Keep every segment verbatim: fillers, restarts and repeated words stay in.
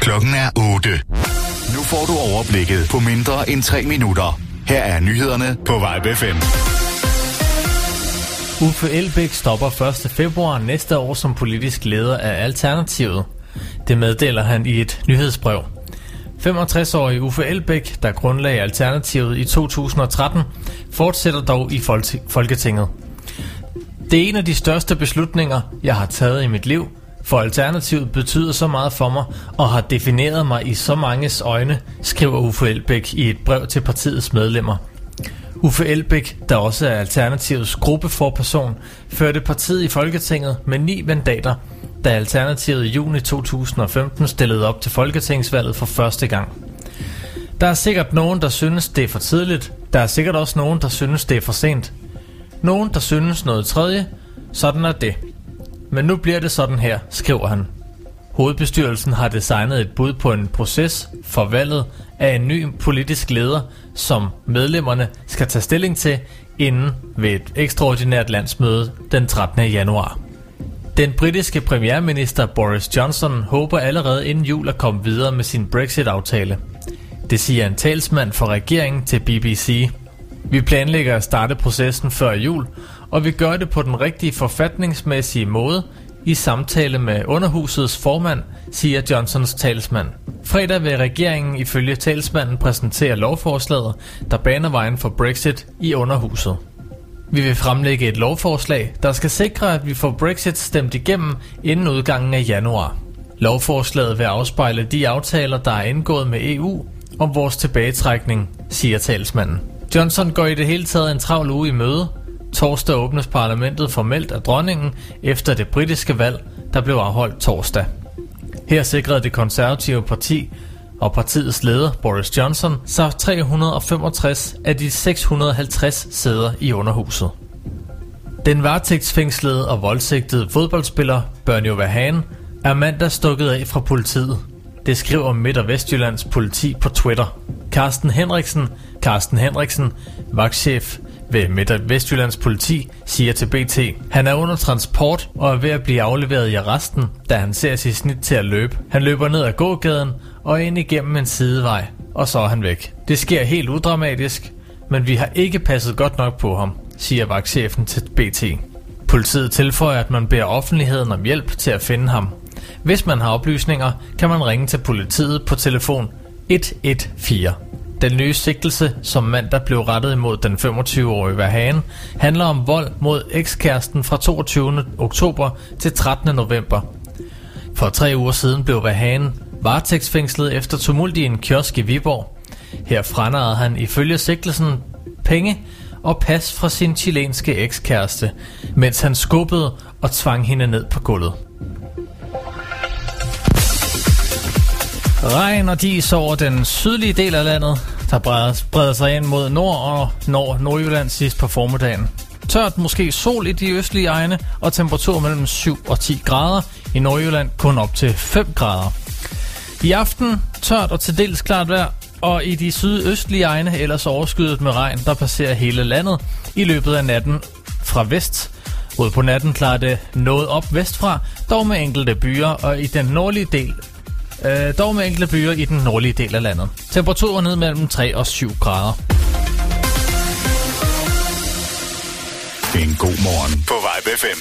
Klokken er otte. Nu får du overblikket på mindre end tre minutter. Her er nyhederne på Vibe F M. Uffe Elbæk stopper første februar næste år som politisk leder af Alternativet. Det meddeler han i et nyhedsbrev. femogtres-årige Uffe Elbæk, der grundlagde Alternativet i to tusind og tretten, fortsætter dog i Folketinget. Det er en af de største beslutninger, jeg har taget i mit liv, for Alternativet betyder så meget for mig og har defineret mig i så manges øjne, skriver Uffe Elbæk i et brev til partiets medlemmer. Uffe Elbæk, der også er Alternativets gruppeforperson, førte partiet i Folketinget med ni mandater, da Alternativet i juni to tusind og femten stillede op til folketingsvalget for første gang. Der er sikkert nogen, der synes, det er for tidligt. Der er sikkert også nogen, der synes, det er for sent. Nogen, der synes noget tredje. Sådan er det. Men nu bliver det sådan her, skriver han. Hovedbestyrelsen har designet et bud på en proces for valget af en ny politisk leder, som medlemmerne skal tage stilling til inden ved et ekstraordinært landsmøde den trettende januar. Den britiske premierminister Boris Johnson håber allerede inden jul at komme videre med sin Brexit-aftale. Det siger en talsmand for regeringen til B B C. Vi planlægger at starte processen før jul, og vi gør det på den rigtige forfatningsmæssige måde i samtale med underhusets formand, siger Johnsons talsmand. Fredag vil regeringen ifølge talsmanden præsentere lovforslaget, der baner vejen for Brexit i underhuset. Vi vil fremlægge et lovforslag, der skal sikre, at vi får Brexit stemt igennem inden udgangen af januar. Lovforslaget vil afspejle de aftaler, der er indgået med E U om vores tilbagetrækning, siger talsmanden. Johnson går i det hele taget en travl uge i møde. Torsdag åbnes parlamentet formelt af dronningen efter det britiske valg, der blev afholdt torsdag. Her sikrede det konservative parti og partiets leder Boris Johnson så tre hundrede og femogtres af de seks hundrede og halvtreds sæder i underhuset. Den varetægtsfængslede og voldsigtede fodboldspiller Børnjo Verhagen er mandag stukket af fra politiet. Det skriver Midt- og Vestjyllands politi på Twitter. Carsten Henriksen, Carsten Henriksen, vagtchef ved Midt- og Vestjyllands politi, siger til B T. Han er under transport og er ved at blive afleveret i arresten, da han ser sit snit til at løbe. Han løber ned ad gågaden og ind igennem en sidevej, og så er han væk. Det sker helt udramatisk, men vi har ikke passet godt nok på ham, siger vagtchefen til B T. Politiet tilføjer, at man beder offentligheden om hjælp til at finde ham. Hvis man har oplysninger, kan man ringe til politiet på telefon et et fire. Den nye sigtelse, som mandag blev rettet imod den femogtyve-årige Verhagen, handler om vold mod ekskæresten fra toogtyvende oktober til trettende november. For tre uger siden blev Verhagen varetægtsfængslet efter tumult i en kiosk i Viborg. Her franarede han ifølge sigtelsen penge og pas fra sin chilenske ekskæreste, mens han skubbede og tvang hende ned på gulvet. Regn og dis over den sydlige del af landet, der breder sig ind mod nord og nord Nordjylland sidst på formiddagen. Tørt, måske sol i de østlige egne og temperatur mellem syv og ti grader. I Nordjylland kun op til fem grader. I aften tørt og til dels klart vejr, og i de sydøstlige egne ellers overskyet med regn, der passerer hele landet i løbet af natten fra vest. Ud på natten klarer det noget op vestfra, dog med enkelte byer, og i den nordlige del Øh, dog med enkelte byer i den nordlige del af landet. Temperaturen ned mellem tre og syv grader. En god morgen på Vibe F M.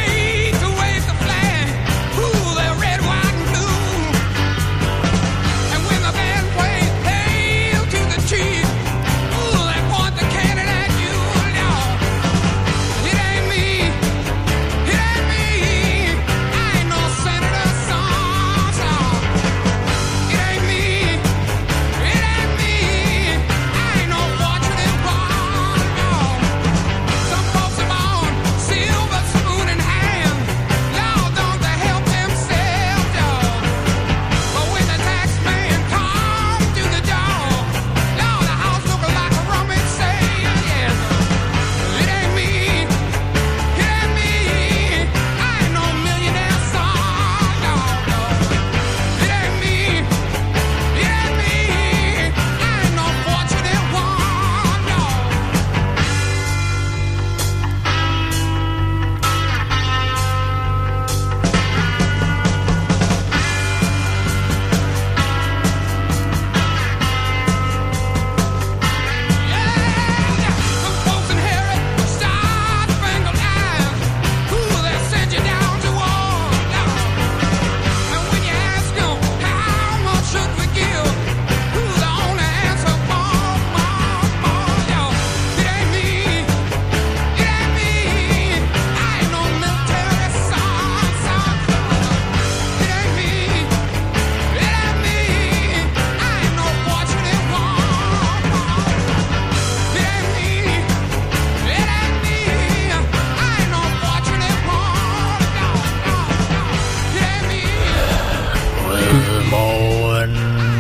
Made to wave the flag, ooh, they're red, white, and blue.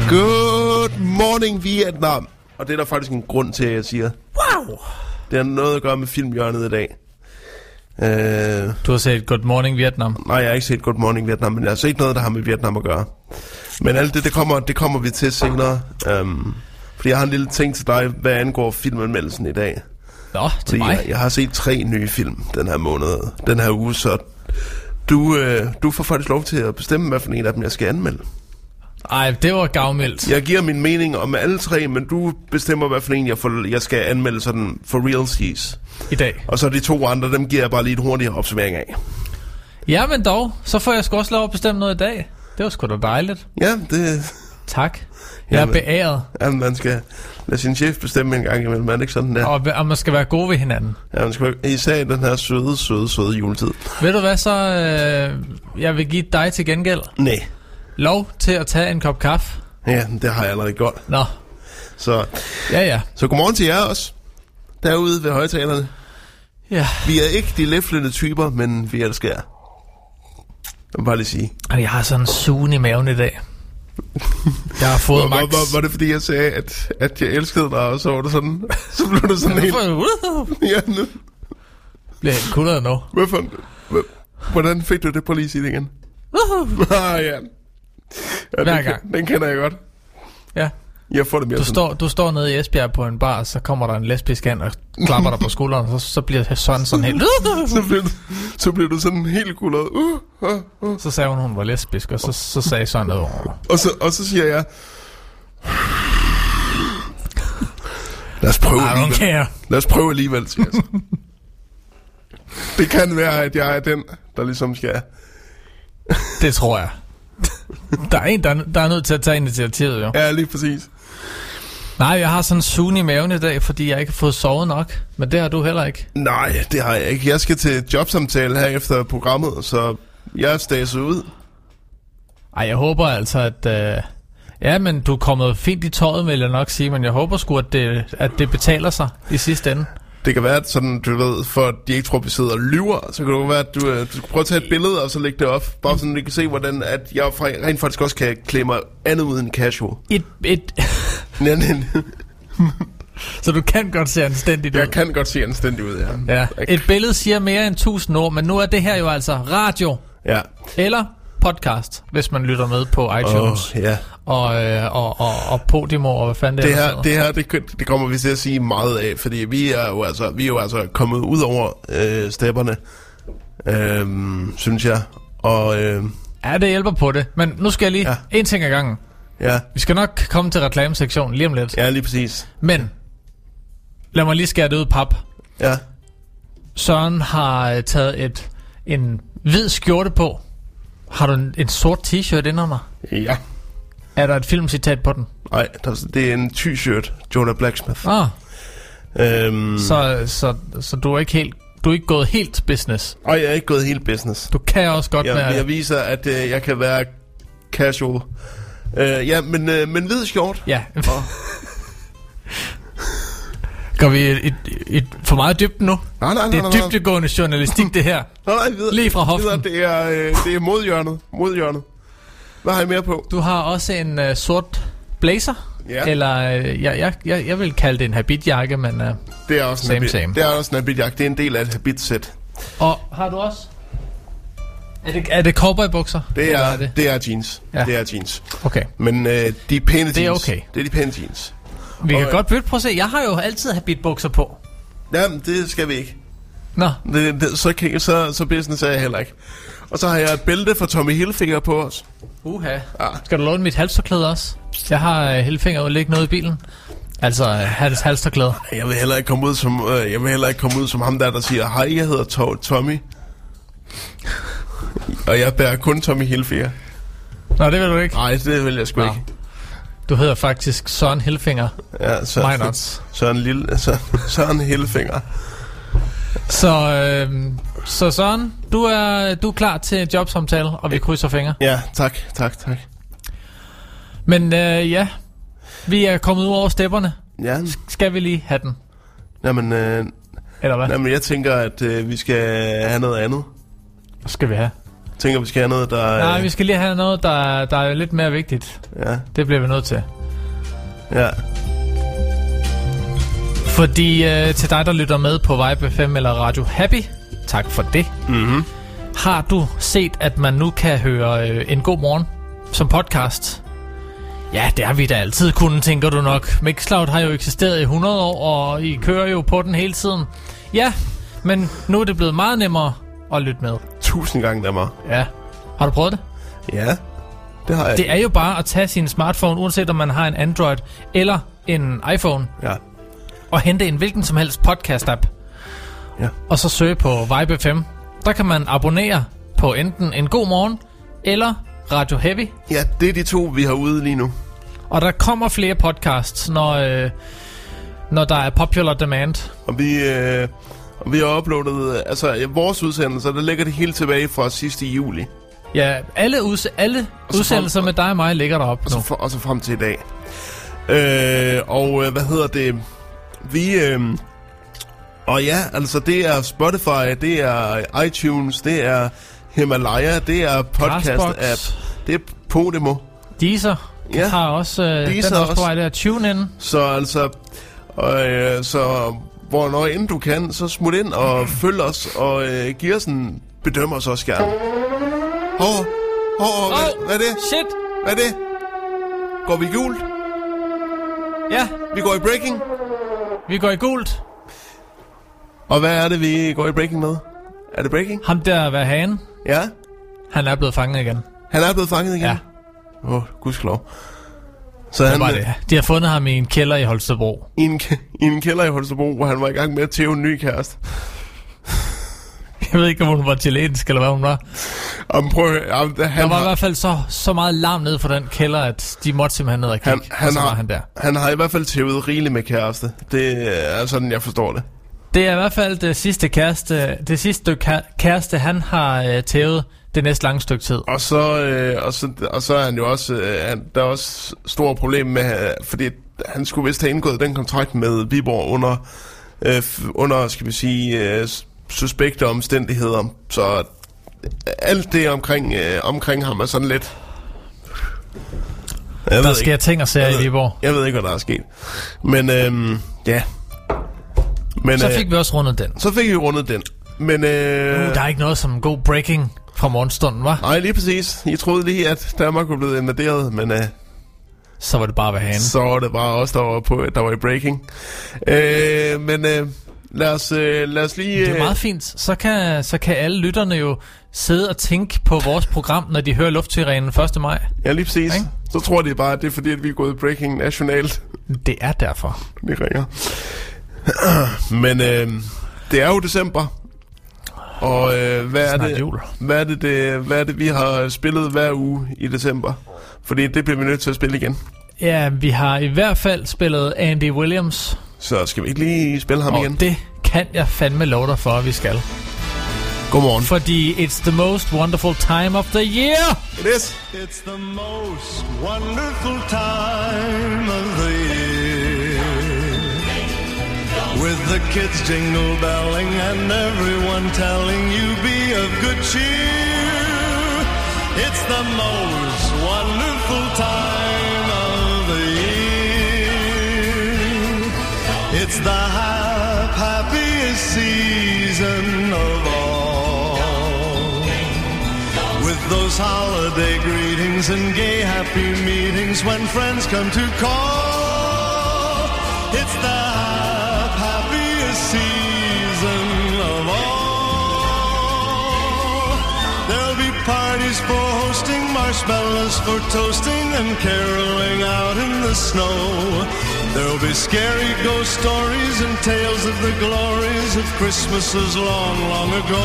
Good morning, Vietnam. Og det er der faktisk en grund til, at jeg siger. Wow! Det har noget at gøre med filmhjørnet i dag. Uh, du har set Good Morning Vietnam? Nej, jeg har ikke set Good Morning Vietnam, men jeg har set noget, der har med Vietnam at gøre. Men alt det, det kommer, det kommer vi til senere. Um, fordi jeg har en lille ting til dig, hvad angår filmanmeldelsen i dag. Nå, til mig? Jeg, jeg har set tre nye film den her måned, den her uge, så du, øh, du får faktisk lov til at bestemme, hvad for en af dem jeg skal anmelde. Ej, det var gavmildt. Jeg giver min mening om alle tre, men du bestemmer, hvad for en jeg, får, jeg skal anmelde sådan for realsies. I dag. Og så de to andre, dem giver jeg bare lige en hurtig opsummering af. Ja, men dog, så får jeg sgu også lov at bestemme noget i dag. Det var sgu da dejligt. Ja, det... Tak. Jeg Jamen, er beæret. Jamen, man skal lade sin chef bestemme en gang imellem, man ikke sådan der. Og, og man skal være gode ved hinanden. Ja, man skal være, især i den her søde, søde, søde juletid. Ved du hvad så, øh, jeg vil give dig til gengæld? Nej. Lov til at tage en kop kaffe. Ja, det har jeg allerede gjort. Nå. Så, ja, ja. Så godmorgen til jer også, derude ved højtalerne. Ja. Vi er ikke de læflende typer, men vi elsker jer. Jeg vil bare lige sige. Jeg har sådan en sugen i maven i dag. Jeg har fået var, max. Var, var, var det fordi jeg sagde, at, at jeg elskede dig, og så var det sådan, så blev det sådan helt... Ja, nu. Bliver helt kuldret nu. Hvorfor? Hvordan fik du det på lige at sige det igen? Ah, ja. Ja, hver den, gang. Den kender jeg godt. Ja. Jeg får det mere du sådan. står, du står nede i Esbjerg på en bar, så kommer der en lesbisk ind og klapper dig på skulderen, og så, så bliver sådan sådan helt... så, bliver du, så bliver du sådan helt kuldet. Uh, uh, uh. Så sagde hun, hun var lesbisk, og så, så sagde sådan noget. Og så, og så siger jeg... Lad os prøve alligevel. Lad os prøve alligevel, siger jeg så. Det kan være, at jeg er den, der ligesom skal... Det tror jeg. Der er en, der, der er nødt til at tage initiativet, jo. Ja, lige præcis. Nej, jeg har sådan en sugen i maven i dag, fordi jeg ikke har fået sovet nok. Men det har du heller ikke. Nej, det har jeg ikke. Jeg skal til jobsamtale her efter programmet, så jeg er stæset ud. Ej, jeg håber altså, at... Øh... Ja, men du er kommet fint i tøjet, vil jeg nok sige. Men jeg håber sgu, at det, at det betaler sig i sidste ende. Det kan være, at sådan, du ved, for at de ikke tror, at vi sidder og lyver, så kan det være, at du, du skal prøve at tage et billede, og så lægge det op. Bare sådan, at du kan se, hvordan at jeg rent faktisk også kan klæde mig andet ud end casual. Et... et Så du kan godt se anstændigt ud? Jeg kan godt se anstændigt ud, ja. Ja. Et billede siger mere end tusind ord, men nu er det her jo altså radio. Ja. Eller podcast, hvis man lytter med på iTunes. Oh, ja. Og, øh, og, og, og Podimo, og hvad fanden det, det er. Her, det her, det, det kommer vi til at sige meget af, fordi vi er jo altså, vi er jo altså kommet ud over øh, stepperne, øh, synes jeg. Og, øh, ja, det hjælper på det. Men nu skal jeg lige, ja. en ting ad gangen. Ja. Vi skal nok komme til reklamesektionen lige om lidt. Ja, lige præcis. Men, lad mig lige skære det ud pap. Ja. Søren har taget et, en hvid skjorte på. Har du en, en sort t-shirt indenunder? Ja. Er der et filmcitat på den? Nej, det er en t-shirt, Jonah Blacksmith. Ah. Øhm. Så, så, så du er ikke helt, du er ikke gået helt business? Nej, jeg er ikke gået helt business. Du kan også godt jeg, være... Jeg viser, at øh, jeg kan være casual. Øh, ja, men, øh, men hvid skjort. Ja. Oh. Går vi et, et, et for meget dybden nu? Nej, nej, nej. Det er dybdegående journalistik, det her. Nej, nej, videre. Lige fra hoften. Videre, det er, øh, det er modhjørnet. Modhjørnet. Hvad har I mere på? Du har også en uh, sort blazer. Ja. Eller, uh, jeg, jeg, jeg, jeg vil kalde det en habitjakke, men uh, det er også same, en habit, same. Det er også en habitjakke. Det er en del af et habitsæt. Og har du også... Er det, er det cowboybukser? Det er, er det? det er jeans. Ja. Det er jeans. Okay. Men øh, de er pæne jeans. Det er okay. Det er de pæne jeans. Vi og, kan godt bytte. Prøv at se. Jeg har jo altid habitbukser på. Jamen, det skal vi ikke. Nå. Det, det, så, kan, så, så business er jeg heller ikke. Og så har jeg et bælte fra Tommy Hilfiger på os. Uha. Ja. Skal du låne mit halstørklæde også? Jeg har uh, Hilfiger udlægget noget i bilen. Altså, uh, hans halstørklæde. Jeg vil heller ikke komme ud som, uh, jeg vil heller ikke komme ud som ham der, der siger, hej, jeg hedder to- Tommy. Og jeg bærer kun Tommy Hilfiger. Nå, det vil du ikke? Nej, det vil jeg sgu Nå. ikke. Du hedder faktisk Søren Hilfinger. Ja, Søren, Søren, Lille, Søren, Søren Hilfinger. Så, øh, så Søren, du er, du er klar til jobsamtale, og vi krydser fingre. Ja, tak, tak, tak. Men øh, ja, vi er kommet ud over stepperne. Ja. Skal vi lige have den? Jamen, øh, eller hvad? Jamen, jeg tænker, at øh, vi skal have noget andet. Hvad skal vi have? tænker, vi skal have noget, der... Nej, vi skal lige have noget, der, der er lidt mere vigtigt. Ja. Det bliver vi nødt til. Ja. Fordi øh, til dig, der lytter med på Vibe F M eller Radio Happy, tak for det. Mhm. Har du set, at man nu kan høre øh, En God Morgen som podcast? Ja, det har vi da altid kunnet, tænker du nok. Mixcloud har jo eksisteret i hundrede år, og I kører jo på den hele tiden. Ja, men nu er det blevet meget nemmere at lytte med. Tusind gange nemmere. Ja. Har du prøvet det? Ja, det har jeg. Det er jo bare at tage sin smartphone, uanset om man har en Android eller en iPhone, Ja. og hente en hvilken som helst podcast-app. Ja. Og så søge på Vibe F M. Der kan man abonnere på enten En God Morgen eller Radio Heavy. Ja, det er de to, vi har ude lige nu. Og der kommer flere podcasts, når, øh, når der er popular demand. Og vi, øh, og vi har uploadet, altså ja, vores udsendelser, der ligger det helt tilbage fra sidste juli. Ja, alle, udse- alle udsendelser frem, med dig og mig ligger deroppe og nu. så, for, og så frem til i dag. Øh, og øh, hvad hedder det? Vi... Øh, og ja, altså det er Spotify, det er iTunes, det er Himalaya, det er podcast-app, det er Podimo. Deezer Ja, har også, øh, Deezer den er også på også. vej der. Tune in. Så altså, og, øh, så hvornår end du kan, så smut ind og følg os, og øh, giv os en bedømmer os også gerne. Åh, åh, åh, hvad, Oh, hvad er det? Shit! Hvad er det? Går vi gult? Ja, Vi går i breaking? vi går i gult. Og hvad er det, vi går i breaking med? Er det breaking? Ham der, hvad hane, Ja, han er blevet fanget igen. han er blevet fanget igen. Ja. Åh, oh, gudskelov. Så Det han, var det. De har fundet ham i en kælder i Holstebro. I en, i en kælder i Holstebro, hvor han var i gang med at tæve en ny kæreste. Jeg ved ikke, om hun var chilensk, eller hvad hun var. Og prøv at høre, han Der var har, i hvert fald så, så meget larm ned for den kælder, at de måtte simpelthen ned og kigge. han, han, og så var har, han der. han har i hvert fald tævet rigeligt med kæreste. Det er sådan, jeg forstår det. Det er i hvert fald det sidste kæreste, det sidste stykke kæreste, han har øh, tævet det næste lange stykke tid. Og så, øh, og så, og så er han jo også, øh, han, der er også store problemer med, øh, fordi han skulle vist have indgået den kontrakt med Viborg under, øh, f- under skal vi sige, øh, suspekte omstændigheder. Så øh, alt det omkring, øh, omkring ham er sådan lidt... Jeg Der ved sker ikke, ting og sager jeg i ved, Viborg. jeg ved ikke, hvad der er sket. Men øh, ja. Men, Så øh, fik vi også rundet den. så fik vi rundet den. Men, øh, Uh, der er ikke noget som god breaking fra morgenstunden, var? nej, lige præcis. I troede lige, at Danmark var blevet invaderet, men... Øh, Så var det bare ved hanen. Så var det bare os, der var, på, der var i breaking. Øh, men øh, lad, os, øh, lad os lige... Det er meget fint. Så kan, så kan alle lytterne jo sidde og tænke på vores program, når de hører Luftsirenen første maj. Ja, lige præcis. Ikke? Så tror de bare, at det er fordi, at vi er gået i breaking nationalt. Det er derfor. Vi ringer. Men øh, det er jo december. Og øh, hvad, er Snart det, jul. hvad, er det, det, hvad er det, vi har spillet hver uge i december? Fordi det bliver vi nødt til at spille igen. Ja, vi har i hvert fald spillet Andy Williams. Så skal vi ikke lige spille ham Og igen? det kan jeg fandme love dig for, at vi skal. Godmorgen. Fordi it's the most wonderful time of the year. It is. It's the most wonderful time of the year, with the kids jingle belling and everyone telling you be of good cheer. It's the most wonderful time of the year. It's the hap- happiest season of all, with those holiday greetings and gay happy meetings when friends come to call. It's the hap- happiest season of all. There'll be parties for hosting, marshmallows for toasting, and caroling out in the snow. There'll be scary ghost stories and tales of the glories of Christmases long, long ago.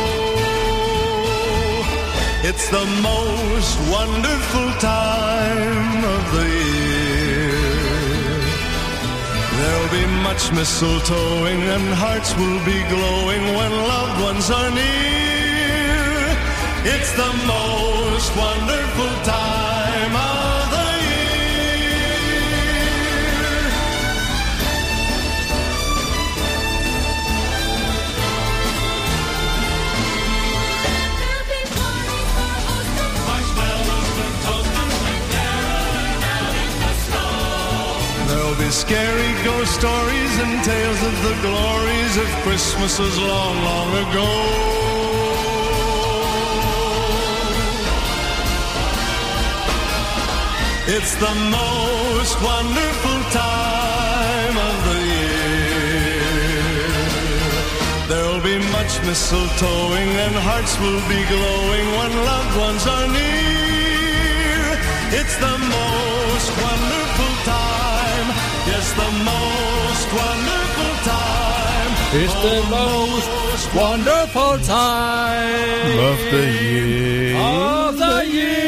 It's the most wonderful time of the year. There'll be much mistletoeing and hearts will be glowing when loved ones are near. It's the most wonderful time of the year. There'll be parties with scary ghost stories and tales of the glories of Christmases long, long ago. It's the most wonderful time of the year. There'll be much mistletoeing and hearts will be glowing when loved ones are near. It's the most wonderful time. Yes, the most wonderful time. It's the most wonderful time of the year. Of the year.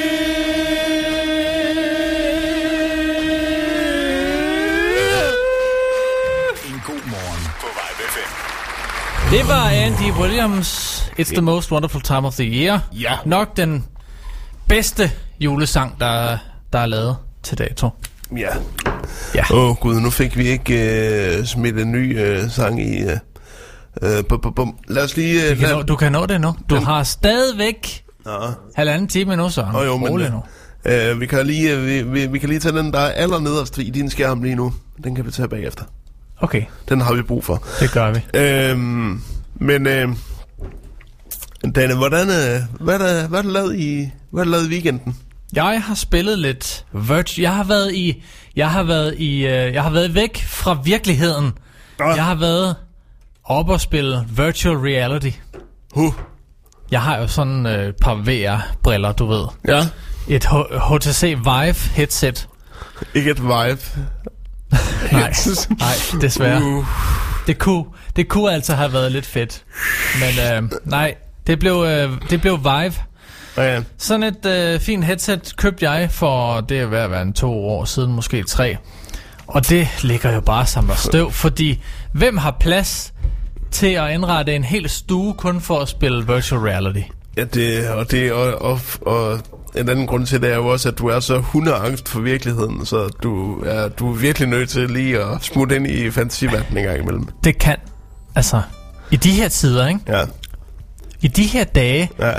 Det var Andy Williams, It's the most wonderful time of the year. Ja. Nok den bedste julesang, der, der er lavet til dato. Ja. Ja. Åh oh, gud, nu fik vi ikke øh, smidt en ny øh, sang i... Øh, øh, bum, bum, bum. Lad os lige... Øh, du, kan lad... nå, du kan nå det nu. Du Den... har stadigvæk Nå. halvanden time nu, så. Oh, jo, men, nu. Øh, vi, kan lige, øh, vi, vi, vi kan lige tage den, der er allernederst i din skærm lige nu. Den kan vi tage bagefter. Okay. Den har vi brug for. Det gør vi. Øhm, men, øh, Danne, hvordan, øh, hvad, er der, hvad er der lavet i, hvad er der lavet i weekenden? Jeg har spillet lidt virtual. Jeg har været i, jeg har været i, øh, jeg har været væk fra virkeligheden. Ah. Jeg har været op og spille virtual reality. Huh. Jeg har jo sådan et øh, par V R-briller, du ved. Ja. Et H T C Vive headset. Ikke et Vive. nej, nej, desværre. Uh. Det kunne, det kunne altså have været lidt fedt. Men øh, nej, det blev, øh, det blev Vive. Okay. Sådan et øh, fint headset købte jeg for, det er ved at være en to år siden, måske tre. Og det ligger jo bare samler støv, fordi hvem har plads til at indrette en hel stue kun for at spille virtual reality? Ja, det, og, det, og, og, og en anden grund til det er jo også, at du er så hundeangst for virkeligheden, så du er, du er virkelig nødt til lige at smutte ind i fantasiverdenen en gang imellem. Det kan, altså, i de her tider, ikke? Ja. I de her dage, ja.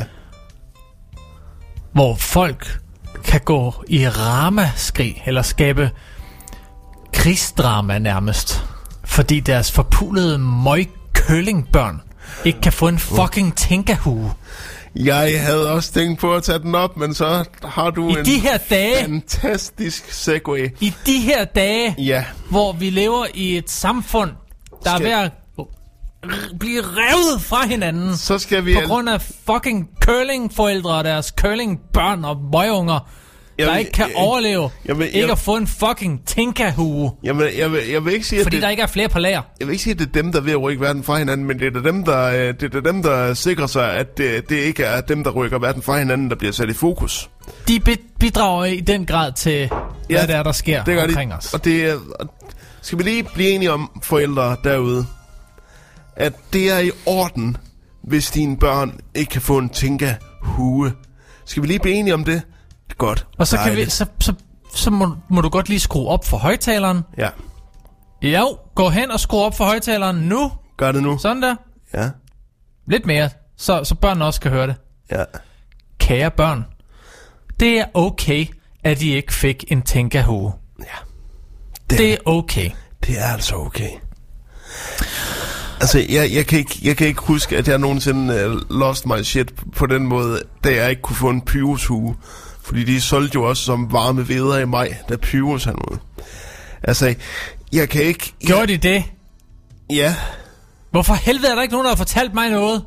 hvor folk kan gå i ramaskrig, eller skabe krigsdrama nærmest, fordi deres forpulede møgkøllingbørn ikke kan få en fucking tænkahue. Jeg havde også tænkt på at tage den op, men så har du I en de her dage, fantastisk segway. I de her dage, ja. hvor vi lever i et samfund, der skal... er ved at blive revet fra hinanden, så skal vi på grund af fucking curlingforældre og deres curlingbørn og møgunger, der vil, ikke kan jeg, overleve, jeg vil, jeg, ikke at få en fucking tænkahue. Jeg vil, jeg vil, jeg vil ikke sige, fordi at det, der ikke er flere på lager. Jeg vil ikke sige, at det er dem, der er ved at rykke verden fra hinanden, men det er dem, der, det er dem, der sikrer sig, at det, det ikke er dem, der rykker verden fra hinanden, der bliver sat i fokus. De bidrager i den grad til, ja, hvad det er, der sker det omkring de, os. Og det skal vi lige blive enige om, forældre derude, at det er i orden, hvis dine børn ikke kan få en tænkahue. Skal vi lige blive enige om det? Godt. Og så, kan vi, så, så, så må, må du godt lige skrue op for højtaleren. Ja. Jo, gå hen og skru op for højtaleren nu. Gør det nu. Sådan der. Ja. Lidt mere, så, så børnene også kan høre det. Ja. Kære børn, det er okay, at I ikke fik en tænkahue. Ja. Det, det er okay. Det er altså okay. Altså, jeg, jeg, kan ikke, jeg kan ikke huske, at jeg nogensinde uh, lost my shit på den måde, da jeg ikke kunne få en Pyrus-hue. Fordi de solgte jo også som varme veder i maj, da Pyrus han ud. Altså, jeg kan ikke... Jeg... Gjorde de det? Ja. Hvorfor helvede er der ikke nogen, der har fortalt mig noget?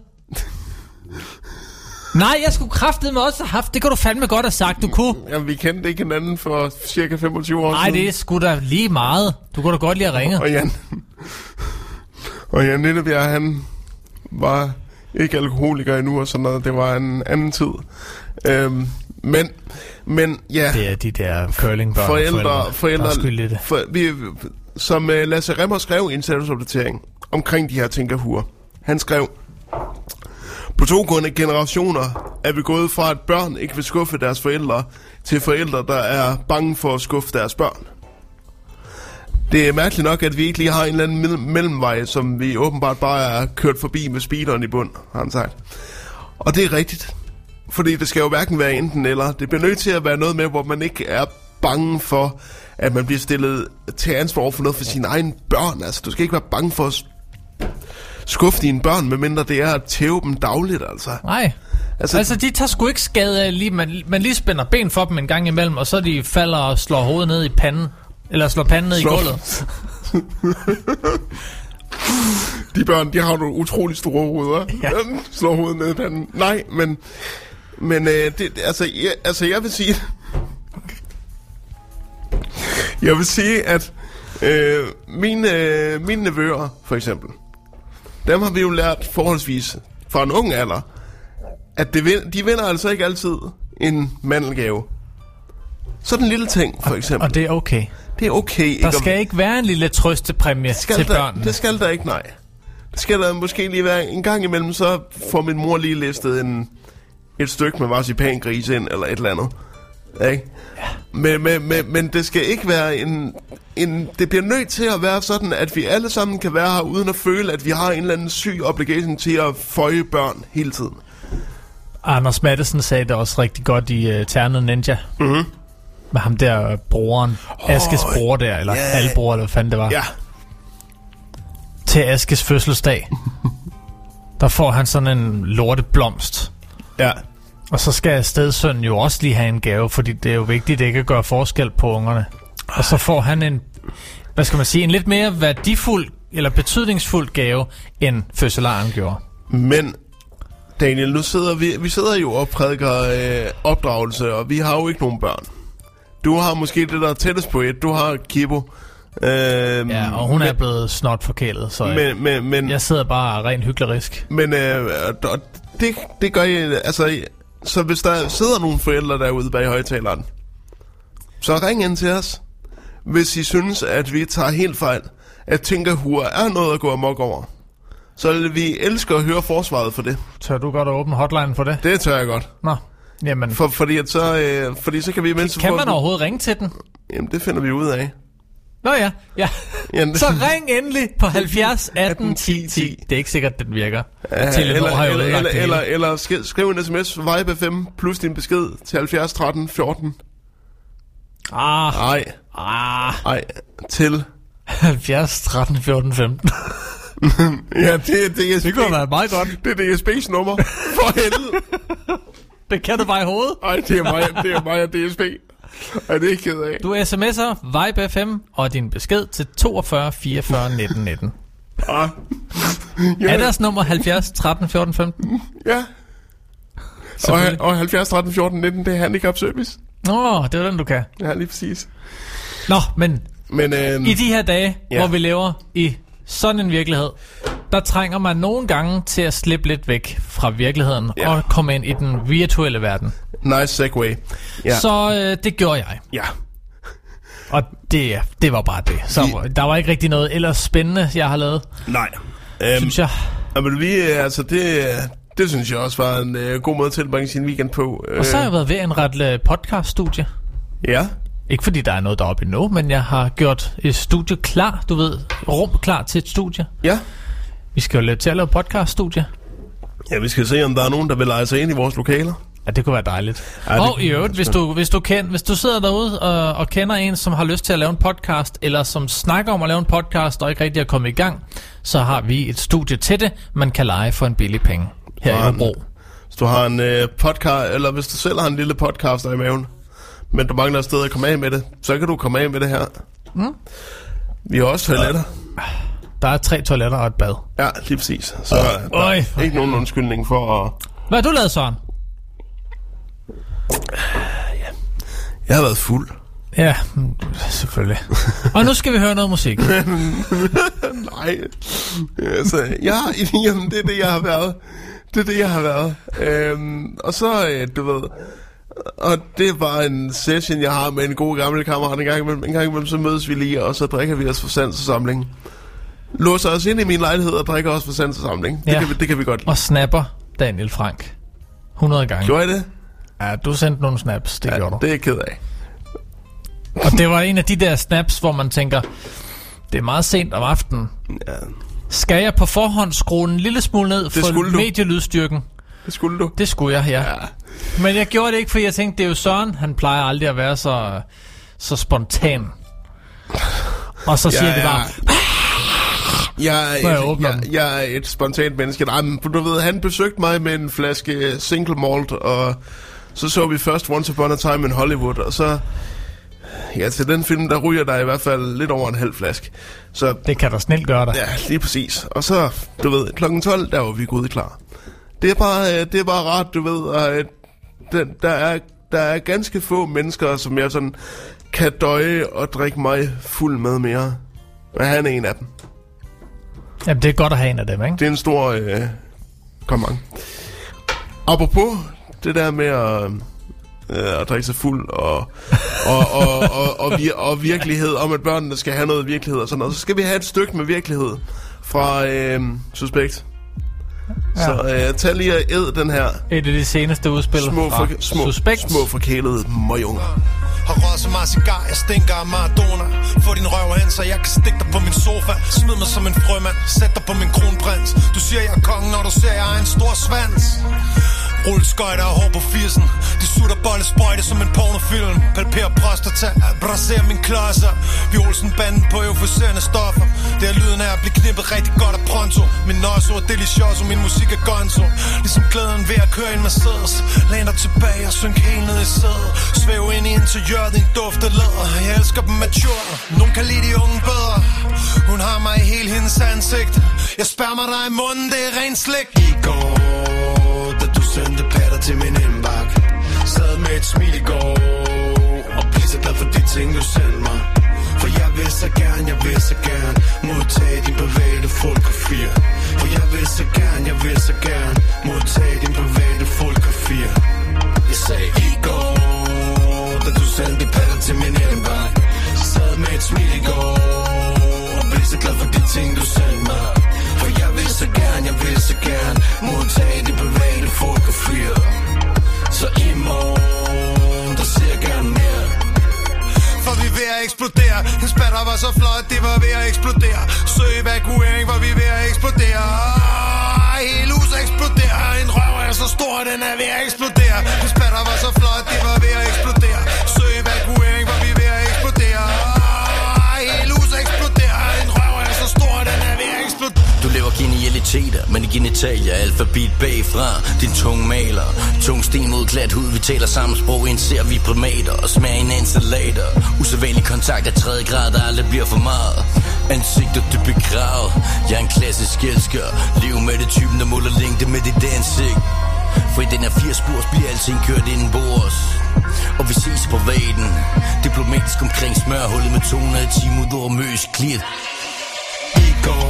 Nej, jeg skulle kraftedeme også have haft. Det kunne du fandme godt have sagt, du kunne. Jamen, vi kendte ikke hinanden for cirka femogtyve år Nej, siden. Nej, det er sgu da lige meget. Du kunne da godt lige have ringet. Og Jan... Og Jan Lillebjerg, han var ikke alkoholiker endnu og sådan noget. Det var en anden tid. Øhm, men, men ja... Det er de der curlingbørn. Forældre, forældre, forældre for, vi, som uh, Lasse Remmer skrev i en statusopdatering omkring de her tænkerhuer. Han skrev: på toegående generationer er vi gået fra, at børn ikke vil skuffe deres forældre, til forældre, der er bange for at skuffe deres børn. Det er mærkeligt nok, at vi ikke lige har en eller anden mellemvej, som vi åbenbart bare er kørt forbi med speederen i bund, har han sagt. Og det er rigtigt. Fordi det skal jo hverken være enten eller. Det bliver nødt til at være noget med, hvor man ikke er bange for, at man bliver stillet til ansvar over for noget for sine egne børn. Altså, du skal ikke være bange for at skuffe dine børn, medmindre det er at tæve dem dagligt, altså. Nej. Altså, altså de tager sgu ikke skade af, lige, man, man lige spænder ben for dem en gang imellem, og så de falder og slår hovedet ned i panden. Eller slår panden ned slår. i gulvet. De børn, de har nogle utrolig store hoveder. Ja. Slår hovedet ned i panden. Nej, men... Men øh, det, altså, jeg, altså, jeg vil sige... Jeg vil sige, at øh, mine, øh, mine nevøer, for eksempel, dem har vi jo lært forholdsvis fra en ung alder, at det, de vinder altså ikke altid en mandelgave. Sådan en lille ting, for eksempel. Og det er okay. Det er okay. Der skal ikke være en lille trøstepræmie til der, børnene. Det skal der ikke, nej. Det skal der måske lige være en gang imellem, så får min mor lige listet en, et stykke med marcipangris ind, eller et eller andet. Ikke? Ja. Men, men, men, men det skal ikke være en, en... Det bliver nødt til at være sådan, at vi alle sammen kan være her, uden at føle, at vi har en eller anden syg obligation til at føje børn hele tiden. Anders Mattesen sagde det også rigtig godt i uh, Ternet Ninja. Mhm. Med ham der broren, oh, Askes bror der, eller yeah. halvbror, eller hvad fanden det var. Ja. Til Askes fødselsdag, der får han sådan en lorteblomst. Ja. Og så skal stedsønnen jo også lige have en gave, fordi det er jo vigtigt ikke at gøre forskel på ungerne. Og så får han en, hvad skal man sige, en lidt mere værdifuld, eller betydningsfuld gave, end fødselaren gjorde. Men... Daniel, nu sidder vi, vi sidder jo og prædiker øh, opdragelse, og vi har jo ikke nogen børn. Du har måske det, der er tættest på et. Du har Kibo. Øhm, ja, og hun men, er blevet snot forkælet, så men, men, men, jeg sidder bare rent hyklerisk. Men øh, det, det gør jeg, altså, så hvis der sidder nogle forældre derude bag højtaleren, så ring ind til os, hvis I synes, at vi tager helt fejl, at tænkerhuer er noget at gå amok over. Så vi elsker at høre forsvaret for det. Tør du godt at åbne hotline for det? Det tør jeg godt. Nå, jamen. For, fordi, at så, øh, fordi så kan vi... Kan, kan man overhovedet ringe til den? Jamen, det finder vi ud af. Nå ja, ja. Jamen, så ring endelig på halvfjerds atten ti ti. Det er ikke sikkert, den virker. Ja, eller, har eller, eller, eller, eller skriv, skriv en sms, Vibe fem, plus din besked til halvfjerds tretten fjorten. Ah. Nej. Ah. Nej, til... halvfjerds tretten fjorten femten. Ja, det er D S B. Det kunne være meget godt. Det er D S B's nummer. For helvede. Det kan du bare i hovedet. Nej, det er mig, det er mig og D S B. Ej, det er ikke ked af. Du sms'er Vibe F M og din besked til toogfyrre fireogfyrre nitten nitten. Ah. Ja. Er deres nummer halvfjerds tretten fjorten femten? Ja. Og, og halvfjerds tretten fjorten nitten, det er handicap service. Nå, det er den, du kan. Ja, lige præcis. Nå, men, men øhm, i de her dage, ja. hvor vi lever i sådan en virkelighed, der trænger man nogle gange til at slippe lidt væk fra virkeligheden, ja. Og komme ind i den virtuelle verden. Nice segue. Ja. Så øh, det gjorde jeg. Ja. Og det, det var bare det. Så vi, der var ikke rigtig noget ellers spændende, jeg har lavet. Nej. Synes jeg. Men vi, altså det, det synes jeg også var en uh, god måde at tilbringe sin weekend på. Og så har jeg været ved en ret podcaststudie. Ja. Ikke fordi der er noget deroppe endnu, men jeg har gjort et studie klar, du ved, rum klar til et studie. Ja. Vi skal jo lidt til at lave podcaststudie. Ja, vi skal se, om der er nogen, der vil lege sig ind i vores lokaler. Ja, det kunne være dejligt. Ja, og i øvrigt, hvis du, hvis, du kend, hvis du sidder derude og, og kender en, som har lyst til at lave en podcast, eller som snakker om at lave en podcast, og ikke rigtig er kommet i gang, så har vi et studie til det, man kan lege for en billig penge her i Hobro. Hvis du har en øh, podcast, eller hvis du selv har en lille podcaster i maven, men du mangler et sted at komme af med det, så kan du komme af med det her. Mm. Vi har også toiletter. Der er tre toiletter og et bad. Ja, lige præcis. Så øh, der Øj, er ikke nogen undskyldning for at... Hvad har du lavet, Søren? Ja. Jeg har været fuld. Ja, selvfølgelig. Og nu skal vi høre noget musik. Nej. Altså, ja, jamen, det er det, jeg har været. Det er det, jeg har været. Øhm, og så, øh, du ved... Og det var en session, jeg har med en god gammel kammerat. En gang imellem, en gang imellem så mødes vi lige, og så drikker vi os for sandsforsamling. Låser os ind i min lejlighed og drikker os for sandsforsamling. Det, ja. kan vi, det kan vi godt lide. Og snapper Daniel Frank hundrede gange. Gjorde I det? Ja, du sendte nogle snaps, det ja, gjorde du. Det er jeg ked af. Og det var en af de der snaps, hvor man tænker, det er meget sent om aftenen. Ja. Skal jeg på forhånd skrue en lille smule ned for medielydstyrken? Det skulle du. Det skulle jeg, ja. ja. Men jeg gjorde det ikke, fordi jeg tænkte, det er jo Søren. Han plejer aldrig at være så, så spontan. Og så siger ja, det bare... Jeg Når er, jeg et, jeg, jeg er et spontant menneske. Nej, men du ved, han besøgte mig med en flaske single malt, og så så vi først Once Upon a Time in Hollywood, og så... Ja, til den film, der ryger der i hvert fald lidt over en halv flaske. Så, det kan der snilt gøre dig. Ja, lige præcis. Og så, du ved, klokken tolv, der var vi gået klar. Det er bare, det er bare rart, du ved, og der, der, er, der er ganske få mennesker, som jeg sådan kan døje og drikke mig fuld med mere. Og han er en af dem. Jamen, det er godt at have en af dem, ikke? Det er en stor øh, komment. Apropos det der med at, øh, at drikke sig fuld og, og, og, og, og, vir- og virkelighed, om at børnene skal have noget virkelighed og sådan noget, så skal vi have et stykke med virkelighed fra øh, Suspekt. Ja. Så øh, tag lige og æd den her. Et af de seneste udspil små fra for, små, Suspekt. Små forkælede møgunger. Har røget så meget cigar, jeg stinker af Maradona. Få din røv hen, så jeg kan stikke dig på min sofa. Smid mig som en frømand, sæt dig på min kronprins. Du siger, jeg er kongen, når du ser, jeg har en stor svans. Rulleskøjter og hår på firsen. De sutter bolle sprøjte som en pornofilm. Palperer prostata, braserer min klodser. Vi Olsen-banden på euforiserende stoffer. Det er lyden af at blive knippet rigtig godt af pronto. Min nosso er delicioso, min musik er gonzo. Ligesom glæden ved at køre en Mercedes. Læn dig tilbage og synk helt ned i sædet. Svæv ind i interiøret, din duft af læder. Jeg elsker dem mature. Nogen kan lide de unge bedre. Hun har mig i hele hendes ansigt. Jeg spærmer dig i munden, det er ren slik. I går, da du sendte patter til min indbakke, sad med et smil i går og blev så glad for de ting du sendte mig. For jeg vil så gerne, jeg vil så gerne modtage din private fotografier. For jeg vil så gerne, jeg vil så gerne modtage din private fotografier. Jeg sagde i går, da du sendte patter til min indbakke, sad med et smil i går og blev så glad for de ting du sendte mig. For jeg vil så gerne, jeg vil så gerne modtage de private fotografier. Så i morgen, der ser jeg gerne mere. For vi er ved at eksplodere. Hendes batter var så flot, det var ved at eksplodere. Søg evakuering, for vi er ved at eksplodere. Hele huset eksploderer. En røv er så stor, den er ved at eksplodere. Hendes batter var så flot, det var ved at eksplodere. Søg evakuering, for vi er ved at eksplodere. Hele huset eksploderer. En røv er så stor, den er ved at eksplodere. Du laver genialiteter, men i genitalia alfabet bagfra. Din tunge maler, tung sten mod glat hud. Vi taler samme sprog, indser vi primater og smager en installator. Usædvanlig kontakt af tredje grad, der aldrig bliver for meget. Ansigter du begravet. Jeg er en klassisk elsker. Lev med det typen, der måler længde med dit ansigt. For i den her firs spurs bliver alting kørt inden bords. Og vi ses på vaden. Diplomatisk omkring smørhullet med to hundrede timer ud over møs klit. I går,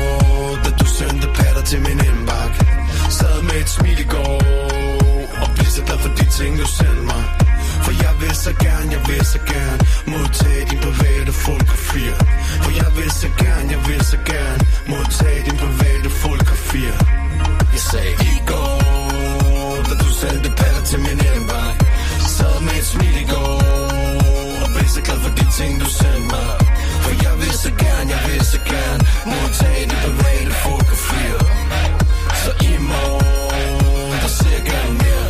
da du sendte patter til min indbakke, sad med et smil i går og blev så glad for de ting du sendte mig. For jeg vil så gerne, jeg vil så gerne modtage din private fotografier. For jeg vil så gerne, jeg vil så gerne modtage din private fotografier. Jeg sagde i går, da du sendte patter til min indbakke, sad med et smil i går og blev så glad for de ting du sendte mig. For jeg vil så gerne, jeg vil så gerne modtage de private fotografier. Så i morgen, der ser jeg gerne mere.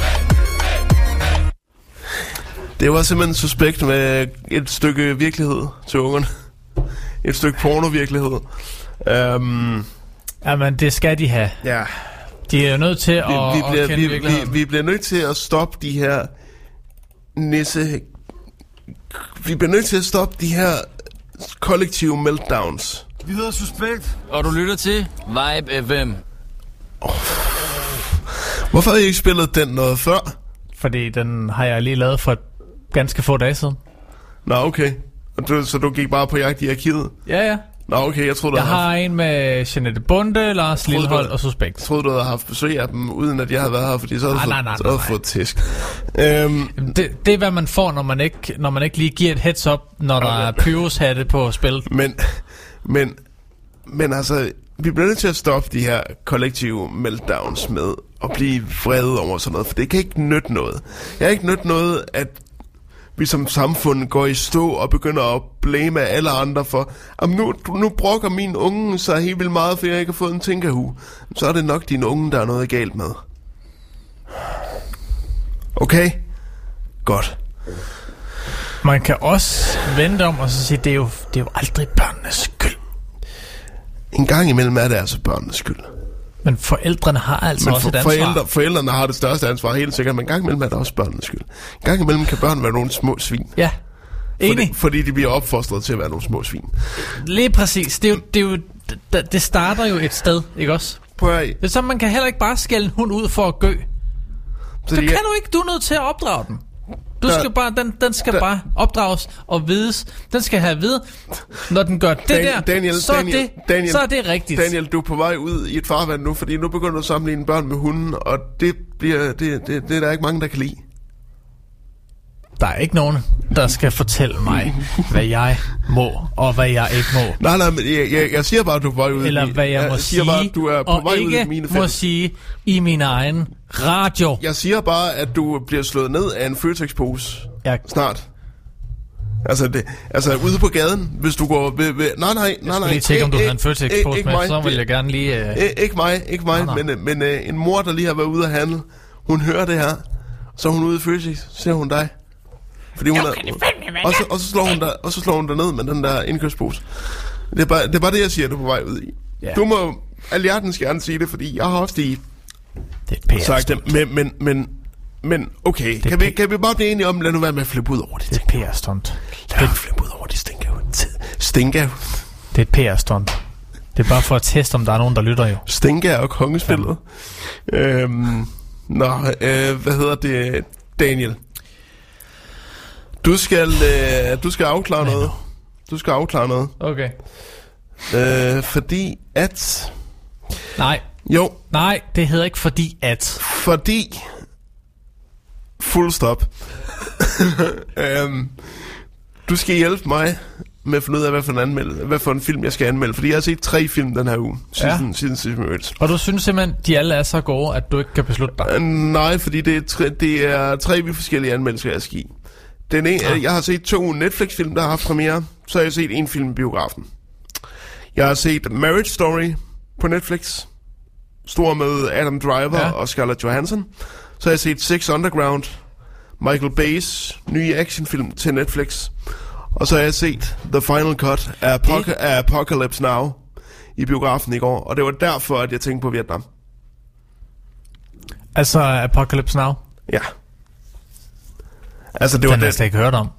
Det var simpelthen Suspekt med et stykke virkelighed til ungerne. Et stykke porno-virkelighed. Um, Jamen, det skal de have. Ja. De er jo nødt til at, vi, vi, bliver, at kende vi, virkeligheden. vi, vi bliver nødt til at stoppe de her nisse... Vi bliver nødt til at stoppe de her kollektive meltdowns. Vi hedder Suspekt. Og du lytter til Vibe F M. Oh. Hvorfor har I ikke spillet den noget før? Fordi den har jeg lige lavet for ganske få dage siden. Nå, okay. Du, så du gik bare på jagt i arkivet? Ja, ja. Nå, okay, jeg troede, du Jeg havde har haft... en med Jeanette Bunde, Lars Troede Lillehold du- og Suspekt. Jeg troede, du havde haft besøg af dem, uden at jeg havde været her, fordi så havde Nej, du nej, fået, nej, så havde nej. fået tæsk. Øhm, Det, det er, hvad man får, når man ikke, når man ikke lige giver et heads up, når der er Pyrus-hatte på spil. men, men, men altså, vi bliver nødt til at stoppe de her kollektive meltdowns med at blive vrede over sådan noget, for det kan ikke nytte noget. Jeg har ikke nytte noget, at vi som samfund går i stå og begynder at blame alle andre for, jamen nu, nu brokker min unge sig helt vildt meget, for jeg ikke har fået en tænkerhue. Så er det nok din unge, der er noget galt med. Okay? Godt. Man kan også vente om og så sige, det er jo, det er jo aldrig børnenes skyld. En gang imellem er det altså børnenes skyld. Men forældrene har altså men også for, et ansvar. Forældre, forældrene har det største ansvar, helt sikkert. Men en gang imellem er det også børnenes skyld. En gang imellem kan børn være nogle små svin. Ja, enig. Fordi, fordi de bliver opfostret til at være nogle små svin. Lige præcis. Det, er jo, det, er jo, det, det starter jo et sted, ikke også? Prøv at... Det er så, man kan heller ikke bare skælde en hund ud for at gø. Så det kan du ikke. Du er nødt til at opdrage den. Du der, skal bare, den, den skal der, bare opdrages og vides. Den skal have at vide, når den gør det Daniel, der, Daniel, så, Daniel, er det, Daniel, så er det rigtigt. Daniel, du er på vej ud i et farvand nu, fordi nu begynder du at sammenligne børn med hunden, og det, bliver, det, det, det er der ikke mange, der kan lide. Der er ikke nogen, der skal fortælle mig, hvad jeg må, og hvad jeg ikke må. Nej, nej, men jeg, jeg, jeg siger bare, at du er på vej ud. Eller hvad jeg, jeg må siger sige, bare, at du er på og vej ud i mine ikke fælde. må sige i min egen radio. Jeg siger bare, at du bliver slået ned af en Føtex-pose jeg... snart. Altså, det, altså ude på gaden, hvis du går ved... ved nej, nej, nej, nej. Jeg skulle lige tænke, om du havde en Føtex-pose med, mig, så vil jeg gerne lige... Uh... Ikke mig, ikke mig, nej, nej. men, men uh, en mor, der lige har været ude at handle, hun hører det her, så er hun ude i Føtex, ser hun dig. Fordi hun er, og, så, og, så slår hun der, og så slår hun der ned med den der indkøbspose. Det er bare det, er bare det jeg siger, du er på vej ud i. Yeah. Du må alhjertens gerne sige det, fordi jeg har også lige det sagt det. Men, men, men, men okay, kan vi, kan vi bare blive enige om, lad nu være med at flippe ud over det. Det er et P R-stunt. Lad nu flippe ud over det, stinker jo. Stinker. Det er et P R-stunt. Det er bare for at teste, om der er nogen, der lytter jo. Stinker og kongespillet. Ja. Øhm, nå, øh, hvad hedder det? Daniel. Du skal, øh, du skal afklare Nej, noget. Du skal afklare noget. Okay. Øh, fordi at... Nej. Jo. Nej, det hedder ikke fordi at. Fordi... Full stop. øhm, du skal hjælpe mig med at finde ud af, hvad for en, anmelde, hvad for en film jeg skal anmelde. Fordi jeg har set tre film den her uge. Siden, ja. siden sidst mødtes. Og du synes simpelthen, de alle er så gode, at du ikke kan beslutte dig? Øh, nej, fordi det er, tre, det er tre vidt forskellige anmeldelser, jeg skal give. Den ene, ja. Jeg har set to Netflix-film, der har haft premiere. Så har jeg set en film i biografen. Jeg har set Marriage Story på Netflix. Stor med Adam Driver ja. og Scarlett Johansson. Så har jeg set Six Underground, Michael Bay's nye actionfilm til Netflix. Og så har jeg set The Final Cut af, Apoc- af Apocalypse Now i biografen i går. Og det var derfor, at jeg tænkte på Vietnam. Altså Apocalypse Now? Ja. Altså, det Den var har jeg slet ikke hørt om.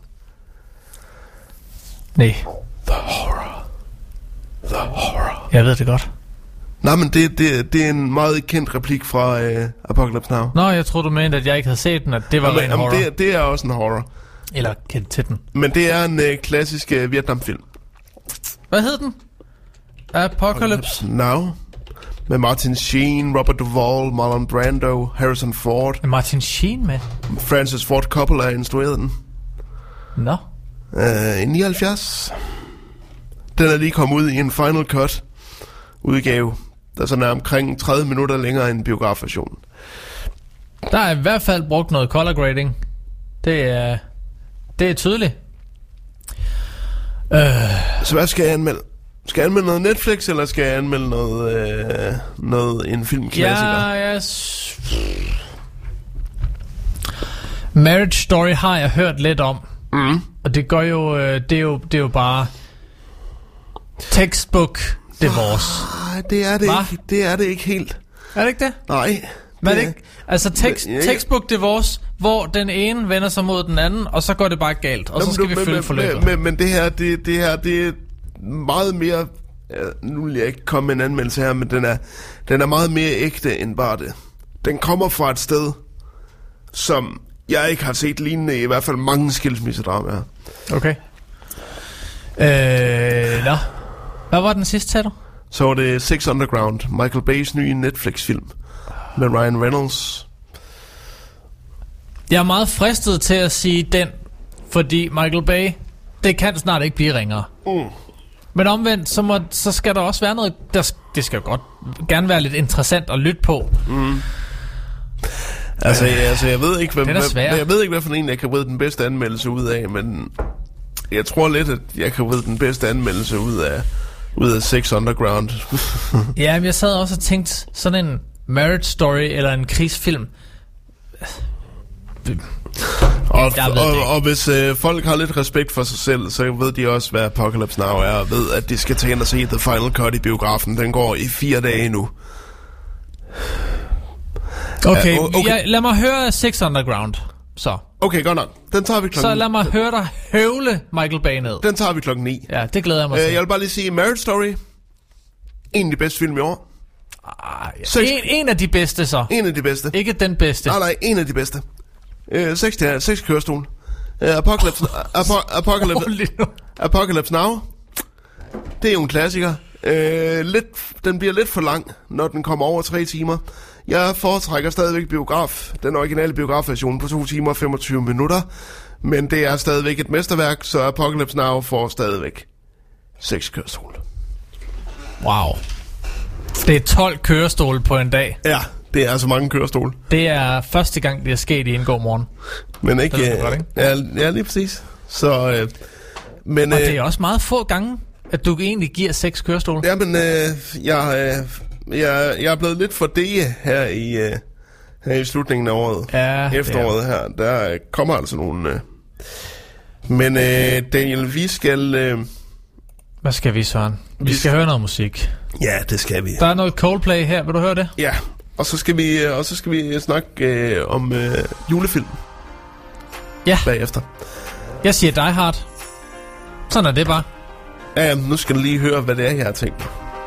Nej. The horror. The horror. Jeg ved det godt. Nej, men det, det, det er en meget kendt replik fra uh, Apocalypse Now. Nå, jeg troede du mente, at jeg ikke havde set den, at det var jamen, en jamen, horror. Det, det er også en horror. Eller kendt til den. Men det er en uh, klassisk uh, Vietnamfilm. Hvad hed den? Apocalypse Now. Med Martin Sheen, Robert Duvall, Marlon Brando, Harrison Ford. Er Martin Sheen med? Francis Ford Coppola instruerede den. Nå. Uh, I nioghalvfjerds. Den er lige kommet ud i en Final Cut udgave, der sådan er omkring tredive minutter længere end biografversionen. Der er i hvert fald brugt noget color grading. Det er, det er tydeligt. Uh. Så hvad skal jeg anmelde? Skal jeg anmelde noget Netflix, eller skal jeg anmelde noget, øh, noget en filmklassiker? Ja, yes. Marriage Story har jeg hørt lidt om. Mm. Og det går jo, det er jo, det er jo bare textbook divorce. Nej, det er det Hva? ikke. Det er det ikke helt. Er det ikke det? Nej. Men det ikke? Altså tekst, textbook divorce, hvor den ene vender sig mod den anden, og så går det bare galt, og Nå, så skal du, vi følge forløbet. Men, men, men det her, det, det her, det er meget mere. Ja, nu vil jeg ikke komme med en anmeldelse her, men den er, den er meget mere ægte end bare det. Den kommer fra et sted, som jeg ikke har set lignende i, i hvert fald mange skilsmissedramaer. Okay. Øh, nå. Hvad var den sidste, sagde du? Så var det Six Underground, Michael Bay's nye Netflix-film med Ryan Reynolds. Jeg er meget fristet til at sige den, fordi Michael Bay, det kan snart ikke blive ringere. Mm. Men omvendt, så, må, så skal der også være noget, der, det skal jo godt gerne være lidt interessant at lytte på. Mm. Altså, øh, altså, jeg ved ikke, hvad, hvad, jeg ved ikke, hvad for en, jeg kan vride den bedste anmeldelse ud af, men jeg tror lidt, at jeg kan vride den bedste anmeldelse ud af, ud af Six Underground. Ja, men jeg sad også og tænkte, sådan en Marriage Story eller en krigsfilm. Og Og, Jeg ved det og, ikke. og hvis øh, folk har lidt respekt for sig selv, så ved de også, hvad Apocalypse Now er, og ved, at de skal tage ind og se The Final Cut i biografen. Den går i fire dage nu. Okay, Ja, okay. Jeg, lad mig høre Six Underground. Så. Okay, godt nok. Den tager vi klokken Så lad mig høre dig høvle Michael Bay ned. Den tager vi klokken ni. Ja, det glæder jeg mig Øh, til. jeg vil bare lige sige, Marriage Story. En af de bedste film i år. Ah, ja. Seks- en, en af de bedste så. En af de bedste. Ikke den bedste. Nej, nej, en af de bedste. Øh, seks, ja, seks kørestol. Øh, Apocalypse, Apo- Apocalypse, Rolig nu. Apocalypse Now. Det er jo en klassiker. Øh, lidt, den bliver lidt for lang, når den kommer over tre timer. Jeg foretrækker stadigvæk biograf. Den originale biografversion på to timer og femogtyve minutter. Men det er stadigvæk et mesterværk, så Apocalypse Now får stadigvæk seks kørestol. Wow. Det er tolv kørestole på en dag. Ja, det er altså mange kørestol. Det er første gang, det er sket i en god morgen. Men ikke... Det ved du øh, godt, ikke? Ja, ja, lige præcis. Så... Øh, men, Og øh, det er også meget få gange, at du egentlig giver seks kørestole. Ja, men øh, jeg, øh, jeg, jeg er blevet lidt for det her i, øh, her i slutningen af året. Ja, Efteråret her, der øh, kommer altså nogle... Øh. Men øh, Daniel, vi skal... Øh, Hvad skal vi, Søren? Vi Vi skal skal- høre noget musik. ja, det skal vi. Der er noget Coldplay her. Vil du høre det? Ja, og så skal vi, øh, og så skal vi snakke øh, om øh, julefilm Ja, bagefter. jeg siger Die Hard. Sådan er det bare. Ja, nu skal du lige høre, hvad det er, jeg har tænkt mig.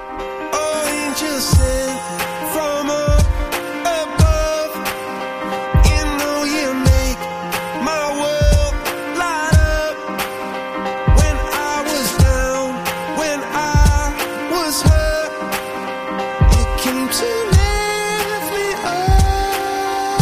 Angels sent from up above. You know you make my world light up. When I was down, when I was hurt, you came to lift me up.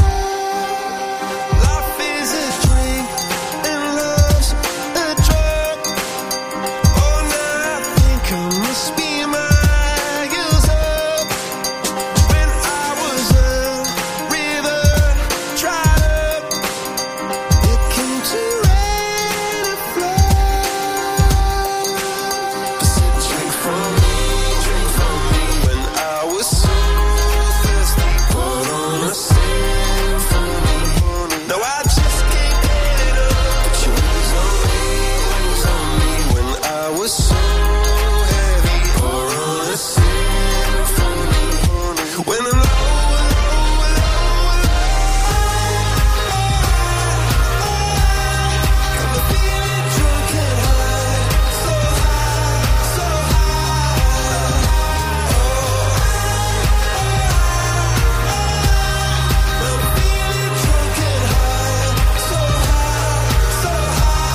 Life is a drink and love's a drug. Oh, now I think I must be miles up. When I was a river dried up, you came to rain and flood. I said, drink from me, drink from me. When I was so thirsty, put on a symphony. No, I just can't get it up. Put your wings on me, wings on me. When I was so heavy, pour on a symphony. When I'm low, low, low, low, got me feeling drunk and high, so high, so high. I'm feeling drunk and high, so high, so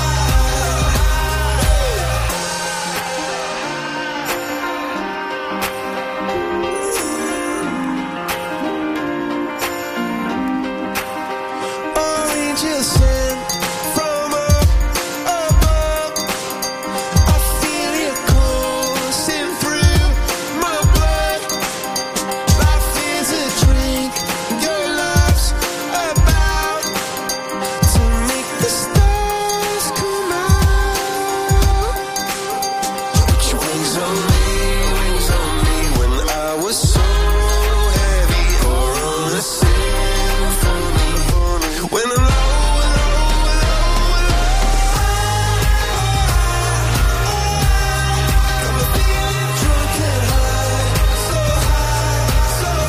Angels sent from up above. I feel it coursing through my blood. Life is a drink, your love's about to make the stars come out. Put your wings on me, wings on me. When I was so heavy, pour on a symphony. When I'm low, low, low, low, got me feeling drunk and high, so high, so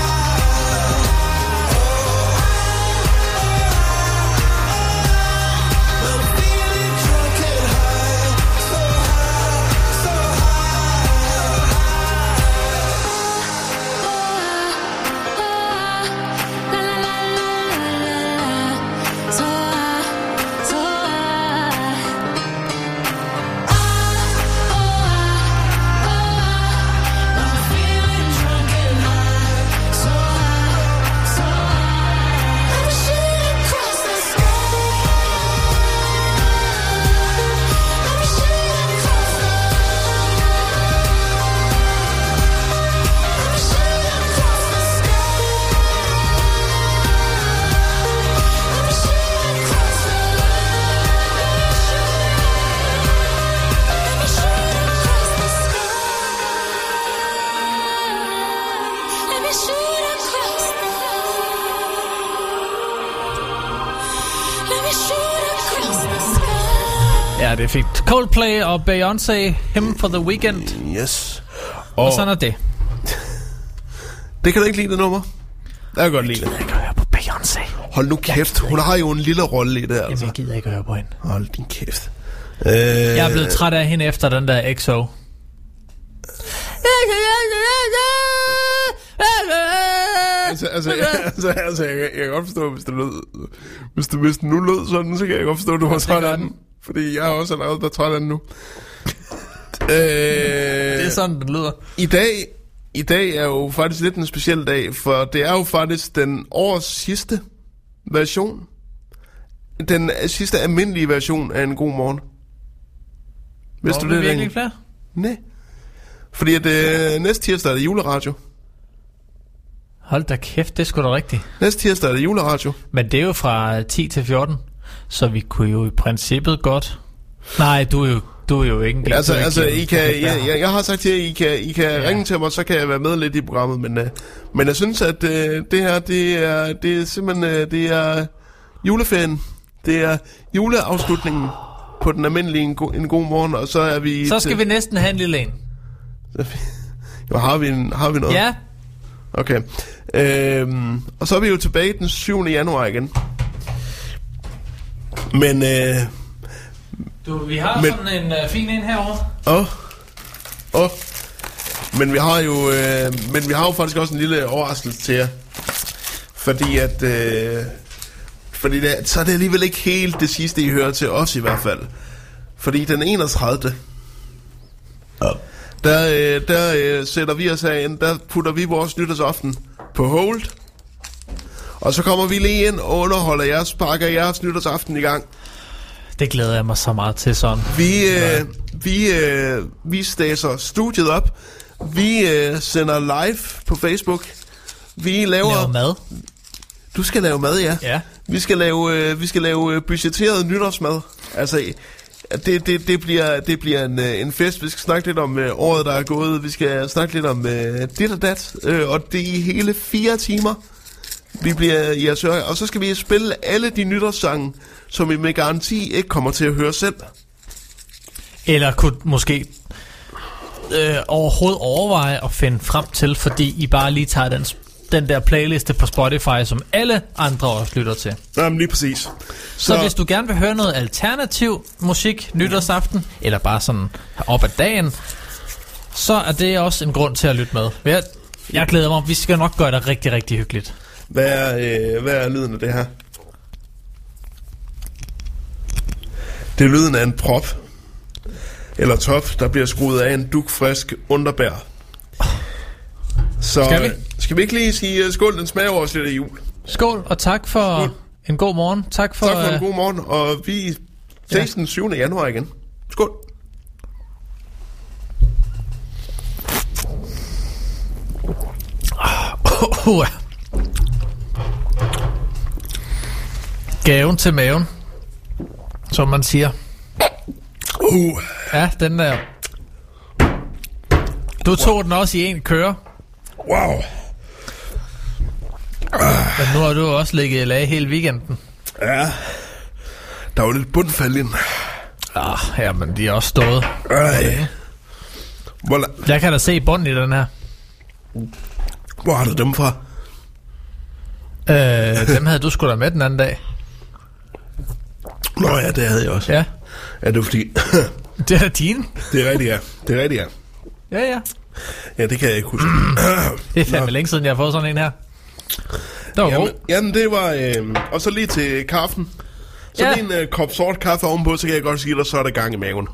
high. I'm feeling drunk and high, so high, so Let me shoot Ja, det er fint. Coldplay og Beyoncé, Him for the Weekend. Yes. Og, og sådan er det. Det kan du ikke lide, det nummer? Jeg kan godt lide det. Jeg kan høre på Beyoncé. Hold nu kæft, hun har jo en lille rolle i det, altså. Jamen, jeg gider ikke høre på hende. Hold din kæft. Øh... Jeg er blevet træt af hende efter den der X O. Altså, altså, altså, altså jeg, jeg kan godt forstå, hvis det lød, hvis det, hvis det nu lød sådan, så kan jeg godt forstå, at du var træt af den. Fordi jeg er også allerede der træt af den nu. øh, Det er sådan, den lyder. I dag, I dag er jo faktisk lidt en speciel dag, for det er jo faktisk den årets sidste version. Den sidste almindelige version af En God Morgen. Vidste du det? Er vi virkelig flere? Nej. Fordi at øh, næste tirsdag er det juleradio. Hold da kæft, det er sgu da rigtigt. Næste tirsdag er det juleradio. Men det er jo fra ti til fjorten, så vi kunne jo i princippet godt... Nej, du er jo, du er jo ikke en... Altså, altså I kan, jeg, jeg, jeg har sagt til jer, I kan, I kan ja. ringe til mig, så kan jeg være med lidt i programmet. Men, uh, men jeg synes, at uh, det her, det er, det er simpelthen uh, det er juleferien. Det er juleafslutningen på den almindelige En, go- en God Morgen, og så er vi... Så skal til... vi næsten have en lille en. Jo, har vi, en, har vi noget? Ja. Okay. Øhm, og så er vi jo tilbage den syvende januar igen. Men... Øh, du, vi har men, sådan en uh, fin en herovre. Åh. Oh, Åh. Oh. Men vi har jo... Øh, men vi har jo faktisk også en lille overraskelse til jer. Fordi at... Øh, fordi det, så er det alligevel ikke helt det sidste, I hører til os i hvert fald. Fordi den enogtredivte Oh. Der, øh, der øh, sætter vi os herind, der putter vi vores nytårsaften på hold. Og så kommer vi lige ind og underholder jeres, sparker jeres nytårsaften i gang. Det glæder jeg mig så meget til sådan. Vi, øh, vi, øh, vi stæser studiet op. Vi øh, sender live på Facebook. Vi laver... Laver mad. Du skal lave mad, ja. Ja. Vi skal lave, øh, vi skal lave budgetteret nytårsmad. Altså... Det, det, det, bliver, det bliver en, en fest. Vi skal snakke lidt om øh, året, der er gået. Vi skal snakke lidt om øh, dit og dat. Øh, og det er i hele fire timer. Vi bliver i jeres øre. Og så skal vi spille alle de nytårssange, som I med garanti ikke kommer til at høre selv. Eller kunne måske øh, overhovedet overveje at finde frem til, fordi I bare lige tager den, den der playliste på Spotify, som alle andre også lytter til. Jamen lige præcis. Så, så hvis du gerne vil høre noget alternativ musik nytårsaften, eller bare sådan op ad dagen, så er det også en grund til at lytte med. Jeg, jeg glæder mig. Vi skal nok gøre det rigtig, rigtig hyggeligt. Hvad er, øh, hvad er lyden af det her? Det er lyden af en prop. Eller top, der bliver skruet af en dugfrisk underbær. Så skal vi? Skal vi ikke lige sige uh, skål, den smager også lidt af jul. Skål, og tak for skål. En god morgen. Tak for, tak for uh, en god morgen, og vi ses ja. den syvende januar igen. Skål. Uh, uh. Gaven til maven, som man siger. Uh. Ja, den der. Du tog wow. den også i en køre. Wow. Men nu har du også ligget i lag hele weekenden. Ja. Der var lidt bundfalden. Ah, ja, men de er også stået. Ej. Hvor Jeg kan da se bunden i den her. Hvor har du dem fra? Øh, dem havde du sgu da med den anden dag. Nå ja, det havde jeg også. Ja. Ja, det er fordi... Det er din. Det er rigtigt, ja. Det er rigtigt, ja. Ja, ja. Ja, det kan jeg ikke huske. Det er fandme længe siden, jeg har fået sådan en her. Det var jamen, god. jamen, det var... Øh, og så lige til kaffen. Så ja. lige en øh, kop sort kaffe ovenpå, så kan jeg godt sige dig, så er der gang i maven.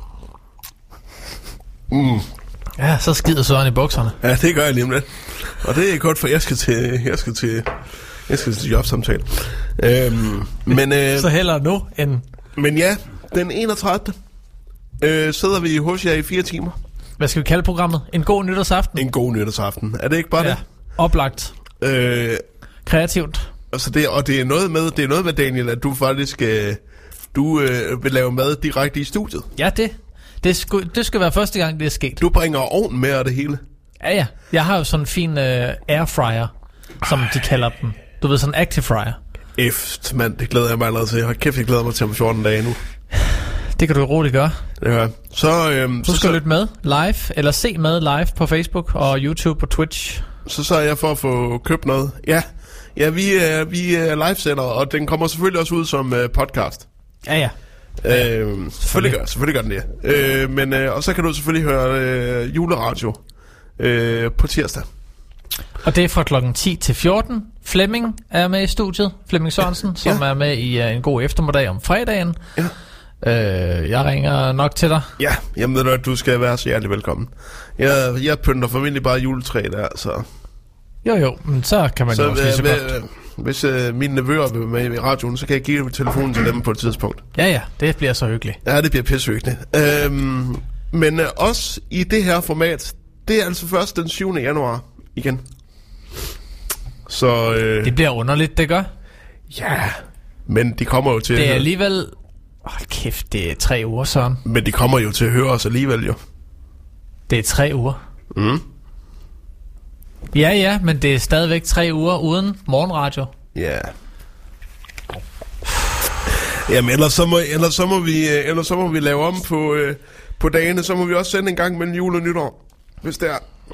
Mm. Ja, så skider Søren i bukserne. Ja, det gør jeg lige om lidt. Og det er godt, for jeg skal til... Jeg skal til... Jeg skal til jobsamtale. Øhm, men, øh, så hellere nu end... Men ja, den enogtredivte Øh, sidder vi hos jer i fire timer. Hvad skal vi kalde programmet? En god nytårsaften? En god nytårsaften. Er det ikke bare ja. det? Oplagt. Øh, Kreativt. Altså det, og det er noget med, det er noget med Daniel, at du faktisk øh, du øh, vil lave mad direkte i studiet. Ja, det. Det skal, det skal være første gang, det er sket. Du bringer ovnen med og det hele. Ja, ja. Jeg har jo sådan en fin øh, airfryer, som de kalder dem. Du ved, sådan en active fryer. Eft, mand, det glæder jeg mig allerede til. Hold kæft, jeg glæder mig til om fjorten dage nu. Det kan du roligt gøre. Ja. Så, øhm, Så så, skal du så, lytte med live, eller se med live på Facebook og YouTube og Twitch. så sørger jeg for at få købt noget. Ja, ja vi, er, vi er livesender, og den kommer selvfølgelig også ud som uh, podcast. Ja, ja. Øh, selvfølgelig, gør, selvfølgelig gør den det. Øh, men, øh, og så kan du selvfølgelig høre øh, juleradio øh, på tirsdag. Og det er fra klokken ti til fjorten. Flemming er med i studiet. Flemming Sørensen, som Ja. er med i uh, en god eftermiddag om fredagen. Ja. Øh, jeg ringer nok til dig. Ja, jamen ved du, at du skal være så hjertelig velkommen. Jeg, jeg pynter formentlig bare juletræ der, så... Jo, jo, men så kan man så jo også lige så øh, godt. øh, hvis øh, mine nevøer vil være med i radioen, så kan jeg give telefonen til dem på et tidspunkt. Ja, ja, det bliver så hyggeligt. Ja, det bliver pissehyggeligt. Øhm, men øh, også i det her format, det er altså først den syvende januar igen. Så øh, Det bliver underligt, det gør. ja, men de kommer jo til Det er at høre, alligevel... Hold kæft, det er tre uger, Søren. men de kommer jo til at høre os alligevel jo. Det er tre uger. Mm. Ja, ja, men det er stadigvæk tre uger uden morgenradio. Ja. Jamen ellers så må, ellers så må vi øh, ellers så må vi lave om på øh, på dagene, så må vi også sende en gang mellem jul og nytår, hvis det er.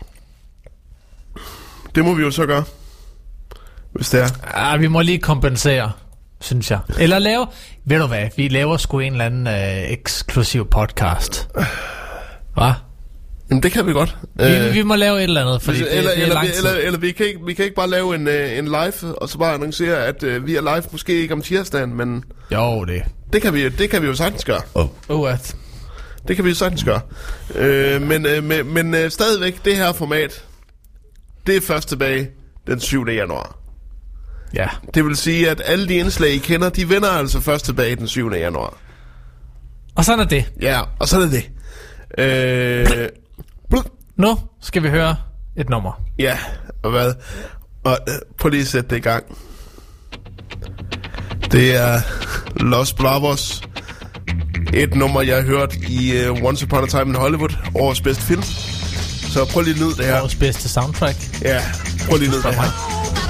Det må vi jo så gøre. Hvis det er. Ah, vi må lige kompensere, synes jeg. Eller lave... Ved du hvad, vi laver sgu en eller anden øh, eksklusiv podcast. Hva? Jamen det kan vi godt. Vi, vi må lave et eller andet, fordi Hvis, det, eller, det er eller, lang vi, tid. eller, eller vi kan ikke vi kan ikke bare lave en øh, en live og så bare annoncere at øh, vi er live måske ikke om tirsdagen, men Jo, det. det kan vi det kan vi jo sagtens gøre. Oh, at. Det kan vi jo sagtens gøre. Øh, men øh, men, men øh, stadigvæk det her format, det er først tilbage den syvende januar. Ja. Det vil sige at alle de indslag I kender, de vender altså først tilbage den syvende januar. Og sådan er det. Ja, og så er det det. Øh, blup. Nu skal vi høre et nummer. Ja, og hvad? Og øh, prøv lige at sætte det i gang. Det er Los Bravos. Et nummer, jeg har hørt i uh, Once Upon a Time in Hollywood. Årets bedste film. Så prøv lige at nyde det her. Vores bedste soundtrack. Ja, prøv lige at nyde det her.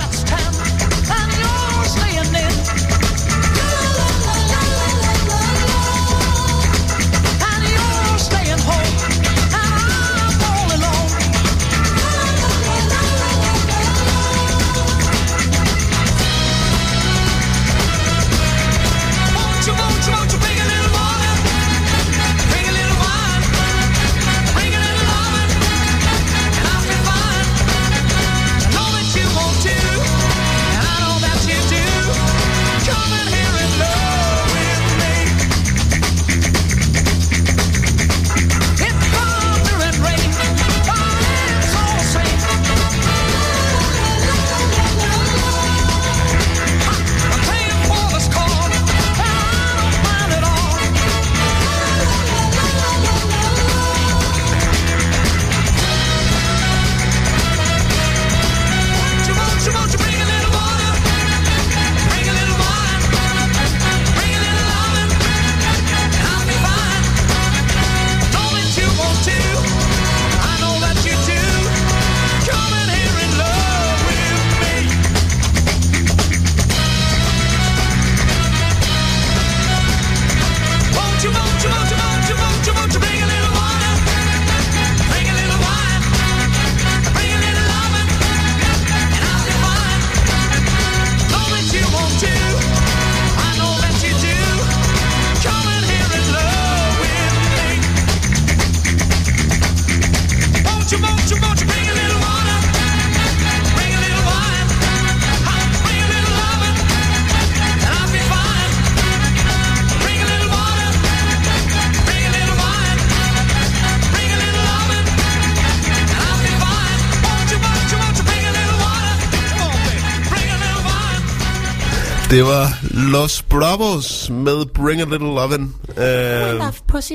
Det var Los Bravos med Bring a Little Lovin'. Uh, I love pussy.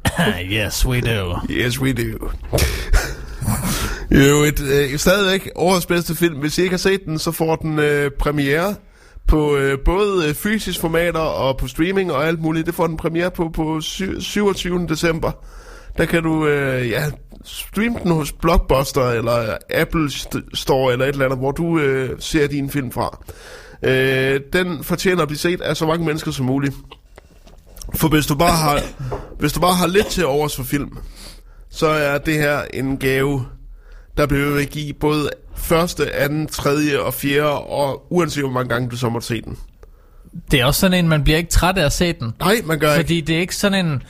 Yes, we do. Yes, we do. Jo, et, øh, stadigvæk årets bedste film. Hvis I ikke har set den, så får den øh, premiere på øh, både øh, fysisk formater og på streaming og alt muligt. Det får den premiere på på syvogtyvende december. Der kan du øh, ja, streame den hos Blockbuster eller Apple Store eller et eller andet, hvor du øh, ser din film fra. Øh, den fortjener at blive set af så mange mennesker som muligt. For hvis du bare har, hvis du bare har lidt til overs for film, så er det her en gave, der bliver ved at give både første, anden, tredje og fjerde, og uanset hvor mange gange du så måtte se den. Det er også sådan en, man bliver ikke træt af at se den. Nej, man gør fordi ikke. det er ikke sådan en...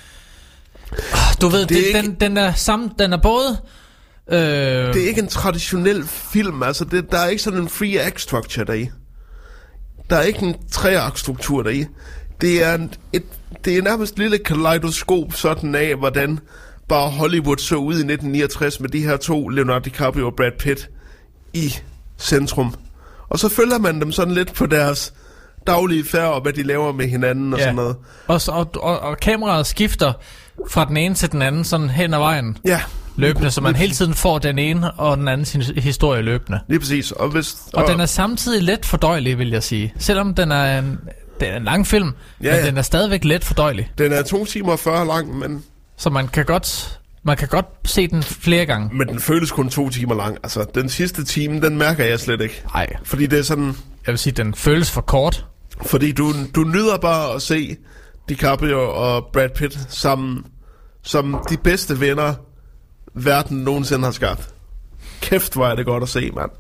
Du ved, det det, ikke... den, den, er sammen, den er både... Øh... Det er ikke en traditionel film, altså det, der er ikke sådan en free act structure deri. Der er ikke en tre-akt struktur deri. Det er, en, et, det er nærmest et lille kaleidoskop sådan af, hvordan bare Hollywood så ud i nitten niogtres med de her to, Leonardo DiCaprio og Brad Pitt, i centrum. Og så følger man dem sådan lidt på deres daglige færd, og hvad de laver med hinanden og ja. Sådan noget. Og, og, og, og kameraet skifter fra den ene til den anden sådan hen ad vejen. Ja. Løbende, så man hele tiden får den ene og den anden historie løbende. Lige præcis. Og, hvis, og, og den er samtidig let fordøjelig, vil jeg sige. Selvom den er en, den er en lang film, ja, men ja. Den er stadigvæk let fordøjelig. Den er to timer og fyrre lang, men... Så man kan godt... Man kan godt se den flere gange. Men den føles kun to timer lang. Altså, den sidste time, den mærker jeg slet ikke. Nej. Fordi det er sådan... Jeg vil sige, den føles for kort. Fordi du, du nyder bare at se DiCaprio og Brad Pitt sammen som de bedste venner, verden nogensinde har skabt. Kæft, hvor er det godt at se, mand.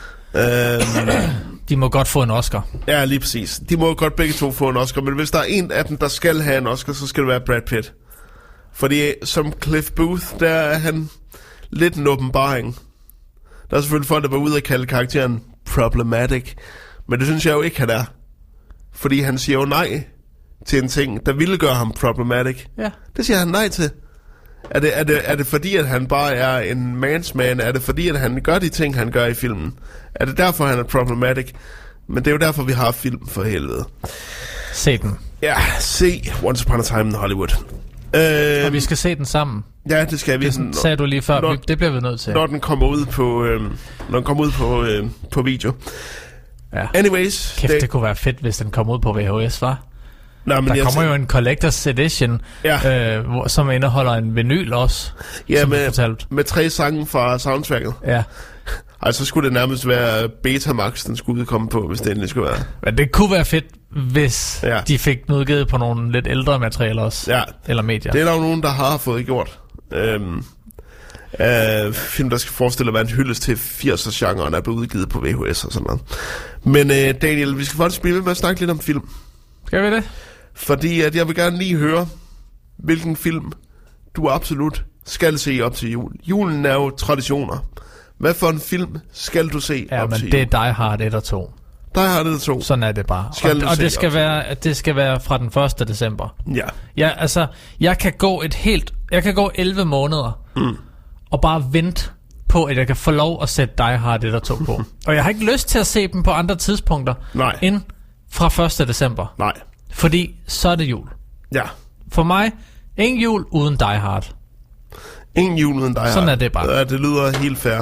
Øhm, de må godt få en Oscar. Ja, lige præcis. De må godt begge to få en Oscar, men hvis der er en af dem, der skal have en Oscar, så skal det være Brad Pitt. Fordi som Cliff Booth, der er han lidt en åbenbaring. Der er selvfølgelig folk, der var ude og kalde karakteren problematic, men det synes jeg jo ikke, han er. Fordi han siger jo nej til en ting, der ville gøre ham problematic. Ja. Det siger han nej til. Er det, er, det, er det fordi, at han bare er en man's man? Er det fordi, at han gør de ting, han gør i filmen? Er det derfor, han er problematic? Men det er jo derfor, vi har film, for helvede. Se den. Ja, se Once Upon a Time in Hollywood. Øh, og vi skal se den sammen. Ja, det skal vi. Det sådan, sagde du lige før, når, det bliver vi nødt til. Når den kommer ud på, øh, når den kommer ud på, øh, på video. Ja. Anyways. Kæft, det, det kunne være fedt, hvis den kom ud på V H S, var? Nå, men der kommer jo en Collector's Edition, ja. øh, hvor, som indeholder en vinyl også. Ja, med, med tre sange fra soundtracket. Ja. Altså, så skulle det nærmest være Betamax, den skulle udkomme på, hvis det endelig skulle være. Men det kunne være fedt, hvis ja. de fik den udgivet på nogle lidt ældre materialer også. Ja. Eller medier. Det er der jo nogen, der har fået gjort. Øhm, øh, film, der skal forestille at være en hyldest til firserne-genren, er blevet udgivet på V H S og sådan noget. Men øh, Daniel, vi skal faktisk blive ved med at snakke lidt om film. Skal vi det? Fordi at jeg vil gerne lige høre, hvilken film du absolut skal se op til jul. Julen er jo traditioner. Hvad for en film skal du se ja, op men til det jul? er Die Hard et og to. Die Hard et og to. Sådan er det bare. Skal og og det, skal være, det skal være fra den første december. Ja. Ja, altså, jeg kan gå et helt... Jeg kan gå elleve måneder mm. og bare vente på, at jeg kan få lov at sætte Die Hard et og to på. Og jeg har ikke lyst til at se dem på andre tidspunkter Nej. end fra første december. Nej. Fordi så er det jul. Ja. For mig, ingen jul uden Die Hard. Ingen jul uden Die Hard. Sådan er det bare. Ja, det lyder helt fair.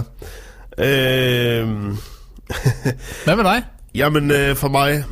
Øh... Hvad med dig? Jamen, øh, for mig...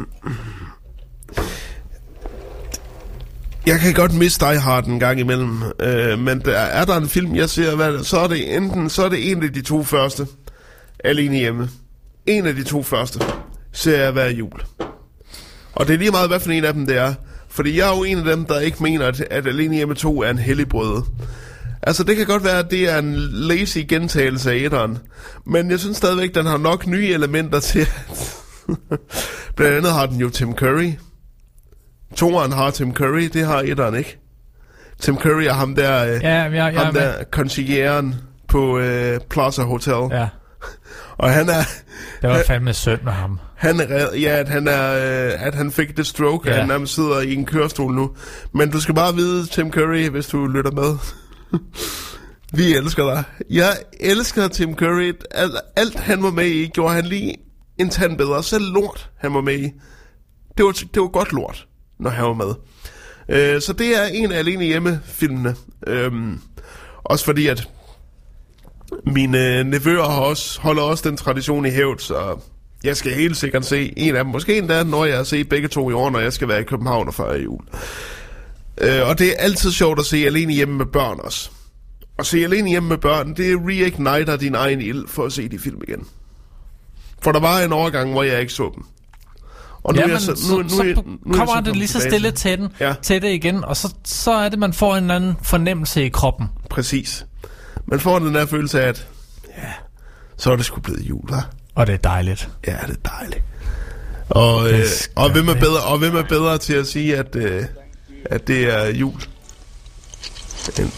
Jeg kan godt miste Die Hard en gang imellem, øh, men der, er der en film, jeg ser, hvad, så er det enten så er det en af de to første, Alene Hjemme. En af de to første ser jeg hver jul. Og det er lige meget, hvad for en af dem det er. Fordi jeg er jo en af dem, der ikke mener, at, at Alene Hjemme to er en helligbrød. Altså, det kan godt være, at det er en lazy gentagelse af etteren. Men jeg synes stadigvæk, den har nok nye elementer til, at... Blandt andet har den jo Tim Curry. Toeren har Tim Curry, det har etteren ikke. Tim Curry er ham der, øh, ja, ja, ja, ham der conciergen på øh, Plaza Hotel. Ja. Og han er... Det var fandme synd med ham. Han er, ja, at han, er, øh, at han fik det stroke, ja. At han nærmest sidder i en kørestol nu. Men du skal bare vide, Tim Curry, hvis du lytter med. Vi elsker dig. Jeg elsker Tim Curry. Alt, alt han var med i, gjorde han lige en tand bedre. Selv lort, han var med i. Det var, det var godt lort, når han var med. Øh, så det er en af Alene Hjemme-filmene. Øhm, også fordi, at mine nevøer har også, holder også den tradition i hævd, så jeg skal helt sikkert se en af dem. Måske endda, når jeg har set begge to i år, når jeg skal være i København og fejre jul. Øh, og det er altid sjovt at se Alene Hjemme med børn også. Og se Alene Hjemme med børn, det reigniter din egen ild for at se de film igen. For der var en overgang, hvor jeg ikke så dem. Og nu ja, er jeg men så, så, nu, nu, så, nu, så nu kommer jeg så det lige så tilbage stille til den, ja. til det igen, og så, så er det, man får en eller anden fornemmelse i kroppen. Præcis. Man får den der følelse af, at ja, så er det sgu blevet jul, hva'? Og det er dejligt. Ja, det er dejligt. Og, øh, og, hvem er bedre, og hvem er bedre til at sige, at, øh, at det er jul? End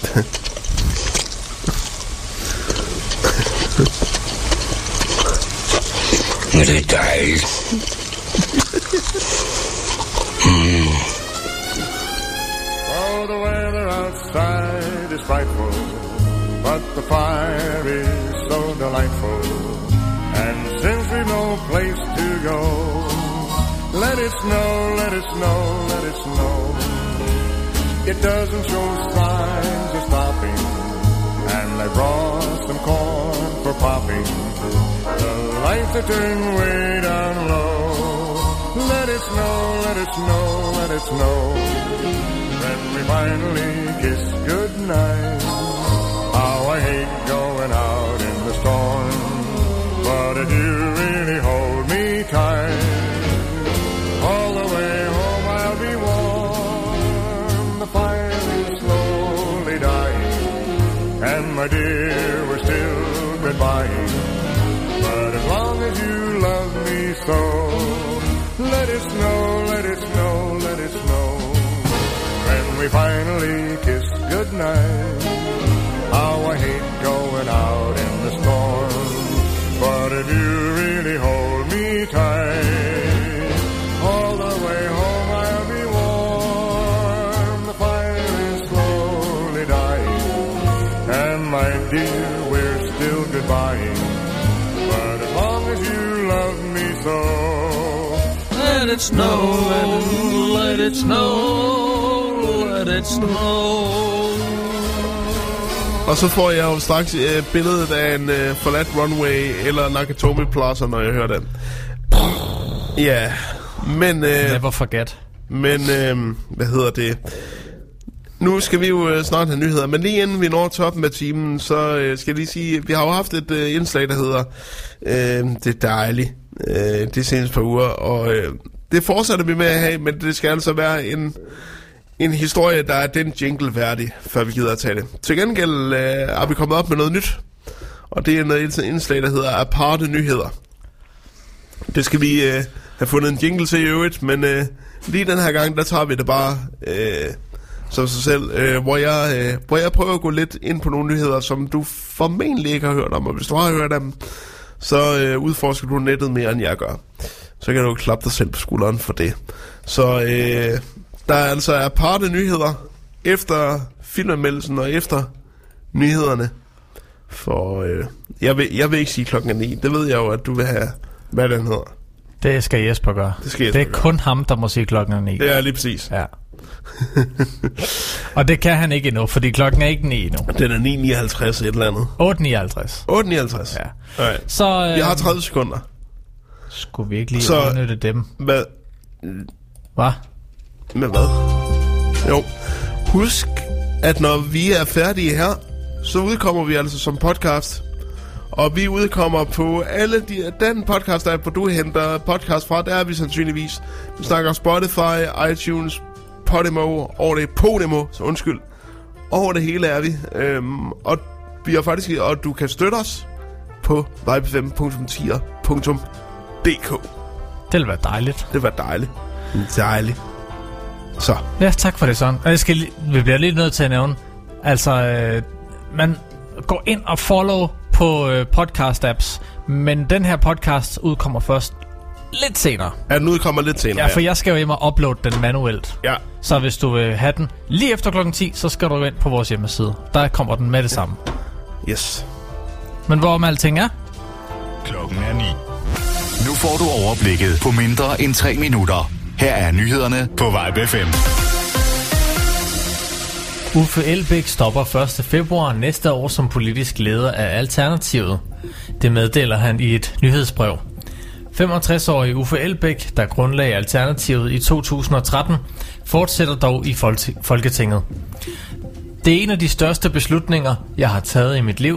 Men det er dejligt. Mm. Oh, the weather outside is frightful, but the fire is so delightful. And since we've no place to go, let it snow, let it snow, let it snow. It doesn't show signs of stopping, and I brought some corn for popping. The lights are turned way down low. Let it snow, let it snow, let it snow. When we finally kiss goodnight, how I hate going out in the storm. But if you really hold me tight, all the way home I'll be warm. The fire is slowly dying, and my dear, we're still goodbying. But as long as you love me so, let it snow, let it snow, let it snow. When we finally kiss goodnight, how I hate going out in the storm. But if you really hold me tight, all the way home I'll be warm. The fire is slowly dying, and my dear, we're still goodbying. But as long as you love me so, let it snow, let it snow, let it snow. Og så får jeg jo straks øh, billedet af en øh, forladt runway eller Nakatomi Plaza, når jeg hører den. Ja, men... Øh, Never forget. Men, øh, hvad hedder det? Nu skal vi jo øh, snart have nyheder, men lige inden vi når toppen af timen, så øh, skal jeg lige sige, at vi har jo haft et øh, indslag, der hedder øh, Det er dejligt. Øh, det seneste par uger, og øh, det fortsætter vi med at have, men det skal altså være en... En historie, der er den jingle værdig, før vi gider at tage det. Til gengæld øh, er vi kommet op med noget nyt, og det er noget indslag, der hedder Aparte Nyheder. Det skal vi øh, have fundet en jingle til i øvrigt, men øh, lige den her gang, der tager vi det bare øh, som sig selv, øh, hvor, jeg, øh, hvor jeg prøver at gå lidt ind på nogle nyheder, som du formentlig ikke har hørt om, og hvis du har hørt dem, så øh, udforsker du nettet mere, end jeg gør. Så kan du klappe dig selv på skulderen for det. Så... Øh, Der er altså aparte nyheder efter filmanmeldelsen og efter nyhederne. For øh, jeg, vil, jeg vil ikke sige klokken er ni. Det ved jeg jo, at du vil have, hvad den hedder. Det skal Jesper gøre. Det, skal Jesper det er gøre. kun ham, der må sige klokken er ni. Det er lige præcis. Ja. Og det kan han ikke endnu, fordi klokken er ikke ni endnu. Den er ni nioghalvtreds et eller andet. otte nioghalvtreds. otte nioghalvtreds? Ja. Okay. Så, øh, vi har tredive sekunder. Skulle vi ikke lige Så, udnytte dem? Hvad? Hvad? Med hvad? Jo. Husk, at når vi er færdige her, så udkommer vi altså som podcast. Og vi udkommer på alle de... Den podcast-app, hvor du henter podcast fra, der er vi sandsynligvis. Vi snakker Spotify, iTunes, Podimo, over det Podimo, så undskyld. Over det hele er vi. Øhm, og vi har faktisk... Og du kan støtte os på vibe fem punktum tier punktum d k. Det vil være dejligt. Det vil være dejligt. Dejligt. Så. Ja, tak for det, Søren. Og jeg skal lige, vi bliver lige nødt til at nævne, altså, øh, man går ind og follow på øh, podcast-apps, men den her podcast udkommer først lidt senere. Ja, den udkommer lidt senere. Ja, for jeg skal jo hjem og uploade den manuelt. Ja. Så hvis du vil have den lige efter klokken ti, så skal du ind på vores hjemmeside. Der kommer den med det samme. Yes. Men hvorom alting er? Klokken er ni. Nu får du overblikket på mindre end tre minutter. Her er nyhederne på Vibe F M. Uffe Elbæk stopper første februar næste år som politisk leder af Alternativet. Det meddeler han i et nyhedsbrev. femogtres-årige Uffe Elbæk, der grundlagde Alternativet i to tusind og tretten, fortsætter dog i Folketinget. Det er en af de største beslutninger, jeg har taget i mit liv,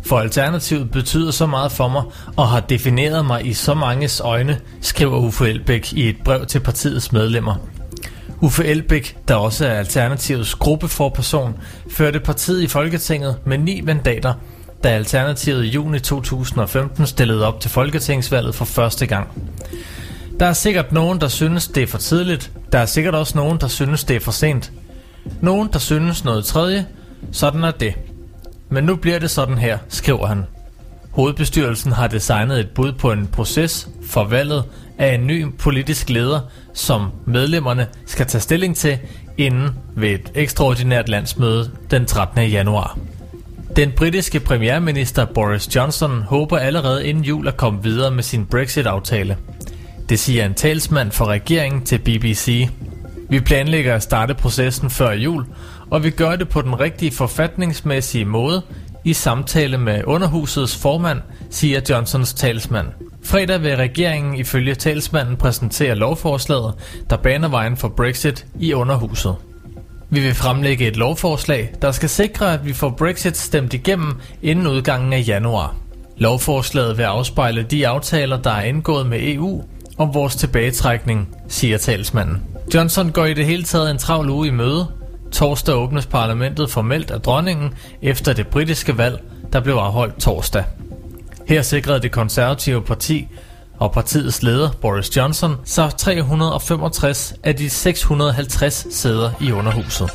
For Alternativet betyder så meget for mig og har defineret mig i så manges øjne, skriver Uffe Elbæk i et brev til partiets medlemmer. Uffe Elbæk, der også er Alternativets gruppeforperson, førte partiet i Folketinget med ni mandater, da Alternativet i juni to tusind og femten stillede op til folketingsvalget for første gang. Der er sikkert nogen, der synes, det er for tidligt. Der er sikkert også nogen, der synes, det er for sent. Nogen, der synes noget tredje. Sådan er det. Men nu bliver det sådan her, skriver han. Hovedbestyrelsen har designet et bud på en proces for valget af en ny politisk leder, som medlemmerne skal tage stilling til inden ved et ekstraordinært landsmøde den trettende januar. Den britiske premierminister Boris Johnson håber allerede inden jul at komme videre med sin Brexit-aftale. Det siger en talsmand for regeringen til B B C. Vi planlægger at starte processen før jul, og vi gør det på den rigtige forfatningsmæssige måde i samtale med underhusets formand, siger Johnsons talsmand. Fredag vil regeringen ifølge talsmanden præsentere lovforslaget, der baner vejen for Brexit i underhuset. Vi vil fremlægge et lovforslag, der skal sikre, at vi får Brexit stemt igennem inden udgangen af januar. Lovforslaget vil afspejle de aftaler, der er indgået med E U om vores tilbagetrækning, siger talsmanden. Johnson går i det hele taget en travl uge i møde. Torsdag åbnes parlamentet formelt af dronningen efter det britiske valg, der blev afholdt torsdag. Her sikrede det konservative parti og partiets leder Boris Johnson så tre hundrede og femogtres af de seks hundrede og halvtreds sæder i underhuset.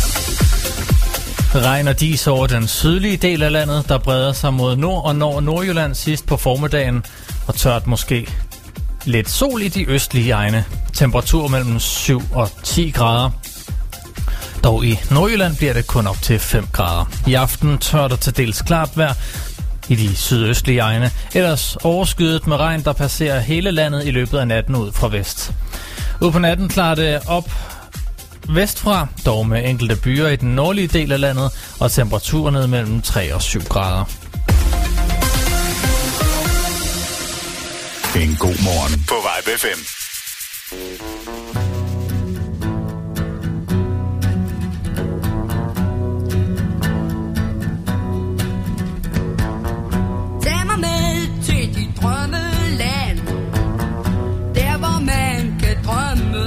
Regn og dis over den sydlige del af landet, der breder sig mod nord og når Nordjylland sidst på formiddagen, og tørt måske. Lidt sol i de østlige egne. Temperatur mellem syv og ti grader. Dog i Nordjylland bliver det kun op til fem grader. I aften tørt og til dels klart vejr i de sydøstlige egne. Ellers overskyet med regn, der passerer hele landet i løbet af natten ud fra vest. Ud på natten klarer det op vestfra, dog med enkelte byer i den nordlige del af landet, og temperaturer ned mellem tre og syv grader. En god morgen på Vibe F M. Tag mig med til dit drømmeland, der hvor man kan drømme.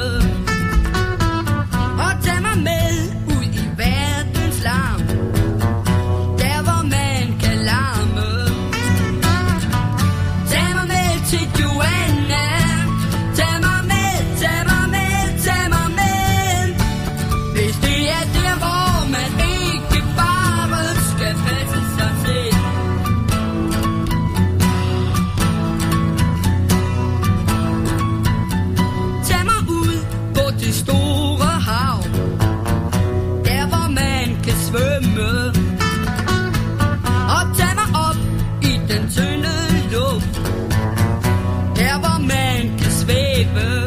Og tag mig med ud i verdens larm, der hvor man kan larme. Tag mig med til Joanna, tag mig med, tag mig med, tag mig med. Hvis det er der hvor man ikke bare skal passe sig selv. Tag mig ud på det store hav, der hvor man kan svømme. Og tag mig op i den tynde luft, der hvor man kan svæve.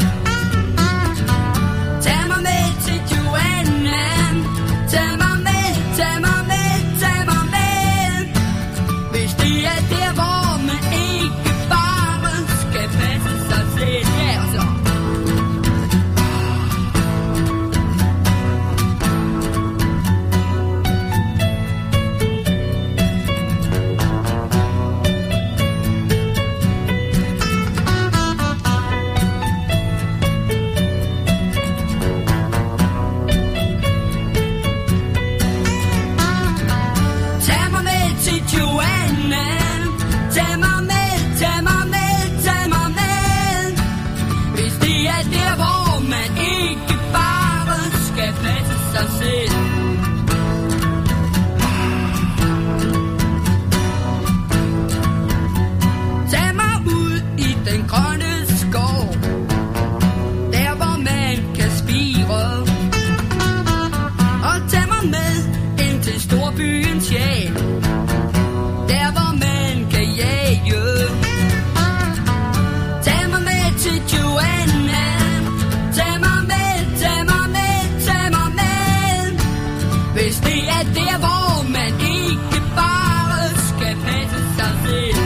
Tag mig med til Joanna, tag mig med, tag mig med, tag mig med. Hvis det er der hvor man ikke bare skal passe sig selv. Ja, og så tag mig med til Joanna, tag mig med, tag mig med, tag mig med. Hvis det er der hvor man ikke bare skal passe sig selv. Tag mig ud i den grønne skov, der hvor man kan spire. Og tag mig med ind til storbyens sjæl, der hvor man kan jage. Tag mig med til Joanna, tag mig med, tag mig med, tag mig med. Hvis det er der hvor man ikke bare skal passe sig selv.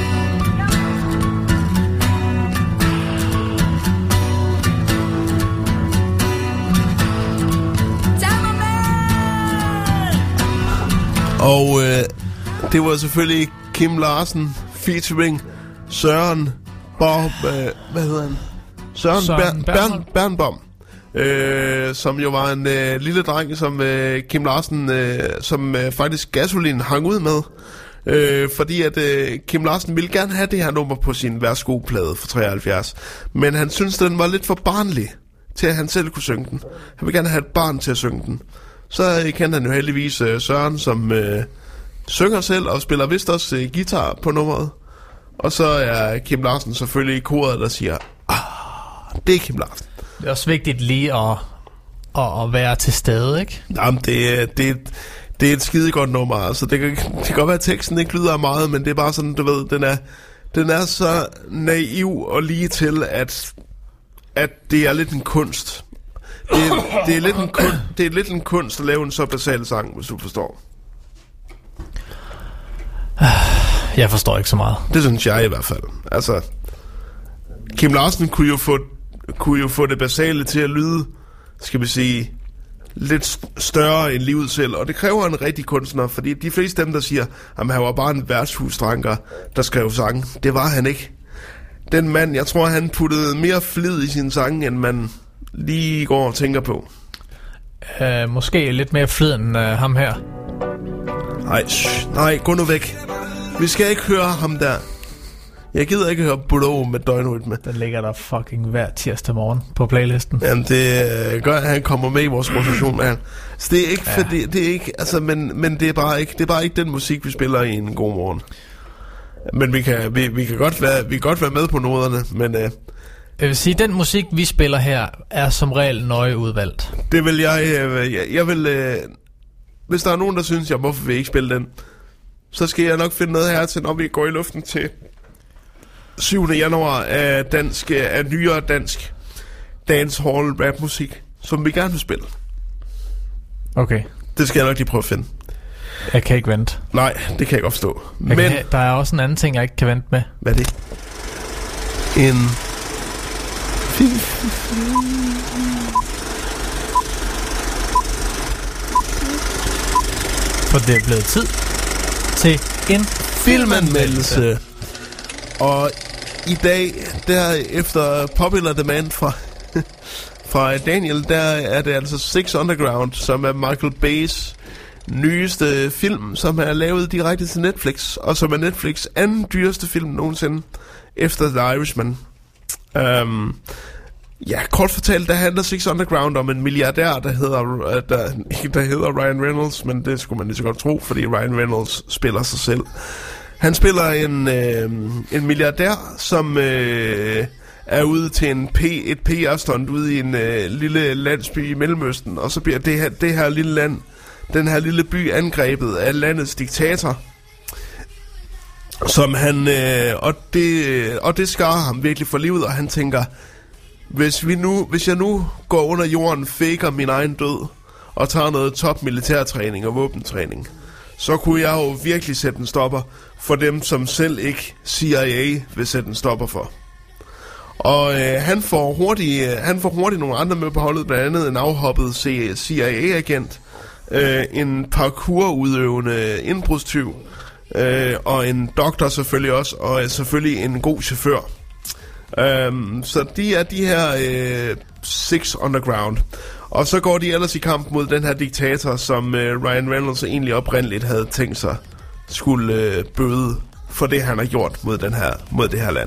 Tag mig med. Og øh, det var selvfølgelig Kim Larsen featuring Søren Bob, øh, hvad hedder han? Søren, Søren Ber- Bern, Bernbom, øh, som jo var en øh, lille dreng, som øh, Kim Larsen, øh, som øh, faktisk Gasolin hang ud med. Øh, fordi at øh, Kim Larsen ville gerne have det her nummer på sin Værsgo-plade fra treoghalvfjerds, men han syntes, den var lidt for barnlig til, at han selv kunne synge den. Han ville gerne have et barn til at synge den. Så øh, kendte han jo heldigvis øh, Søren, som øh, synger selv og spiller vist også øh, guitar på nummeret. Og så er Kim Larsen selvfølgelig i koret, der siger, ah, det er Kim Larsen. Det er også vigtigt lige at, at, at være til stede, ikke? Jamen, det, det, det er et skidegodt nummer. Altså, det, kan, det kan godt være, at teksten ikke lyder meget, men det er bare sådan, du ved, den er, den er så naiv og lige til, at, at det er lidt en kunst. Det, det, er lidt en kun, det er lidt en kunst at lave en så basal sang, hvis du forstår. Jeg forstår ikke så meget. Det synes jeg i hvert fald. Altså, Kim Larsen kunne jo få, kunne jo få det basale til at lyde, skal vi sige, lidt større end livet selv. Og det kræver en rigtig kunstner, fordi de fleste dem, der siger, at han var bare en værtshusdranker, der skrev sange, det var han ikke. Den mand, jeg tror, han puttede mere flid i sin sange, end man lige går og tænker på. Uh, måske lidt mere flid end uh, ham her. Nej, shh, nej, gå nu væk. Vi skal ikke høre ham der. Jeg gider ikke høre Blow med døgnrytme. Den ligger der fucking hver tirsdag morgen på playlisten. Jamen det gør, at han kommer med i vores rotation med han. Så det er ikke, ja. fordi, det er ikke, altså, men, men det er bare ikke, det er bare ikke den musik, vi spiller i en god morgen. Men vi kan, vi, vi kan godt være, vi kan godt være med på noderne, men øh, jeg vil sige, den musik, vi spiller her, er som regel nøje udvalgt. Det vil jeg, øh, jeg, jeg vil, øh, hvis der er nogen, der synes, jeg hvorfor vil ikke spille den, så skal jeg nok finde noget her til, når vi går i luften til syvende januar af, dansk, af nyere dansk dancehall rap musik, som vi gerne vil spille. Okay. Det skal jeg nok lige prøve at finde. Jeg kan ikke vente. Nej, det kan jeg godt forstå. Jeg Men have, der er også en anden ting, jeg ikke kan vente med. Hvad er det? En For det er blevet tid til en filmanmeldelse. Og i dag, der efter popular demand fra, fra Daniel, der er det altså Six Underground, som er Michael Bay's nyeste film, som er lavet direkte til Netflix, og som er Netflix' anden dyreste film nogensinde, efter The Irishman. Um, ja, kort fortalt, der handler Six Underground om en milliardær, der hedder, der, der hedder Ryan Reynolds, men det skulle man lige så godt tro, fordi Ryan Reynolds spiller sig selv. Han spiller en, øh, en milliardær, som øh, er ude til en P, et P R-stunt ude i en øh, lille landsby i Mellemøsten, og så bliver det her, det her lille land, den her lille by angrebet af landets diktator, som han, øh, og, det, og det skarer ham virkelig for livet, og han tænker, hvis, vi nu, hvis jeg nu går under jorden, faker min egen død, og tager noget top militærtræning og våbentræning, så kunne jeg jo virkelig sætte en stopper for dem, som selv ikke C I A vil sætte en stopper for. Og øh, han, får hurtigt, øh, han får hurtigt nogle andre med på holdet, blandt andet en afhoppet C I A-agent, øh, en parkourudøvende indbrudstyv, øh, og en doktor selvfølgelig også, og selvfølgelig en god chauffør. Um, så de er de her øh, Six Underground. Og så går de ellers i kamp mod den her diktator, som øh, Ryan Reynolds egentlig oprindeligt havde tænkt sig skulle øh, bøde for det, han har gjort mod, den her, mod det her land.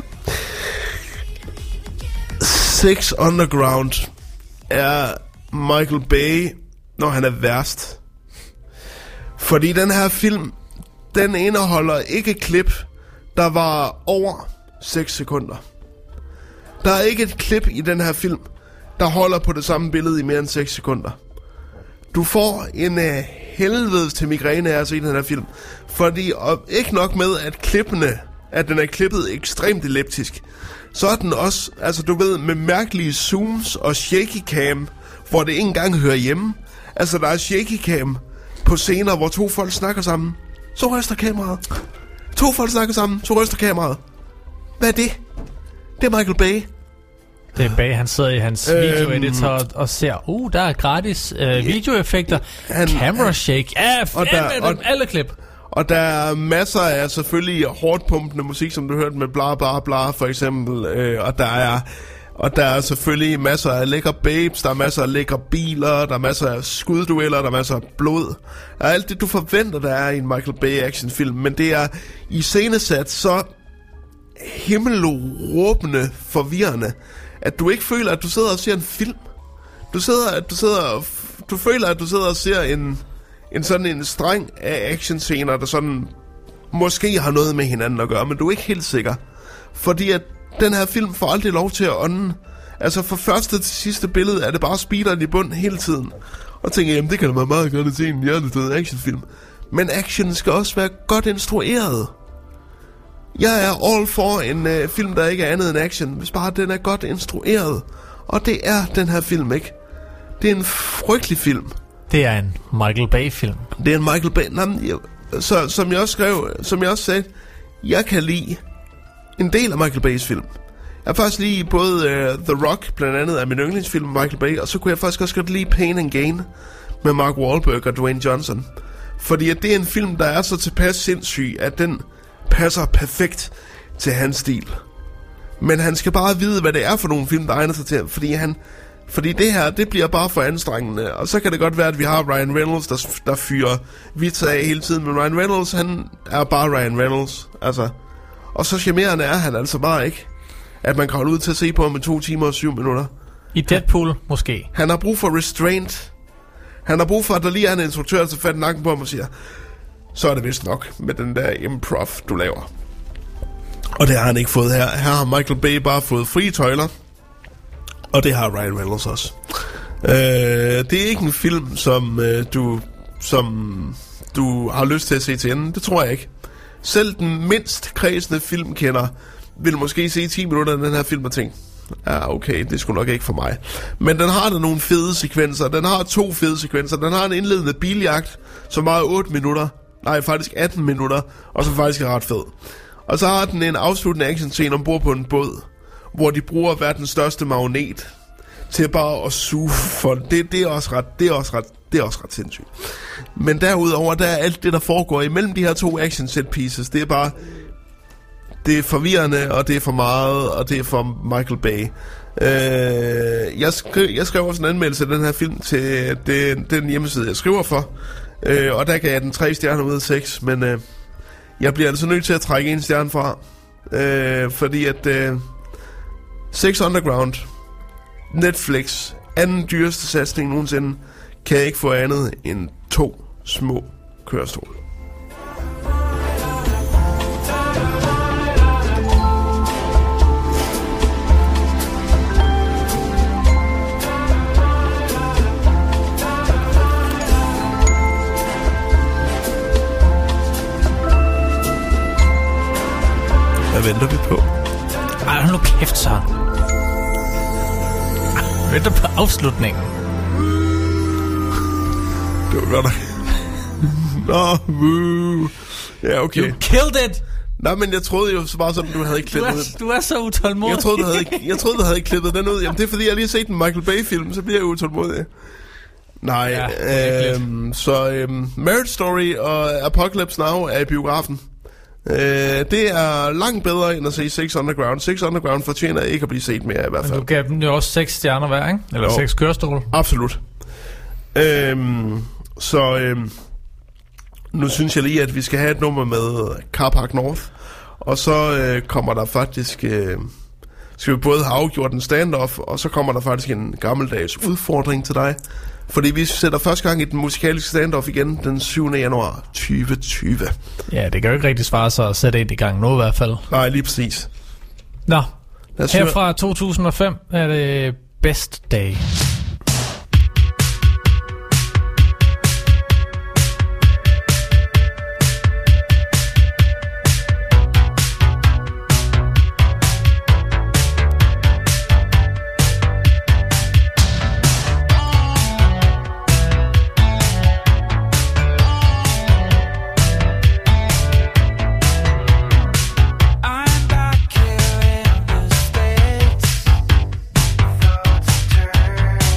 Six Underground er Michael Bay, når han er værst. Fordi den her film, den indeholder ikke klip, der var over seks sekunder. Der er ikke et klip i den her film, der holder på det samme billede i mere end seks sekunder. Du får en uh, helvedes til migræne af at se den her film. Fordi, og ikke nok med, at klippene, at den er klippet ekstremt elliptisk, så er den også, altså du ved, med mærkelige zooms og shaky cam, hvor det ikke engang hører hjemme. Altså der er shaky cam på scener, hvor to folk snakker sammen. Så ryster kameraet. To folk snakker sammen, så ryster kameraet. Hvad er det? Det er Michael Bay. Det er Bay, han sidder i hans øhm, videoeditor og, og ser, uh, der er gratis øh, videoeffekter, han, camera shake, ja, og der, og, alle klip. Og der er masser af selvfølgelig hårdt pumpende musik, som du hørte med bla bla bla for eksempel. Øh, og der er og der er selvfølgelig masser af lækre babes, der er masser af lækre biler, der er masser af skuddueller, der er masser af blod. Og alt det, du forventer, der er i en Michael Bay actionfilm. Men det er iscenesat så himmelråbende forvirrende, at du ikke føler, at du sidder og ser en film. Du sidder, at du sidder og du føler, at du sidder og ser en, en sådan en streng af actionscener, der sådan måske har noget med hinanden at gøre, men du er ikke helt sikker. Fordi at den her film får aldrig lov til at ånde. Altså fra første til sidste billede er det bare speederen i bund hele tiden. Og tænker, jamen det kan da være meget godt at se en hjertedød actionfilm. Men action skal også være godt instrueret. Jeg er all for en øh, film, der ikke er andet end action, hvis bare den er godt instrueret. Og det er den her film ikke. Det er en frygtelig film. Det er en Michael Bay-film. Det er en Michael Bay. Nej, jeg, så, som jeg også skrev, som jeg også sagde, jeg kan lide en del af Michael Bays film. Jeg kan faktisk lide både uh, The Rock, blandt andet af min yndlingsfilm Michael Bay, og så kunne jeg faktisk også godt lide Pain and Gain med Mark Wahlberg og Dwayne Johnson. Fordi at det er en film, der er så tilpas sindssyg, at den passer perfekt til hans stil. Men han skal bare vide, hvad det er for nogle film, der egner sig til, fordi han... Fordi det her, det bliver bare for anstrengende. Og så kan det godt være, at vi har Ryan Reynolds, der, der fyrer vitser af hele tiden. Men Ryan Reynolds, han er bare Ryan Reynolds. Altså. Og så charmerende er han altså bare ikke. At man kan holde ud til at se på ham i to timer og syv minutter. I Deadpool, han, måske. Han har brug for restraint. Han har brug for, at der lige er en instruktør, der tager fat i nakken på ham og siger, så er det vist nok med den der improv, du laver. Og det har han ikke fået her. Her har Michael Bay bare fået frie tøjler. Og det har Ryan Reynolds også. Øh, det er ikke en film, som, øh, du, som du har lyst til at se til enden. Det tror jeg ikke. Selv den mindst kredsende filmkender vil måske se ti minutter af den her film og tænke, ja okay, det skulle nok ikke for mig. Men den har da nogle fede sekvenser. Den har to fede sekvenser. Den har en indledende biljagt, som var otte minutter. Nej, faktisk atten minutter. Og som faktisk er ret fed. Og så har den en afsluttende actionscene ombord på en båd, hvor de bruger verdens største magnet til bare at suge for det. Det er også ret, det er også ret, det er også ret sindssygt. Men derudover, der er alt det, der foregår imellem de her to action set pieces, det er bare, det er forvirrende, og det er for meget, og det er for Michael Bay. Øh, jeg, skrev, jeg skrev også en anmeldelse af den her film til det, den hjemmeside, jeg skriver for, øh, og der gav jeg den tre stjerner ud af seks, men øh, jeg bliver altså nødt til at trække en stjerne fra, øh, fordi at øh, Six Underground, Netflix, anden dyreste satsning nogensinde, kan ikke få andet end to små kørestole. Hvad venter vi på? Ej, hold nu kæft, så. Venter på afslutningen. Det var godt nok. Nå, woo. Ja, okay. You killed it! Nej, men jeg troede jo så bare sådan, du havde ikke klippet du er, du er så utålmodig. Jeg troede, du havde ikke, jeg troede, du havde ikke klippet den ud. Jamen, det er fordi, jeg lige har set en Michael Bay-film, så bliver jeg utålmodig. Nej, ja, øhm, så øhm, Marriage Story og Apocalypse Now er i biografen. Øh, det er langt bedre end at se Six Underground. Six Underground fortjener ikke at blive set mere i hvert fald. Men du gav dem jo også seks stjerner hver, ikke? Eller jo. Seks kørestole. Absolut. Øhm, så øhm, nu synes jeg lige, at vi skal have et nummer med Car Park North. Og så øh, kommer der faktisk øh, skal vi både have afgjort en standoff, og så kommer der faktisk en gammeldags udfordring til dig. Fordi vi sætter første gang i den musikalske standoff igen den syvende januar tyve tyve. Ja, det kan jo ikke rigtig svare sig at sætte et i gang nu i hvert fald. Nej, lige præcis. Nå, her fra to tusind og fem er det Best Day. Turn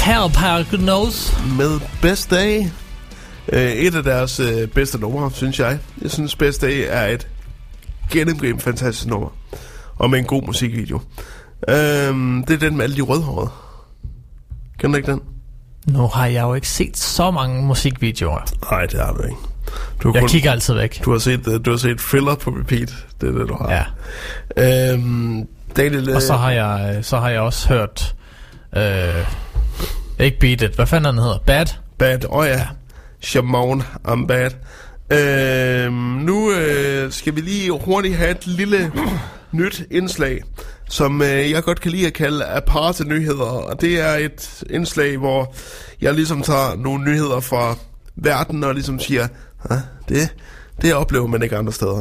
Help, How Knows. Med Best Day. Uh, et af deres uh, bedste numre, synes jeg. Jeg synes, Best Day er et gennemgribende fantastisk nummer. Og med en god musikvideo. Uh, det er den med alle de rødhårede. Kender du ikke den? Nu har jeg jo ikke set så mange musikvideoer. Nej, det har du ikke. Du jeg kun, kigger altid væk. Du har set, uh, du har set Thriller på repeat. Det er det, du har. Ja. Uh, Daniel, og så har jeg, så har jeg også hørt... Uh, ikke Beat It. Hvad fanden han hedder? Bad? Bad, åh oh, ja. ja. Shimon, I'm bad. Uh, nu uh, skal vi lige hurtigt have et lille nyt indslag, som uh, jeg godt kan lide at kalde aparte nyheder. Og det er et indslag, hvor jeg ligesom tager nogle nyheder fra verden og ligesom siger, det, det oplever man ikke andre steder.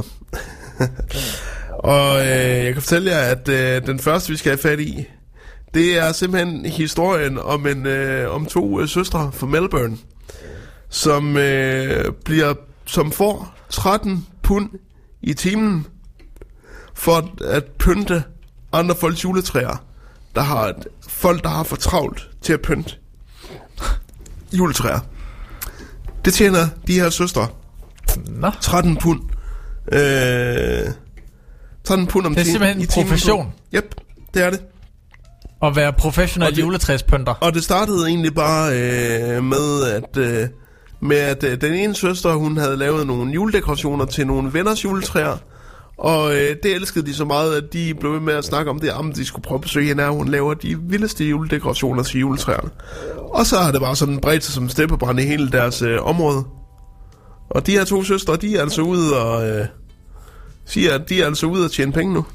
Og uh, jeg kan fortælle jer, at uh, den første, vi skal have fat i, det er simpelthen historien om, en, øh, om to øh, søstre fra Melbourne, som, øh, bliver, som får tretten pund i timen for at pynte andre folks juletræer. Der har et, folk, der har for travlt til at pynte juletræer. Det tjener de her søstre. Nå. tretten pund. Øh, tretten pund om timen. Det er simpelthen en profession. Yep, det er det. At være professionel juletræspynter. Og det startede egentlig bare øh, med, at, øh, med at øh, den ene søster, hun havde lavet nogle juledekorationer til nogle venners juletræer. Og øh, det elskede de så meget, at de blev ved med at snakke om det, om de skulle prøve at besøge hende, og hun laver de vildeste juledekorationer til juletræerne. Og så har det bare sådan bredt sig som steppebrand i hele deres øh, område. Og de her to søstre, de er altså ude og øh, siger, at de er altså ude og tjene penge nu.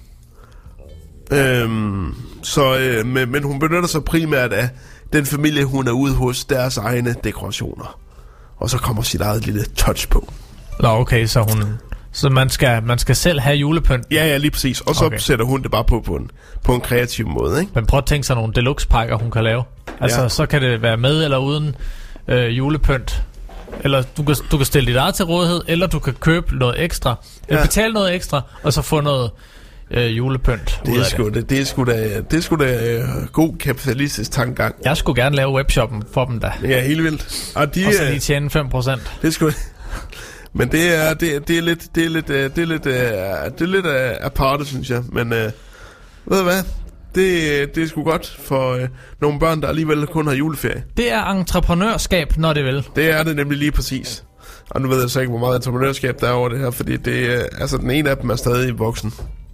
Øhm, så, øh, men, men hun benytter sig primært af den familie, hun er ude hos, deres egne dekorationer. Og så kommer sit eget lille touch på. Nå, okay, så hun... Så man skal, man skal selv have julepynt? Ja, ja, lige præcis. Og så okay. sætter hun det bare på på en, på en kreativ måde, ikke? Men prøv at tænke sig nogle deluxe-pakker, hun kan lave. Altså, ja. Så kan det være med eller uden øh, julepynt. Eller du kan, du kan stille dit eget til rådighed, eller du kan købe noget ekstra. Ja. Eller betale noget ekstra, og så få noget øh, julepynt det ud er af sgu det. Det, det er sgu da, det er sgu da øh, god kapitalistisk tankegang. Jeg skulle gerne lave webshoppen for dem da. Ja, helt vildt. Og, de, og så lige tjene fem procent. Det skulle... Men det er det, det er lidt det er lidt det er lidt det er lidt aparte, synes jeg. Men øh, ved du hvad? Det det er sgu godt for øh, nogle børn, der alligevel kun har juleferie. Det er entreprenørskab, når det vil. Det er det nemlig lige præcis. Og nu ved jeg så ikke, hvor meget entreprenørskab der er over det her, fordi det altså den ene af dem er stadig voksen.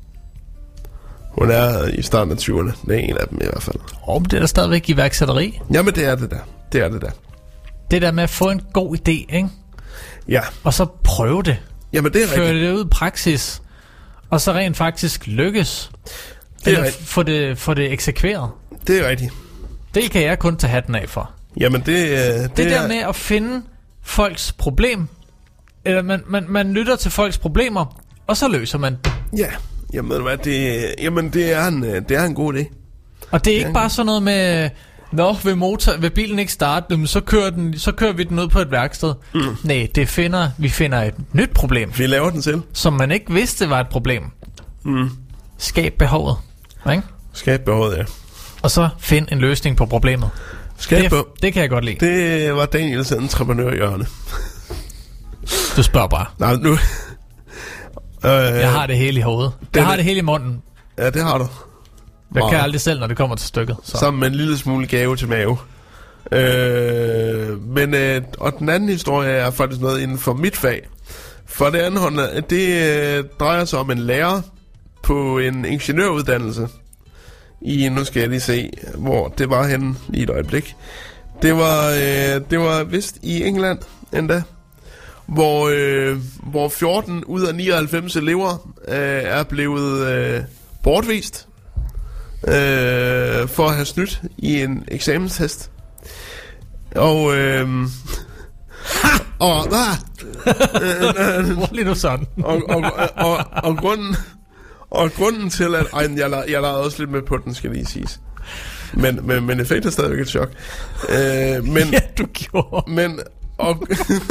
Hun er i starten af tyverne. Den er en af dem i hvert fald. Åh, oh, det er da stadigvæk iværksætteri. Jamen det er det der. Det er det der. Det der med at få en god idé, ikke? Ja. Og så prøve det. Jamen det er Føre rigtigt. det ud i praksis. Og så rent faktisk lykkes. Det er Eller få det, få det eksekveret. Det er rigtigt. Det kan jeg kun tage hatten af for. Jamen det, øh, det, det der er... med at finde folks problem. Eller man, man, man lytter til folks problemer, og så løser man. Ja, jamen ved du hvad, det, jamen, det, er en, det er en god idé. Og det er ikke bare sådan noget med... Nå, vil, motor, vil bilen ikke starte, så kører, den, så kører vi den ud på et værksted. Mm. Nej, det finder, vi finder et nyt problem. Vi laver den selv. Som man ikke vidste var et problem. Mm. Skab behovet. Ikke? Skab behovet, ja. Og så find en løsning på problemet. Skab det, det kan jeg godt lide. Det var Daniels entreprenørhjørne. Du spørger bare. Nej, nu... øh, jeg har det hele i hovedet. Jeg har det hele i munden. Ja, det har du. Jeg kan aldrig selv, når det kommer til stykket. Så. Sammen med en lille smule gave til mave. Øh, men, øh, og den anden historie er faktisk noget inden for mit fag. For det andet hånd, det øh, drejer sig om en lærer på en ingeniøruddannelse. I, nu skal jeg lige se, hvor det var henne i et øjeblik. Det var, øh, det var vist i England endda. Hvor, øh, hvor fjorten ud af nioghalvfems elever øh, er blevet øh, bortvist. Øh, for at have snydt i en eksamenstest. Og øh, og lige nu sådan. og, og, og, og grunden og grunden til at ej, jeg la, jeg lavede også lidt med på den, skal lige siges. Men men men effekt er stadigvæk et chok. Øh, men ja, du gjorde. Men og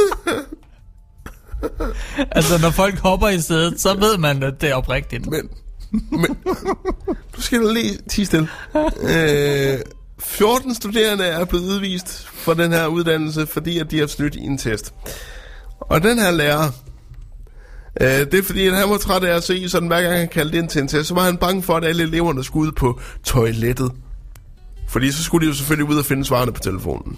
altså når folk hopper i stedet, så ved man at det er oprigtigt. Men men du skal lige tige stille. øh, fjorten studerende er blevet udvist for den her uddannelse, fordi at de har snydt i en test. Og den her lærer, øh, det er fordi, at han var træt af at se, sådan hver gang han kaldte ind til en test, så var han bange for, at alle eleverne skulle ud på toilettet. Fordi så skulle de jo selvfølgelig ud og finde svarene på telefonen.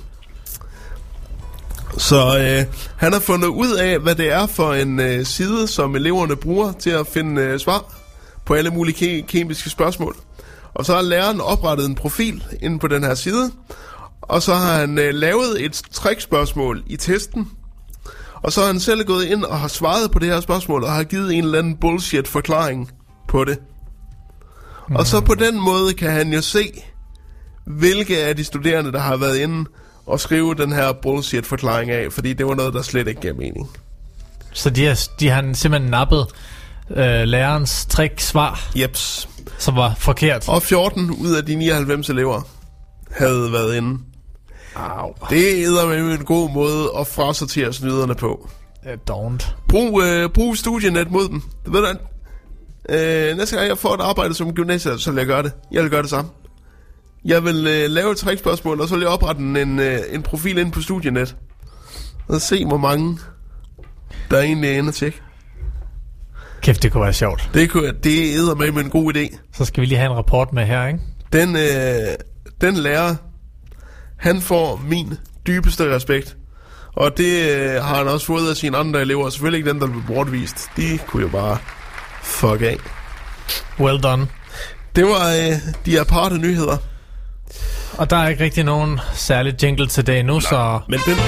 Så øh, han har fundet ud af, hvad det er for en øh, side, som eleverne bruger til at finde øh, svar på alle mulige ke- kemiske spørgsmål. Og så har læreren oprettet en profil inde på den her side, og så har han øh, lavet et trickspørgsmål i testen, og så har han selv gået ind og har svaret på det her spørgsmål, og har givet en eller anden bullshit-forklaring på det. Mm. Og så på den måde kan han jo se, hvilke af de studerende, der har været inde og skrive den her bullshit-forklaring af, fordi det var noget, der slet ikke gav mening. Så de har, de har simpelthen nappet øh, lærerens trick-svar, Jeps. som var forkert. Og fjorten ud af de nioghalvfems elever havde været inde. Au. Det er med en god måde at frasortere snyderne på. Don't. Brug, øh, brug studienet mod dem. Ved du, øh, næste gang jeg får et arbejde som gymnasiet, så vil jeg gøre det. Jeg vil gøre det samme. Jeg vil øh, lave et trickspørgsmål, og så vil jeg oprette en, øh, en profil ind på studienet. Og se, hvor mange der egentlig er inde og tjekke. Kæft, det kunne være sjovt. Det, kunne, det er med med en god idé. Så skal vi lige have en rapport med her, ikke? Den, øh, den lærer, han får min dybeste respekt. Og det øh, har han også fået af sine andre elever. Selvfølgelig ikke dem, der blev bortvist. De kunne jo bare fuck af. Well done. Det var øh, de aparte nyheder. Og der er ikke rigtig nogen særlig jingle til det endnu, nej, så... Men den...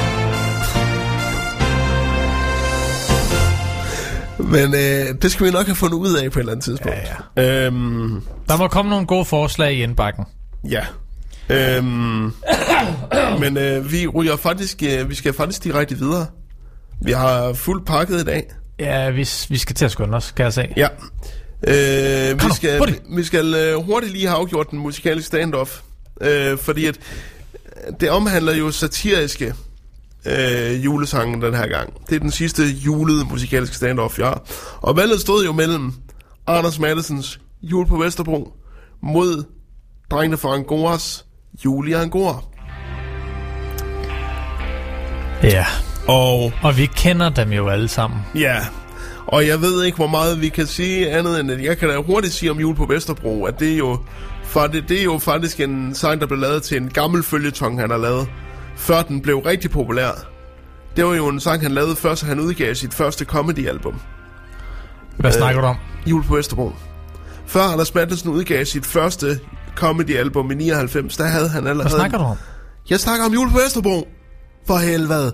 Men øh, det skal vi nok have fundet ud af på et eller andet tidspunkt. Ja, ja. Øhm, der må komme nogle gode forslag i indbakken. Ja. Øhm, men øh, vi ryger faktisk, øh, vi skal faktisk direkte videre. Vi har fuldt pakket i dag. Ja, vi, vi skal til at skynde os, kan jeg se. Ja. Øh, vi skal, vi, vi skal øh, hurtigt lige have afgjort den musikalske standoff. Øh, fordi at det omhandler jo satiriske øh, julesangen den her gang. Det er den sidste julede musikalske standoff, ja. Og valget stod jo mellem Anders Mattesens Jul på Vesterbro mod Drengene fra Angoras Jul i Angora. Ja. Og, og vi kender dem jo alle sammen. Ja. Og jeg ved ikke, hvor meget vi kan sige andet end, at jeg kan da hurtigt sige om Jul på Vesterbro, at det er jo, for det, det er jo faktisk en sang, der blev lavet til en gammel føljetong, han har lavet, før den blev rigtig populær. Det var jo en sang, han lavede før, så han udgav sit første comedy-album. Hvad snakker øh, du om? Jul på Vesterbro. Før Anders Matthesen udgav sit første comedy-album i nioghalvfems, der havde han allerede... Hvad snakker du om? Jeg snakker om Jul på Vesterbro. For helvede.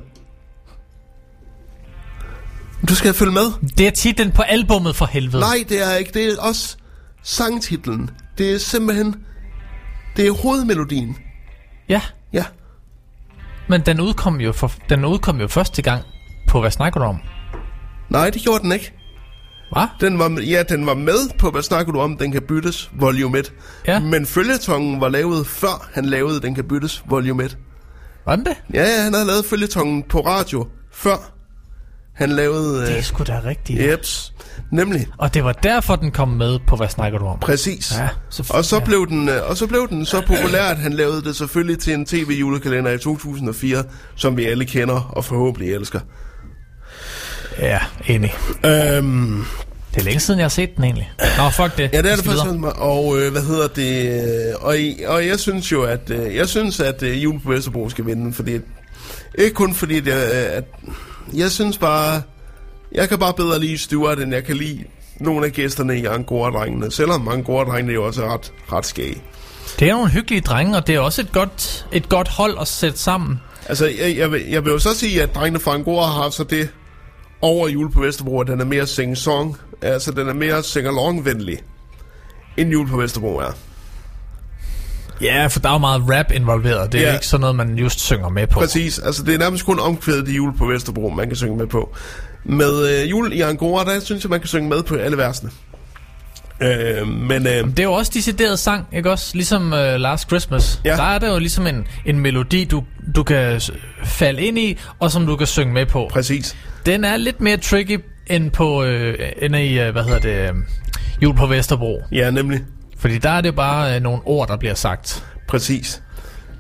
Du skal følge med. Det er titlen på albummet, for helvede. Nej, det er ikke. Det er også sangtitlen. Det er simpelthen... Det er hovedmelodien. Ja. Ja. Men den udkom jo, for, den udkom jo første gang på Hvad snakker du om? Nej, det gjorde den ikke. Hvad? Den var, ja, den var med på Hvad snakker du om? Den kan byttes, volume et. Ja. Men føljetongen var lavet før han lavede Den kan byttes, volume et. Var det? Ja, ja, han havde lavet føljetongen på radio før han lavede... Det er sgu da rigtigt. Jeps, nemlig. Og det var derfor, den kom med på Hvad snakker du om? Præcis. Ja, så og, så ja. blev den, og så blev den så populær, at han lavede det selvfølgelig til en tv-julekalender i to tusind og fire, som vi alle kender og forhåbentlig elsker. Ja, enig. Øhm, det er længe siden, jeg har set den egentlig. Nå, fuck det. Ja, det er det faktisk. Og øh, hvad hedder det? Og, og jeg synes jo, at øh, jeg synes, at øh, Jul på Vesterbro skal vinde, fordi ikke kun fordi det, øh, at jeg synes bare, jeg kan bare bedre lide Stuart, end jeg kan lide nogle af gæsterne i Angora-drengene, selvom Angora-drengene jo også er ret, ret skæge. Det er nogle hyggelige drenge, og det er også et godt, et godt hold at sætte sammen. Altså, jeg, jeg, vil, jeg vil jo så sige, at drengene fra Angora har så det over Jul på Vesterbro, at den er mere sing-song, altså den er mere sing-along-venlig, end Jul på Vesterbro er. Ja, for der er jo meget rap involveret. Det er ja. ikke sådan noget, man just synger med på. Præcis, altså det er nærmest kun omkvædet i Jul på Vesterbro, man kan synge med på. Med øh, Jul i Angora, der synes jeg, man kan synge med på alle versene. Øh, men, øh, det er jo også decideret sang, ikke også? Ligesom øh, Last Christmas. Ja. Der er der jo ligesom en, en melodi, du, du kan falde ind i, og som du kan synge med på. Præcis. Den er lidt mere tricky end på øh, end i, øh, hvad hedder det, øh, Jul på Vesterbro. Ja, nemlig. Fordi der er det bare øh, nogle ord, der bliver sagt. Præcis.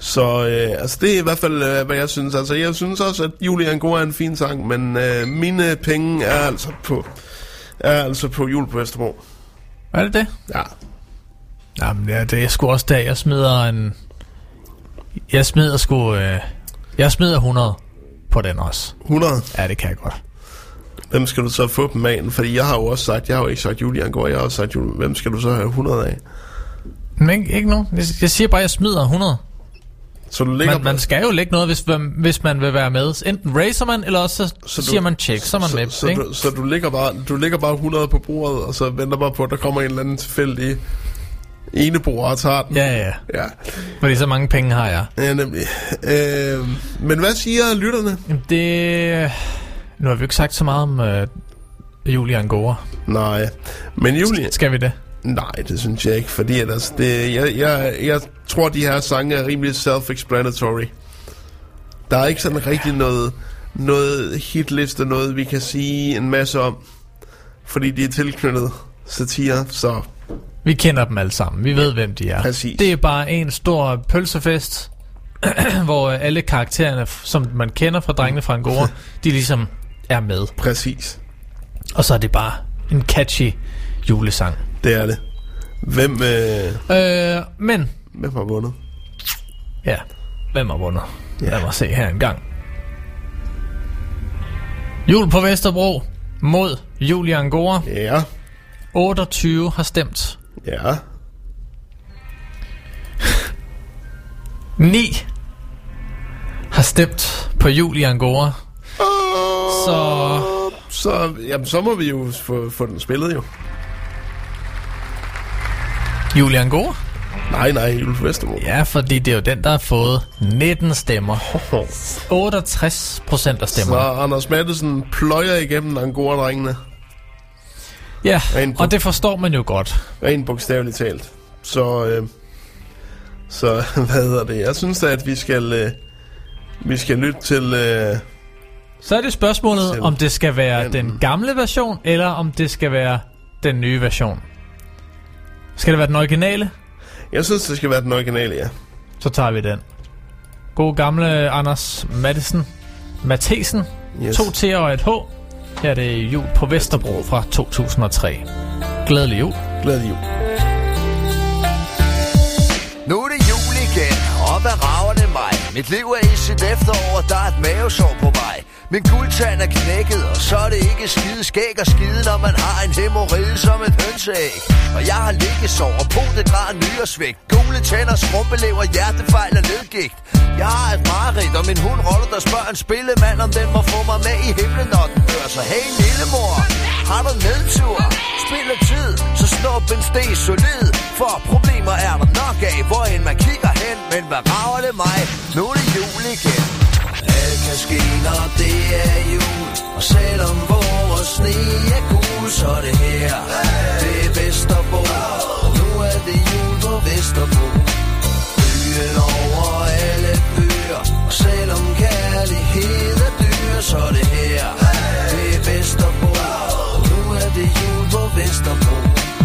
Så øh, altså, det er i hvert fald, øh, hvad jeg synes. Altså, jeg synes også, at Julie Angora er en fin sang, men øh, mine penge er altså på, er altså på Jul på Vesterbro. Er det det? Ja. Jamen, ja, det er sgu også der. Jeg smider en... Jeg smider sgu... Øh... Jeg smider hundrede på den også. hundrede? Ja, det kan jeg godt. Hvem skal du så få dem af? Fordi jeg har jo også sagt, jeg har jo ikke sagt Julie Angora, jeg har også sagt Julie. Hvem skal du så have hundrede af? Men ikke, ikke nogen. Jeg siger bare, at jeg smider hundrede. Så du ligger man, man skal jo lægge noget, hvis, hvis man vil være med. Enten racer man, eller også så, så siger du, man check, så er man så, med. Så, du, så du, ligger bare, du ligger bare hundrede på bordet, og så venter bare på, at der kommer en eller anden tilfældig eneboer og tager den. Ja, ja. Ja. Fordi så mange penge har jeg. Ja, nemlig. Øh, men hvad siger lytterne? Det... Nu har vi jo ikke sagt så meget om uh, Julie Angora. Nej. Men Julie... Skal vi det? Nej, det synes jeg ikke, fordi at, altså, det, jeg, jeg, jeg tror, de her sange er rimelig self-explanatory. Der er ikke sådan rigtig noget, noget hitliste, noget vi kan sige en masse om, fordi de er tilknyttet satire, så... Vi kender dem alle sammen, vi ved, hvem de er. Præcis. Det er bare en stor pølsefest, hvor alle karaktererne, som man kender fra Drengene fra Angora, de ligesom er med. Præcis. Og så er det bare en catchy julesang. Det er det. Hvem, øh... Øh, men... Hvem har vundet? Ja, hvem har vundet? Ja. Lad mig se her en gang. Jul på Vesterbro mod Julie Angora. Ja. otteogtyve har stemt. Ja. ni har stemt på Julie Angora. Oh, så... Så, jamen, så må vi jo få, få den spillet jo. Julie Angora? Nej, nej, Jul på Vesterbro. Ja, fordi det er jo den, der har fået nitten stemmer. otteogtres procent af stemmer. Så Anders Matthesen pløjer igennem Angora-drengene. Ja, og det forstår man jo godt. Rent bogstaveligt talt. Så, øh, så hvad hedder det? Jeg synes da, at vi skal, øh, vi skal lytte til... Øh, Så er det spørgsmålet, til om det skal være den, den gamle version, eller om det skal være den nye version. Skal det være den originale? Jeg synes, det skal være den originale, ja. Så tager vi den. God gamle Anders Matthesen. Mathesen. Yes. To T'er og et H. Her er det Jul på Vesterbro fra to tusind og tre. Glædelig jul. Glædelig jul. Nu er det jul igen, og hvad rager det mig? Mit liv er i sit efterår, der er et mavesår på vej. Min guldtand er knækket, og så er det ikke skide skæg og skide, når man har en hæmorrhide som et hønseæg. Og jeg har liggesår og potegrad nyresvægt, gule tænder, skrumpelever, hjertefejl og ledgigt. Jeg har et mareridt, og min hund Rolle, der spørger en spillemand, om den må få mig med i himlen, når den dør. Så hey lillemor, har du nedtur? Spiller tid, så snup en sten solid. For problemer er der nok af, hvor end man kigger hen. Men hvad rager det mig? Nu er det jul igen. Alt kan ske, når det er jul. Og selvom vores sne er gul, så er det her. Det er Vesterbro. Og nu er det jul på Vesterbro. Byen over alle byer. Og selvom kærlighed er dyr, så er det her. Det er Vesterbro. Og nu er det jul på Vesterbro.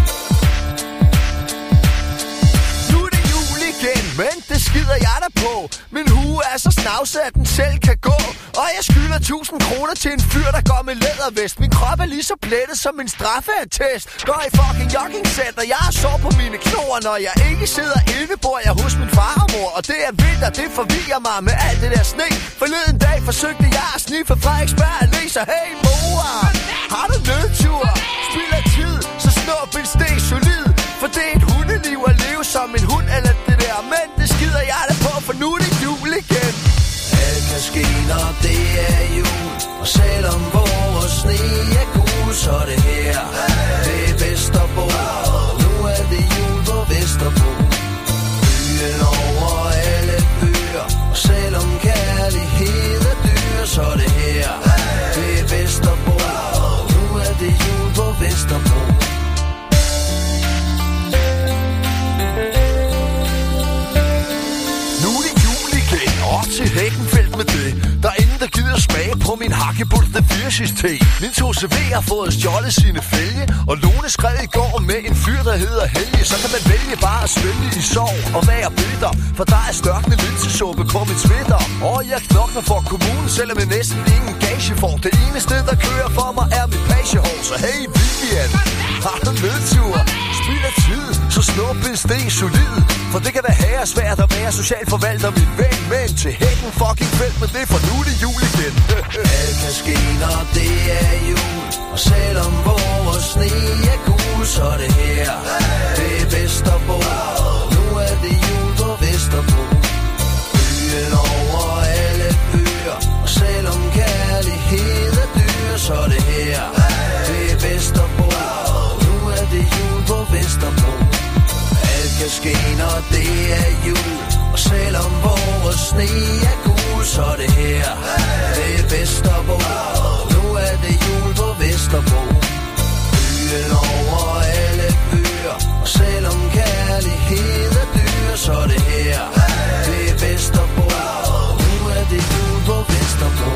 Men det skider jeg da på. Min hue er så snavset, at den selv kan gå. Og jeg skylder tusind kroner til en fyr, der går med lædervest. Min krop er lige så plettet som min straffeattest. Går i fucking jogging-sæt, og jeg har sår på mine knor. Når jeg ikke sidder inde, bor jeg hos min far og mor. Og det er vildt, og det forvirrer mig med alt det der sne. Forleden dag forsøgte jeg at sniffe Frederiksberg Allé. Så hey mor, har du nødtur? Spilder tid, så snup en sten solid. For det er et hundeliv at leve som en hund eller det der. Men det skider jeg da på, for nu er det jul igen. Alt kan ske, når det er jul. Og selvom vores sne er gul, så er det her. Det er Vesterbro. Nu er det jul på Vesterbro. Byen over alle byer. Og selvom kærlighed er dyr, så er det her. Det er Vesterbro. Nu er det jul på Vesterbro. Til Hækkenfeldt med det. Der er ingen, der gider smage på min hakkebult, det fire Genesis-te. Min to C V har fået stjålet sine fælge, og Lone skrev i går med en fyr, der hedder Helge. Så kan man vælge bare at svømme i sorg og være bitter, for der er størkende linsesuppe på min Twitter. Og jeg knokler for kommunen, selvom jeg næsten ingen gage får. Det eneste, der kører for mig, er mit pagehår. Så hey Vivian, har du nedtur? Spild af tid, så snup en sten solid. For det kan være herre svært at være socialforvalter, min ven. Men til hækken fucking felt, men det er for nu det jul igen. Alt kan ske, når det er jul. Og selvom vores sne er gul, så er det her. Det er Vesterbro. Nu er det jul på Vesterbro. Byen over alle byer. Og selvom kærlighed er dyr, så er det her. Det er Vesterbro. Nu er det jul på Vesterbro. Alt kan ske, når det er jul. Og selvom vores sne er gul, så er det her. Det er Vesterbro. Nu er det jul på Vesterbro. Byen over alle byer. Og selvom kærlighed er dyr, så er det her. Det er Vesterbro. Nu er det jul på Vesterbro.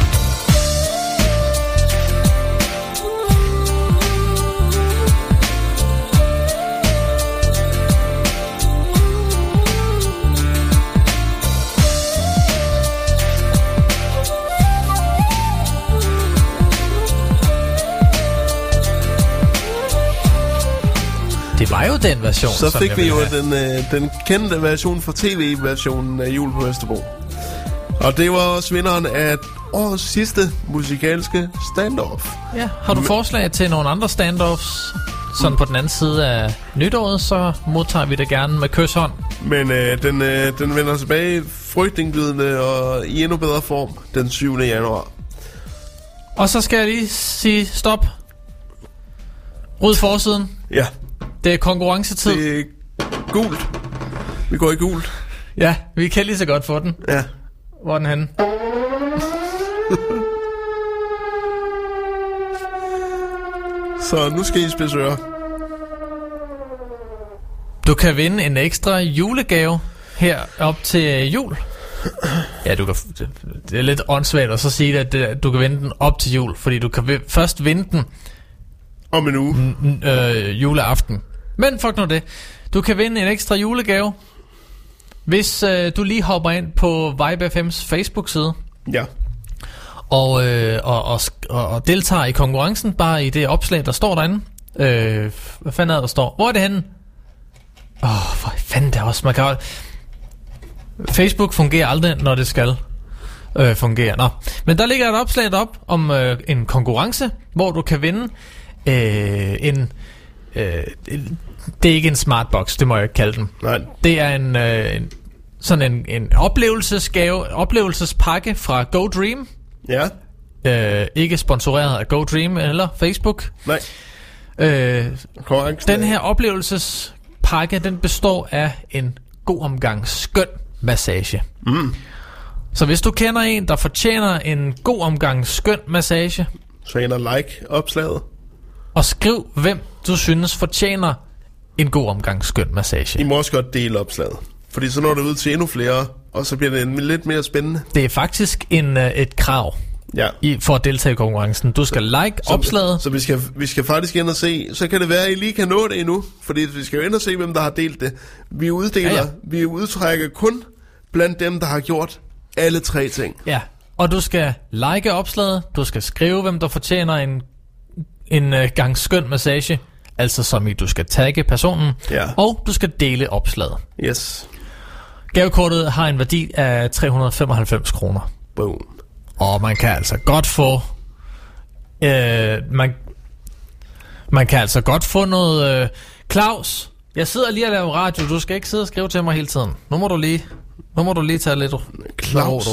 Det var jo den version. Så fik vi jo den, øh, den kendte version fra tv-versionen af Jul på Vesterbro. Og det var også vinderen af årets sidste musikalske standoff. Ja, har du forslag til nogle andre standoffs? Sådan på den anden side af nytåret, så modtager vi det gerne med kyshånd. Men øh, den, øh, den vender tilbage frygtindgydende og i endnu bedre form den syvende januar. Og så skal jeg lige sige stop. Ryd forsiden. Ja. Det er konkurrencetid. Det er gult. Vi går i gult. Ja, vi kan lige så godt få den. Ja. Hvor er den henne? Så nu skal I spidse ører. Du kan vinde en ekstra julegave her op til jul. Ja, du kan, det er lidt åndssvagt at så sige, at det, du kan vinde den op til jul, fordi du kan først vinde den om en uge. N- øh, juleaften. Men fuck nu det. Du kan vinde en ekstra julegave, hvis øh, du lige hopper ind på Vibe F M's Facebook-side. Ja. Og, øh, og, og, og deltager i konkurrencen, bare i det opslag, der står derinde. Øh, hvad fanden er der står? Hvor er det henne? Åh, oh, hvor fanden det også. Man kan... Facebook fungerer aldrig, når det skal øh, fungere. Nå. Men der ligger et opslag op om øh, en konkurrence, hvor du kan vinde øh, en... Øh, det er ikke en smartbox, det må jeg ikke kalde den. Nej. Det er en, øh, en sådan en, en oplevelsesgave, oplevelsespakke fra Go Dream. Ja. Øh, ikke sponsoreret af Go Dream eller Facebook. Nej. Øh, den her oplevelsespakke, den består af en god omgang skøn massage. Mm. Så hvis du kender en, der fortjener en god omgang skøn massage, så ind og like opslaget. Og skriv, hvem du synes fortjener en god omgang skøn massage. I må også godt dele opslaget, fordi så når det ud til endnu flere, og så bliver det en lidt mere spændende. Det er faktisk en, et krav, ja, i, for at deltage i konkurrencen. Du skal like så, opslaget. Så vi skal, vi skal faktisk ind og se, så kan det være, at I lige kan nå det endnu, fordi vi skal jo ind og se, hvem der har delt det. Vi uddeler, ja, ja. vi udtrækker kun blandt dem, der har gjort alle tre ting. Ja, og du skal like opslaget, du skal skrive, hvem der fortjener en en uh, gang skøn massage, altså som i du skal tagge personen, ja, og du skal dele opslaget. Yes. Gavekortet har en værdi af tre hundrede og femoghalvfems kroner. Boom. Og man kan altså godt få øh, man, man kan altså godt få noget øh, Claus, jeg sidder lige og laver radio, du skal ikke sidde og skrive til mig hele tiden. Nu må du lige Nu må du lige tage lidt Claus.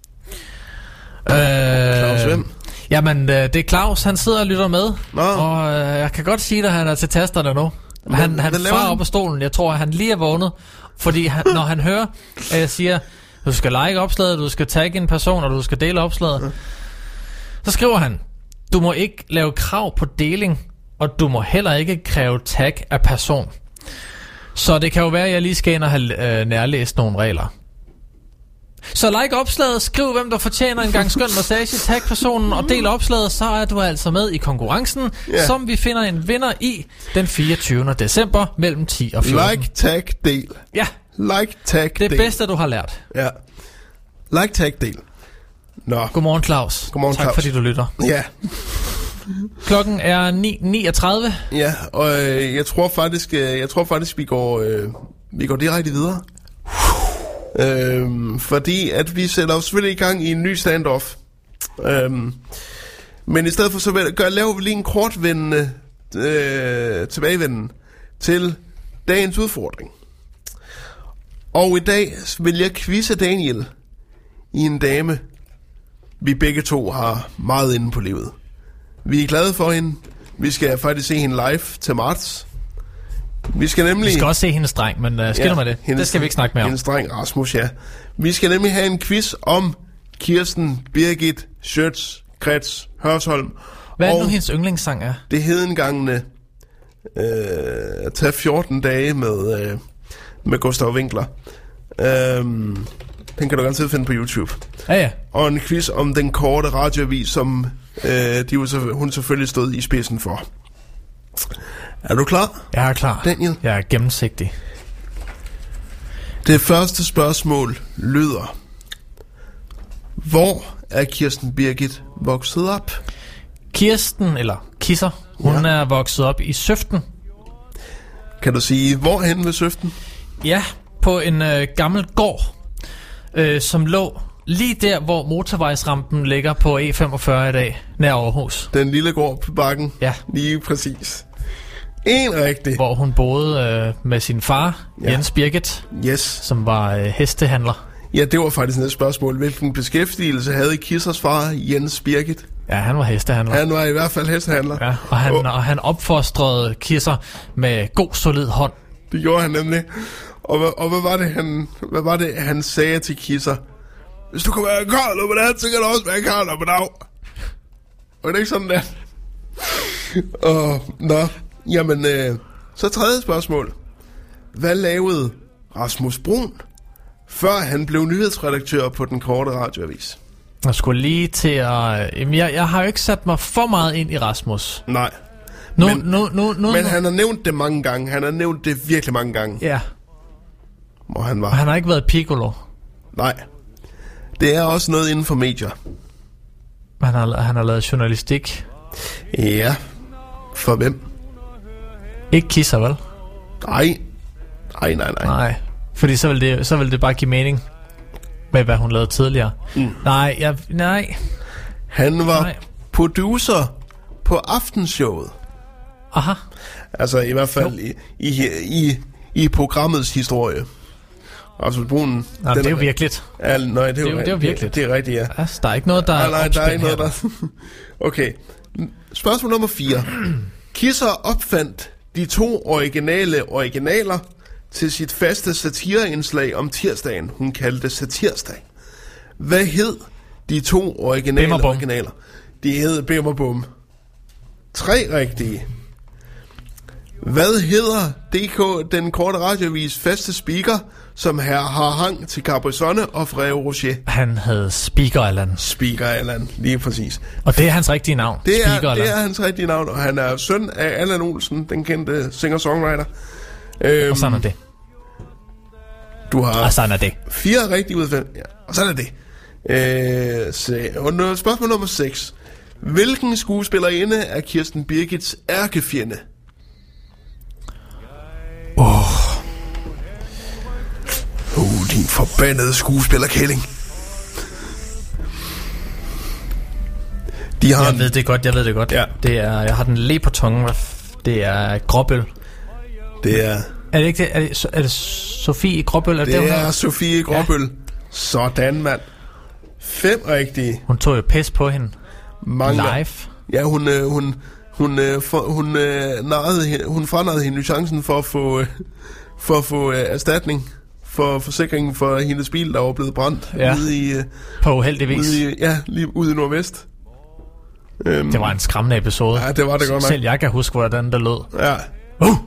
Øh, Claus hvem? Jamen, øh, det er Claus, han sidder og lytter med. Nå. Og øh, jeg kan godt sige, at han er til tasterne nu. Han, Men, han farer op af stolen. Jeg tror, at han lige er vågnet. Fordi han, når han hører, at jeg siger, du skal like opslaget, du skal tagge en person, og du skal dele opslaget, ja, så skriver han, du må ikke lave krav på deling, og du må heller ikke kræve tag af person. Så det kan jo være, at jeg lige skal ind og have øh, nærlæst nogle regler. Så like opslaget, skriv hvem der fortjener en gang skøn massage, tag personen og del opslaget, så er du altså med i konkurrencen, yeah. som vi finder en vinder i den fireogtyvende december mellem ti og fjorten. Like, tag, del. Ja. Like, tag, Det del. bedste du har lært. Ja. Like, tag, del. Nå. Godmorgen Claus. Godmorgen tak Claus. fordi du lytter. Ja. Klokken er ni niogtredive. Ja, og øh, jeg tror faktisk, øh, jeg tror faktisk vi går, øh, vi går direkte videre. Øhm, fordi at vi sætter os selvfølgelig i gang i en ny standoff. Øhm, men i stedet for så vil, gør, laver vi lige en kortvendende øh, tilbagevenden til dagens udfordring. Og i dag vil jeg quizze Daniel i en dame, vi begge to har meget inde på livet. Vi er glade for hende. Vi skal faktisk se hende live til marts. Vi skal nemlig... Vi skal også se hendes dreng, men uh, skidt ja, med det. Hendes, det skal vi ikke snakke mere om. Hendes dreng Rasmus, ja. Vi skal nemlig have en quiz om Kirsten Birgit Schøtz Krets Hørsholm. Hvad er nu hendes yndlingssang er? Det hedengangene øh, tage fjorten dage med, øh, med Gustav Winkler. Øhm, den kan du godt finde på YouTube. Ja, ja. Og en quiz om den korte radioavis, som øh, de var, hun selvfølgelig stod i spidsen for. Er du klar? Jeg er klar. Daniel? Jeg er gennemsigtig. Det første spørgsmål lyder: hvor er Kirsten Birgit vokset op? Kirsten, eller Kisser, hun ja. er vokset op i Søften. Kan du sige, hvorhen ved Søften? Ja, på en øh, gammel gård, øh, som lå lige der, hvor motorvejsrampen ligger på E femogfyrre i dag, nær Aarhus. Den lille gård på bakken? Ja. Lige præcis. En rigtig. Hvor hun boede øh, med sin far, ja. Jens Birgit, yes. som var øh, hestehandler. Ja, det var faktisk et spørgsmål. Hvilken beskæftigelse havde Kissers far, Jens Birgit? Ja, han var hestehandler. Han var i hvert fald hestehandler. Ja, og han, oh. og han opfostrede Kisser med god, solid hånd. Det gjorde han nemlig. Og, hvad, og hvad, var det, han, hvad var det, han sagde til Kisser? Hvis du kan være Karl op på dag, så kan du også være Karl op på dag. Og det er ikke sådan der. Og, nå, jamen, øh, så tredje spørgsmål. Hvad lavede Rasmus Brun, før han blev nyhedsredaktør på den korte radioavis? Jeg skulle lige til at... Jamen, jeg, jeg har jo ikke sat mig for meget ind i Rasmus. Nej. Nu, men nu, nu, nu, men nu. han har nævnt det mange gange. Han har nævnt det virkelig mange gange. Ja. Hvor han var. Og han har ikke været piccolo. Nej. Det er også noget inden for medier. Han har, han har lavet journalistik. Ja. For hvem? Ikke Kisser, vel? Nej. Nej, nej, nej. Nej. Fordi så vil det, så vil det bare give mening med, hvad hun lavede tidligere. Mm. Nej, jeg, nej. Han var nej. producer på Aftenshowet. Aha. Altså i hvert fald i, i, i, i programmets historie. Altså Brun... Nej, det er jo virkeligt. Er, nej, det er, det, er, det er jo virkeligt. Det, det er rigtigt, ja. Altså, der er ikke noget, der nej, nej, er der er ikke noget, her. der... Okay. Spørgsmål nummer fire. Kisser opfandt de to originale originaler til sit faste satireindslag om tirsdagen. Hun kaldte det Satirsdag. Hvad hed de to originale Bimmerbum. originaler? De hed Bimmerbum. Tre rigtige. Hvad hedder D K, den korte radioavis faste speaker, som her har hang til Capri-Sonne og Frère Rocher? Han hed Speaker Allan. Speaker Allan, lige præcis. Og det er hans rigtige navn. Det er, Speaker det er hans rigtige navn, og han er søn af Allan Olsen, den kendte singer-songwriter. Øhm, og sådan er det. Du har og sådan er det. Fire rigtige ud af fem. Ja, og sådan er det. Øh, se, og spørgsmål nummer seks. Hvilken skuespillerinde er Kirsten Birgits ærkefjende? Åh. Oh. Uh, din forbandede skuespillerkælling. De har jeg en... ved det godt, jeg ved det godt. Ja. Det er, jeg har den lige på tungen. Det er Gråbøl. Det er... Er det ikke det? Er det, er det Sofie Gråbøl? Er det, det er Sofie Gråbøl. Ja. Sådan, mand. Fem rigtige. Hun tog jo pis på hende. Mange. Live. Ja, hun... Øh, hun Hun, øh, for, hun, øh, narrede, hun fornarrede hende chancen for at få, øh, for at få øh, erstatning for forsikringen for hendes bil, der var blevet brændt ja. ude i... Øh, på uheldigvis. Ude i, ja, lige ude i Nordvest. Um, det var en skræmmende episode. Ja, det var det godt nok. Selv jeg kan huske, hvordan det lød. Ja. Uh.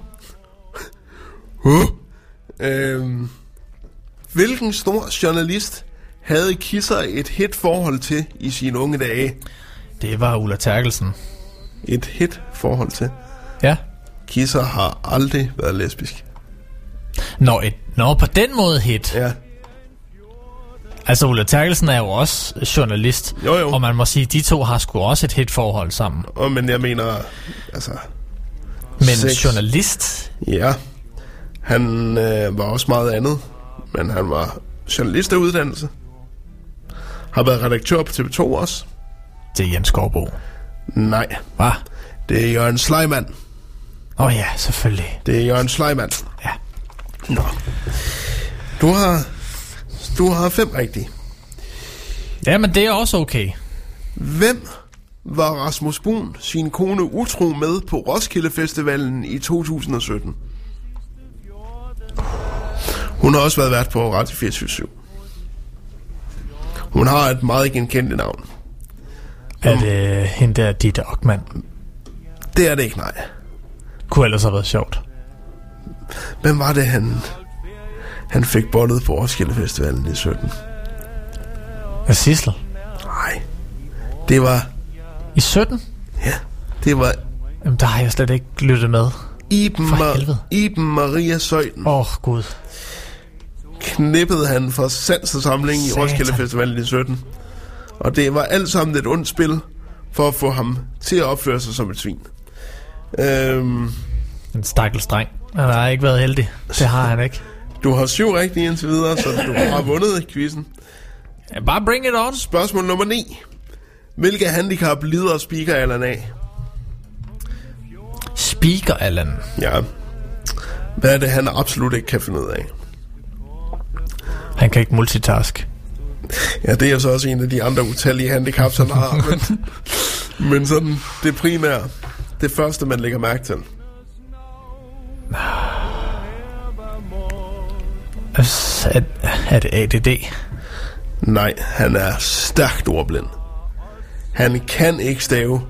Uh. Øhm. Hvilken stor journalist havde Kisser et hit forhold til i sine unge dage? Det var Ulla Terkelsen. Et hit forhold til? Ja. Kisser har aldrig været lesbisk. Nå, et, nå på den måde hit. Ja. Altså, Ulla Terkelsen er jo også journalist. Jo, jo. Og man må sige, at de to har sgu også et hit-forhold sammen. Og, men jeg mener, altså... Men sex. Journalist? Ja. Han øh, var også meget andet. Men han var journalist af uddannelse. Har været redaktør på T V to også. Det er Jens Skovbo. Nej. Hvad? Det er Jørgen Slejmand. Åh oh, ja, selvfølgelig. Det er Jørgen Slejmand. Ja. Nå. Du har... Du har fem rigtige. Ja, men det er også okay. Hvem var Rasmus Bruun sin kone utro med på Roskilde Festivalen i to tusind og sytten? Hun har også været vært på Radio fireogtyve syv. Hun har et meget genkendt navn. Er det hende der, Ditte Ockmann? Det er det ikke, nej. Kunne ellers have været sjovt. Hvem var det, han, han fik bollet på Roskilde Festivalen i sytten? Er Sissel? Nej. Det var... I sytten? Ja, det var... Jamen, der har jeg slet ikke lyttet med. Iben, For helvede. Iben Maria Søjden. Åh, oh, Gud. Knippede han for Sans og Samling i Roskilde Festivalen i sytten. Og det var alt sammen et ondt spil for at få ham til at opføre sig som et svin. Øhm, en stakkels dreng. Han har ikke været heldig. Det har han ikke. Du har syv rigtige indtil videre, så du har vundet i quizzen. Ja, bare bring it on. Spørgsmål nummer ni. Hvilke handicap lider Speaker Allan af? Speaker Allan? Ja. Hvad er det, han absolut ikke kan finde ud af? Han kan ikke multitask. Ja, det er så også en af de andre utallige handicaps, han har. Men, men sådan det primære, det første, man lægger mærke til. Er, er det A D D? Nej, han er stærkt ordblind. Han kan ikke stave.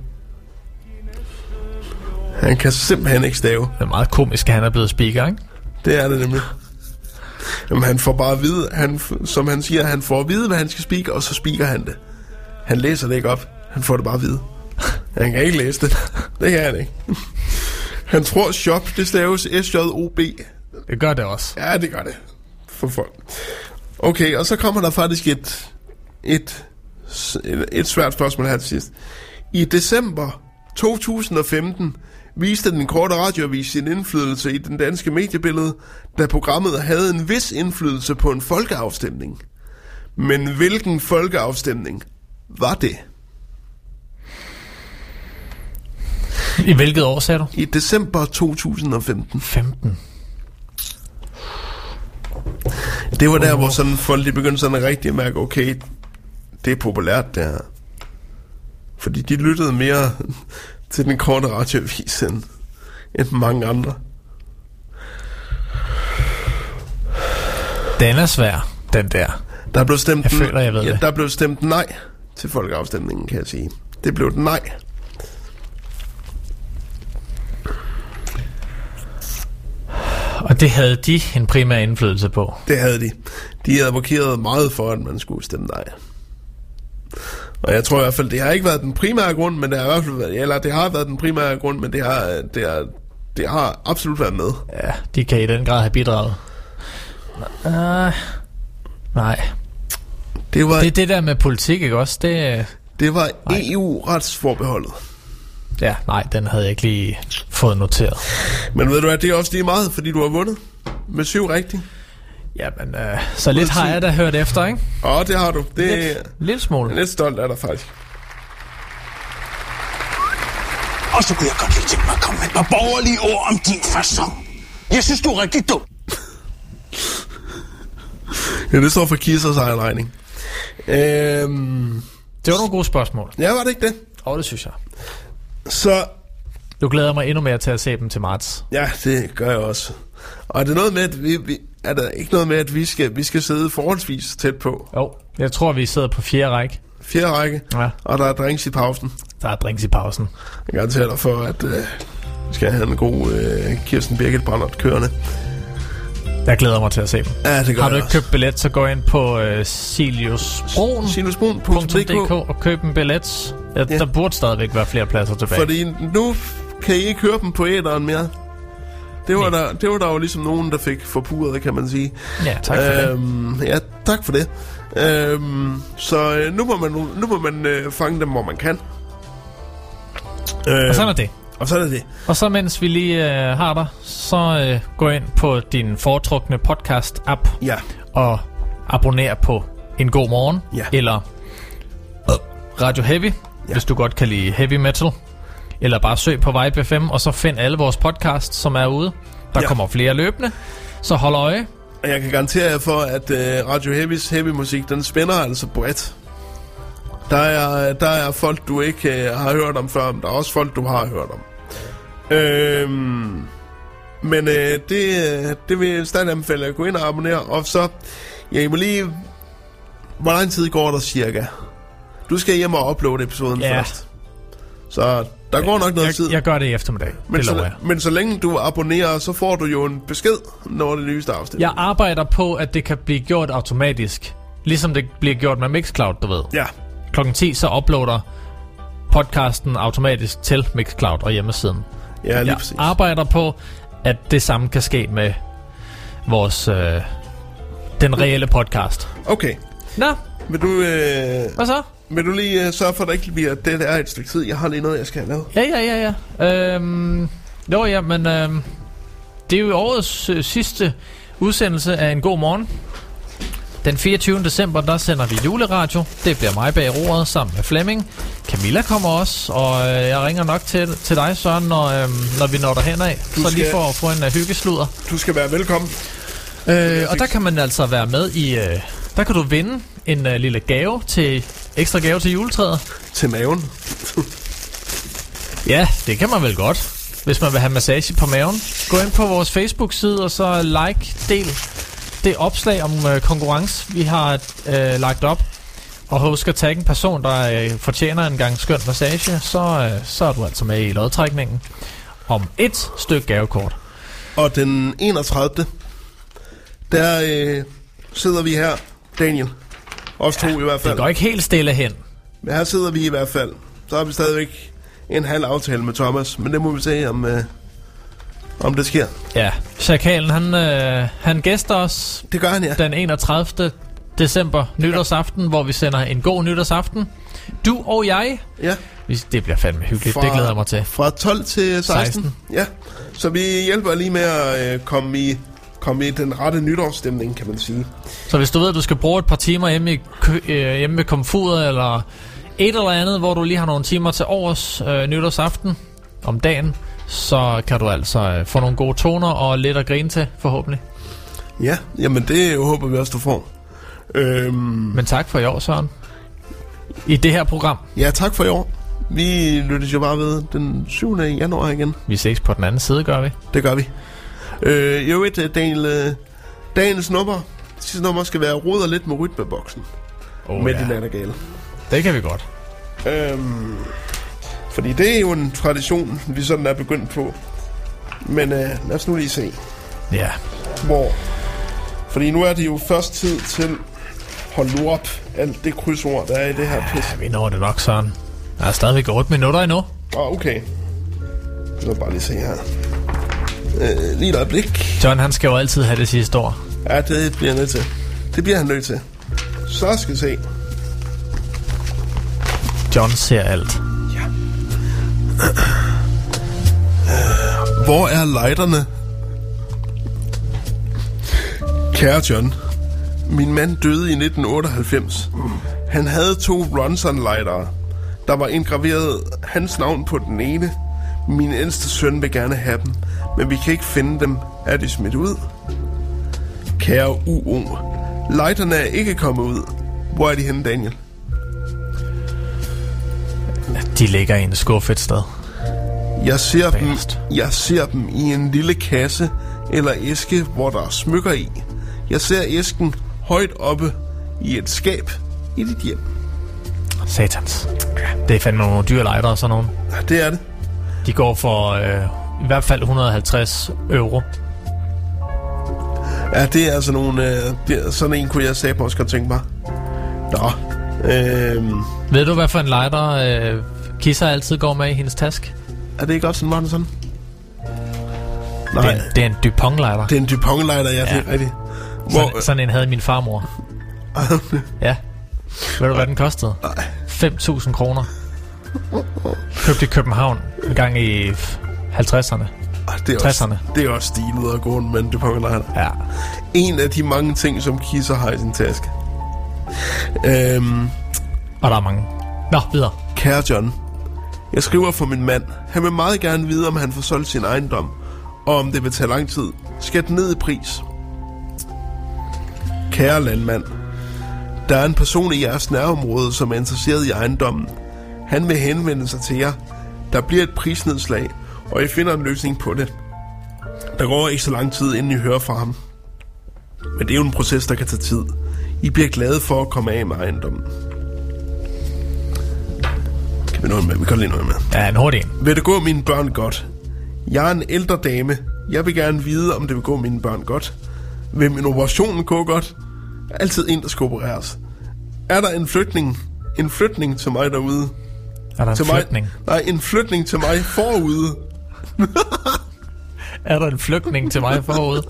Han kan simpelthen ikke stave. Det er meget komisk, at han er blevet speaker, ikke? Det er det nemlig. Jamen, han får bare at vide, han, som han siger, han får at vide, hvad han skal speake, og så speaker han det. Han læser det ikke op. Han får det bare at vide. Han kan ikke læse det. Det kan han ikke. Han tror shop, det staves S J O B. Det gør det også. Ja, det gør det. For folk. Okay, og så kommer der faktisk et, et, et, et svært spørgsmål her til sidst. I december to tusind og femten viste den korte radioavis sin indflydelse i den danske mediebillede, da programmet havde en vis indflydelse på en folkeafstemning. Men hvilken folkeafstemning var det? I hvilket år, sagde du? I december to tusind og femten. femten. Det var der, hvor sådan folk de begyndte sådan rigtig at mærke, okay, det er populært det her. Fordi de lyttede mere til den korte radioavis end, end mange andre. Den er svær, den der. Der blev stemt, jeg føler, jeg ved ja, det. der blev stemt nej til folkeafstemningen, kan jeg sige. Det blev et nej. Og det havde de en primær indflydelse på? Det havde de. De advokerede meget for, at man skulle stemme nej. Og jeg tror i hvert fald, det har ikke været den primære grund, men det har i hvert fald været, eller det har været den primære grund, men det har, det har, det har absolut været med. Ja, de kan i den grad have bidraget. Uh, nej. Det var det er det der med politik, ikke også? Det, det var E U-retsforbeholdet. Ja, nej, den havde jeg ikke lige fået noteret. Men ved du hvad, det er også lige meget, fordi du har vundet med syv rigtigt. Jamen, øh, så lidt har jeg da hørt efter, ikke? Åh, det har du. Det lidt, er lidt smule. Lidt stolt af dig faktisk. Og så kunne jeg godt lige tænke mig at komme med et par borgerlige ord om din façon. Jeg synes, du er rigtig dum. Ja, det står for Kissers egen regning. Øhm, det var nogle gode spørgsmål. Ja, var det ikke det? Åh, det synes jeg. Så... Du glæder mig endnu mere til at se dem til marts. Ja, det gør jeg også. Og er det noget med, at vi, vi er der ikke noget med, at vi skal, vi skal sidde forholdsvis tæt på? Jo, jeg tror, vi sidder på fjerde række. Fjerde række? Ja. Og der er drinks i pausen? Der er drinks i pausen. Jeg kan garantere dig for, at øh, vi skal have en god øh, Kirsten Birgit Brandert kørende. Jeg glæder mig til at se dem. Ja, det gør Har du jeg ikke også. købt billet, så gå ind på uh, Siliusbroen Siliusbroen punktum d k og køb en billet. Ja, Ja. Der burde stadigvæk være flere pladser tilbage. Fordi nu kan I ikke høre dem på æderen mere. Det var, der, det var der jo ligesom nogen, der fik forpurret, kan man sige. Ja, tak for øhm, det. Ja, tak for det. Øhm, så øh, nu må man, nu må man øh, fange dem, hvor man kan. Og sådan er det. Og sådan er det. Og så mens vi lige øh, har dig, så øh, gå ind på din foretrukne podcast-app Ja. og abonner på En God Morgen, Ja. eller Radio Heavy, ja. hvis du godt kan lide heavy metal, eller bare søg på Vibe F M, og så find alle vores podcasts, som er ude. Der Ja. kommer flere løbende, så hold øje. Og jeg kan garantere jer for, at øh, Radio Heavys heavy musik, den spænder altså bredt. Der er, der er folk, du ikke øh, har hørt om før, men der er også folk, du har hørt om. Øhm, men øh, det, øh, det vil jeg stadig anbefale at gå ind og abonnere. Og så, ja, I må lige... Hvor lang tid går der cirka? Du skal hjem og uploade episoden Ja. først. Så der går nok noget jeg, tid. Jeg gør det i eftermiddag, men, det lover så, jeg. men så længe du abonnerer, så får du jo en besked, når det nyeste afsnit. Jeg arbejder på, at det kan blive gjort automatisk. Ligesom det bliver gjort med Mixcloud, du ved. Ja. Klokken ti så uploader podcasten automatisk til Mixcloud og hjemmesiden. Ja, lige Jeg præcis. arbejder på, at det samme kan ske med vores øh, den reelle podcast. Okay. Nå, Vil du, øh, hvad så? vil du lige øh, sørge for, at der ikke bliver det der et stykke tid? Jeg har lige noget, jeg skal have lavet. Ja, ja, ja, ja. Øhm, jo, ja, men øhm, det er jo årets øh, sidste udsendelse af En God Morgen. Den fireogtyvende december, der sender vi juleradio. Det bliver mig bag roret sammen med Flemming. Camilla kommer også, og øh, jeg ringer nok til, til dig, Søren, når, øh, når vi når derhen af. Du Så lige skal- for at få en uh, hyggesluder. Du skal være velkommen. Øh, og der kan man altså være med i... Øh, der kan du vinde en uh, lille gave til ekstra gave til juletræet. Til maven. Ja, det kan man vel godt, hvis man vil have massage på maven. Gå ind på vores Facebook-side, og så like, del det opslag om øh, konkurrence, vi har øh, lagt op. Og husk at tagge en person, der øh, fortjener en gang skøn massage, så, øh, så er du altså med i lodtrækningen om et stykke gavekort. Og den enogtredivte der øh, sidder vi her, Daniel. Os to i hvert fald. Det går ikke helt stille hen. Men her sidder vi i hvert fald. Så har vi stadigvæk en halv aftale med Thomas, men det må vi se, om, øh, om det sker. Ja, Chakalen, han, øh, han gæster os det gør han, ja. den enogtredivte december, nytårsaften, hvor vi sender en god nytårsaften. Du og jeg. Ja. Det bliver fandme hyggeligt, fra, det glæder jeg mig til. Fra tolv til seksten. seksten. Ja, så vi hjælper lige med at øh, komme, i, komme i den rette nytårsstemning, kan man sige. Så hvis du ved, at du skal bruge et par timer hjemme, i kø, øh, hjemme ved komfuret, eller et eller andet, hvor du lige har nogle timer til overs øh, nytårsaften om dagen, så kan du altså øh, få nogle gode toner og lidt at grine til, forhåbentlig. Ja, jamen det håber vi også, du får. Øhm, Men tak for i år, Søren. I det her program. Ja, tak for i år. Vi lyttes jo bare ved den syvende januar igen. Vi ses på den anden side, gør vi. Det gør vi. Øh, jo et, Daniel, øh, dagens nummer, sidste nummer skal være roder lidt med rytmeboksen. Oh, med ja. de nattergale. Det kan vi godt. Øhm, fordi det er jo en tradition, vi sådan er begyndt på. Men øh, lad os nu lige se. Ja. Hvor. Fordi nu er det jo først tid til. Hold nu op, alt det krydsord, der er i det her pis. Ja, vi når det nok, Søren. Der er stadigvæk otte minutter endnu. Åh, oh, okay. Så bare lige se her. Øh, lige et øjeblik. John, han skal jo altid have det sidste ord. Ja, det bliver han nødt til. Det bliver han nødt til. Så skal vi se. John ser alt. Ja. Hvor er lighterne? Kære John, min mand døde i nitten otteoghalvfems. Han havde to Ronson-lightere. Der var indgraveret hans navn på den ene. Min ældste søn vil gerne have dem, men vi kan ikke finde dem. Er de smidt ud? Kære U O, lighterne er ikke kommet ud. Hvor er de henne, Daniel? De ligger i en skuffe et sted. Jeg ser, dem, jeg ser dem i en lille kasse eller æske, hvor der er smykker i. Jeg ser æsken højt oppe i et skab i dit hjem. Satans. Det er fandme nogle dyre lighter og sådan nogle. Ja, det er det. De går for øh, i hvert fald et hundrede og halvtreds euro. Ja, det er altså nogle... Øh, det er, sådan en kunne jeg sætte også godt tænke mig. Nå. Øh, Ved du, hvad for en lighter øh, Kisser altid går med i hendes task? Er det ikke også en Mortensen? Nej. Det er, det er en Dupont-lighter. Det er en Dupont-lighter, ja, ja. Det er rigtigt. Hvor, sådan, sådan en havde min farmor. Ja. Ved du, hvad den kostede? Nej. fem tusind kroner. Købte i København en gang i halvtredserne. Det er tresserne. Også, det er også stilet at gå med en Dupont-lighter. Ja. En af de mange ting, som Kisser har i sin taske. Øhm, Og der er mange. Nå, videre. Kære John, jeg skriver for min mand. Han vil meget gerne vide, om han får solgt sin ejendom, og om det vil tage lang tid. Skal den ned i pris? Kære landmand, der er en person i jeres nærområde, som er interesseret i ejendommen. Han vil henvende sig til jer. Der bliver et prisnedslag, og I finder en løsning på det. Der går ikke så lang tid, inden I hører fra ham. Men det er jo en proces, der kan tage tid. I bliver glade for at komme af med ejendommen. Kan vi noget med? Vi kan lige noget med. Ja, en hurtig en. Vil det gå mine børn godt? Jeg er en ældre dame. Jeg vil gerne vide, om det vil gå mine børn godt. Vil min operation gå godt? Altid en, der skal opereres. Er der en flytning? En flytning til mig derude? Er der en til flytning? Mig? Nej, en flytning til mig forude. Er der en flygtning til mig forude?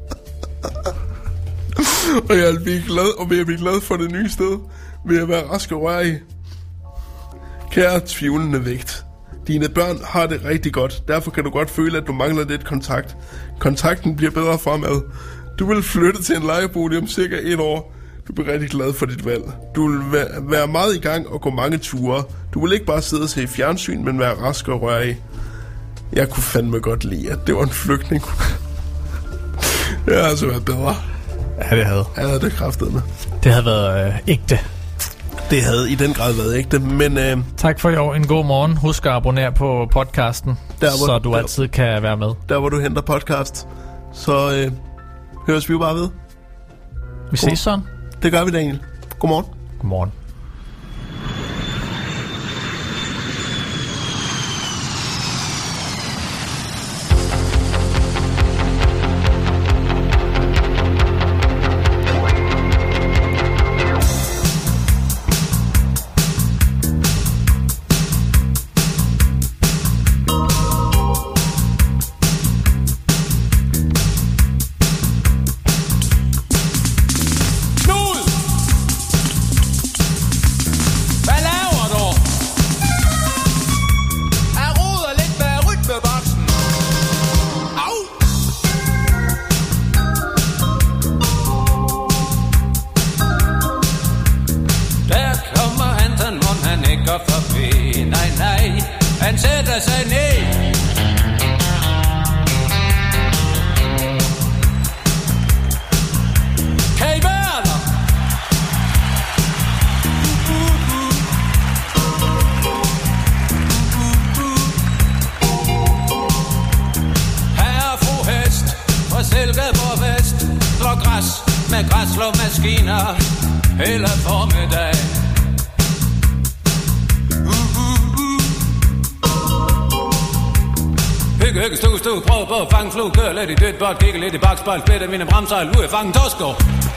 Og jeg vil blive glad, og vil jeg blive glad for det nye sted. Vil jeg være rask og rørig. Kære tvivlende vægt. Dine børn har det rigtig godt. Derfor kan du godt føle, at du mangler lidt kontakt. Kontakten bliver bedre fremad. Du vil flytte til en lejebolig om cirka et år. Du bliver rigtig glad for dit valg. Du vil være meget i gang og gå mange ture. Du vil ikke bare sidde og se fjernsyn, men være rask og rørig. Jeg kunne fandme godt lide, at det var en flygtning. Det havde altså været bedre. Ja, det havde. Ja, det kraftedeme. Det havde været øh, ægte. Det havde i den grad været ægte, men... Øh, tak for i år. En god morgen. Husk at abonnere på podcasten, der, hvor, så du der, altid kan være med. Der, hvor du henter podcast. Så øh, høres vi jo bare ved. Vi ses sådan. Det gør vi, Daniel. Godmorgen. Godmorgen. Lidt i dødt bold, kigger lidt i bakspejl, spætter mine bremsejl, ud af fangen Tosko.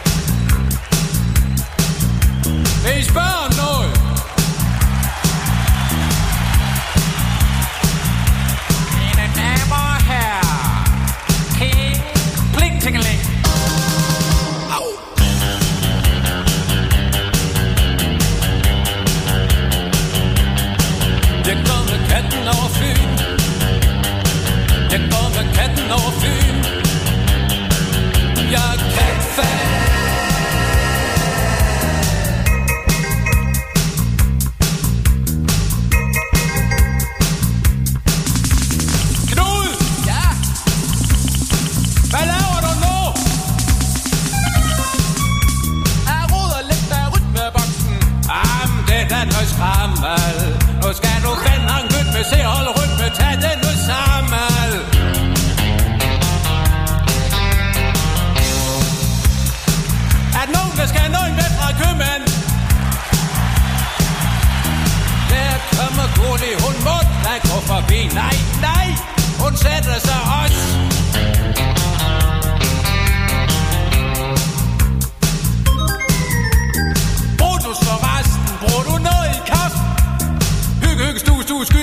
Vil I spørge om noget? Mine damer og herrer, King Pling Tingeling. Au! Jeg går med katten over Fyn. Jeg går med katten over Fyn. Jeg er katfan. Knud! Ja? Hvad laver du nu? Jeg roder lidt med rytmeboksen. Jamen, det er da noget skrammel. Nu skal du finde en gyt med se og holde rytme. Tag den nu sammen. Der skal nogen med fra købmand. Der kommer Gurli, hun må da gå forbi. Nej, nej, hun sætter sig også.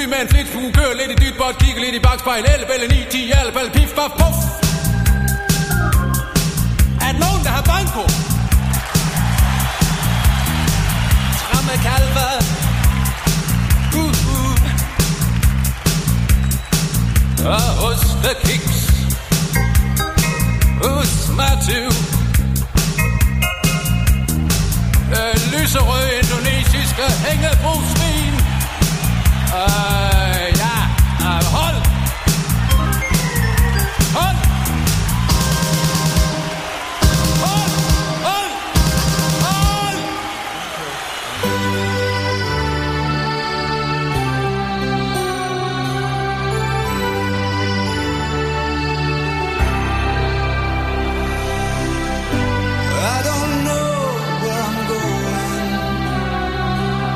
med en flitsbue, kører lidt i dyt bot, kigger lidt i bagspejl, elle, bælle, ni, ti, alle, bælle, pif, paf, puff. Er der nogen, der har banko? Tramme kalve. Uh, uh. Og ostekiks. Usmativ. Lyserød indonesiske hængebrugsvin. Ah.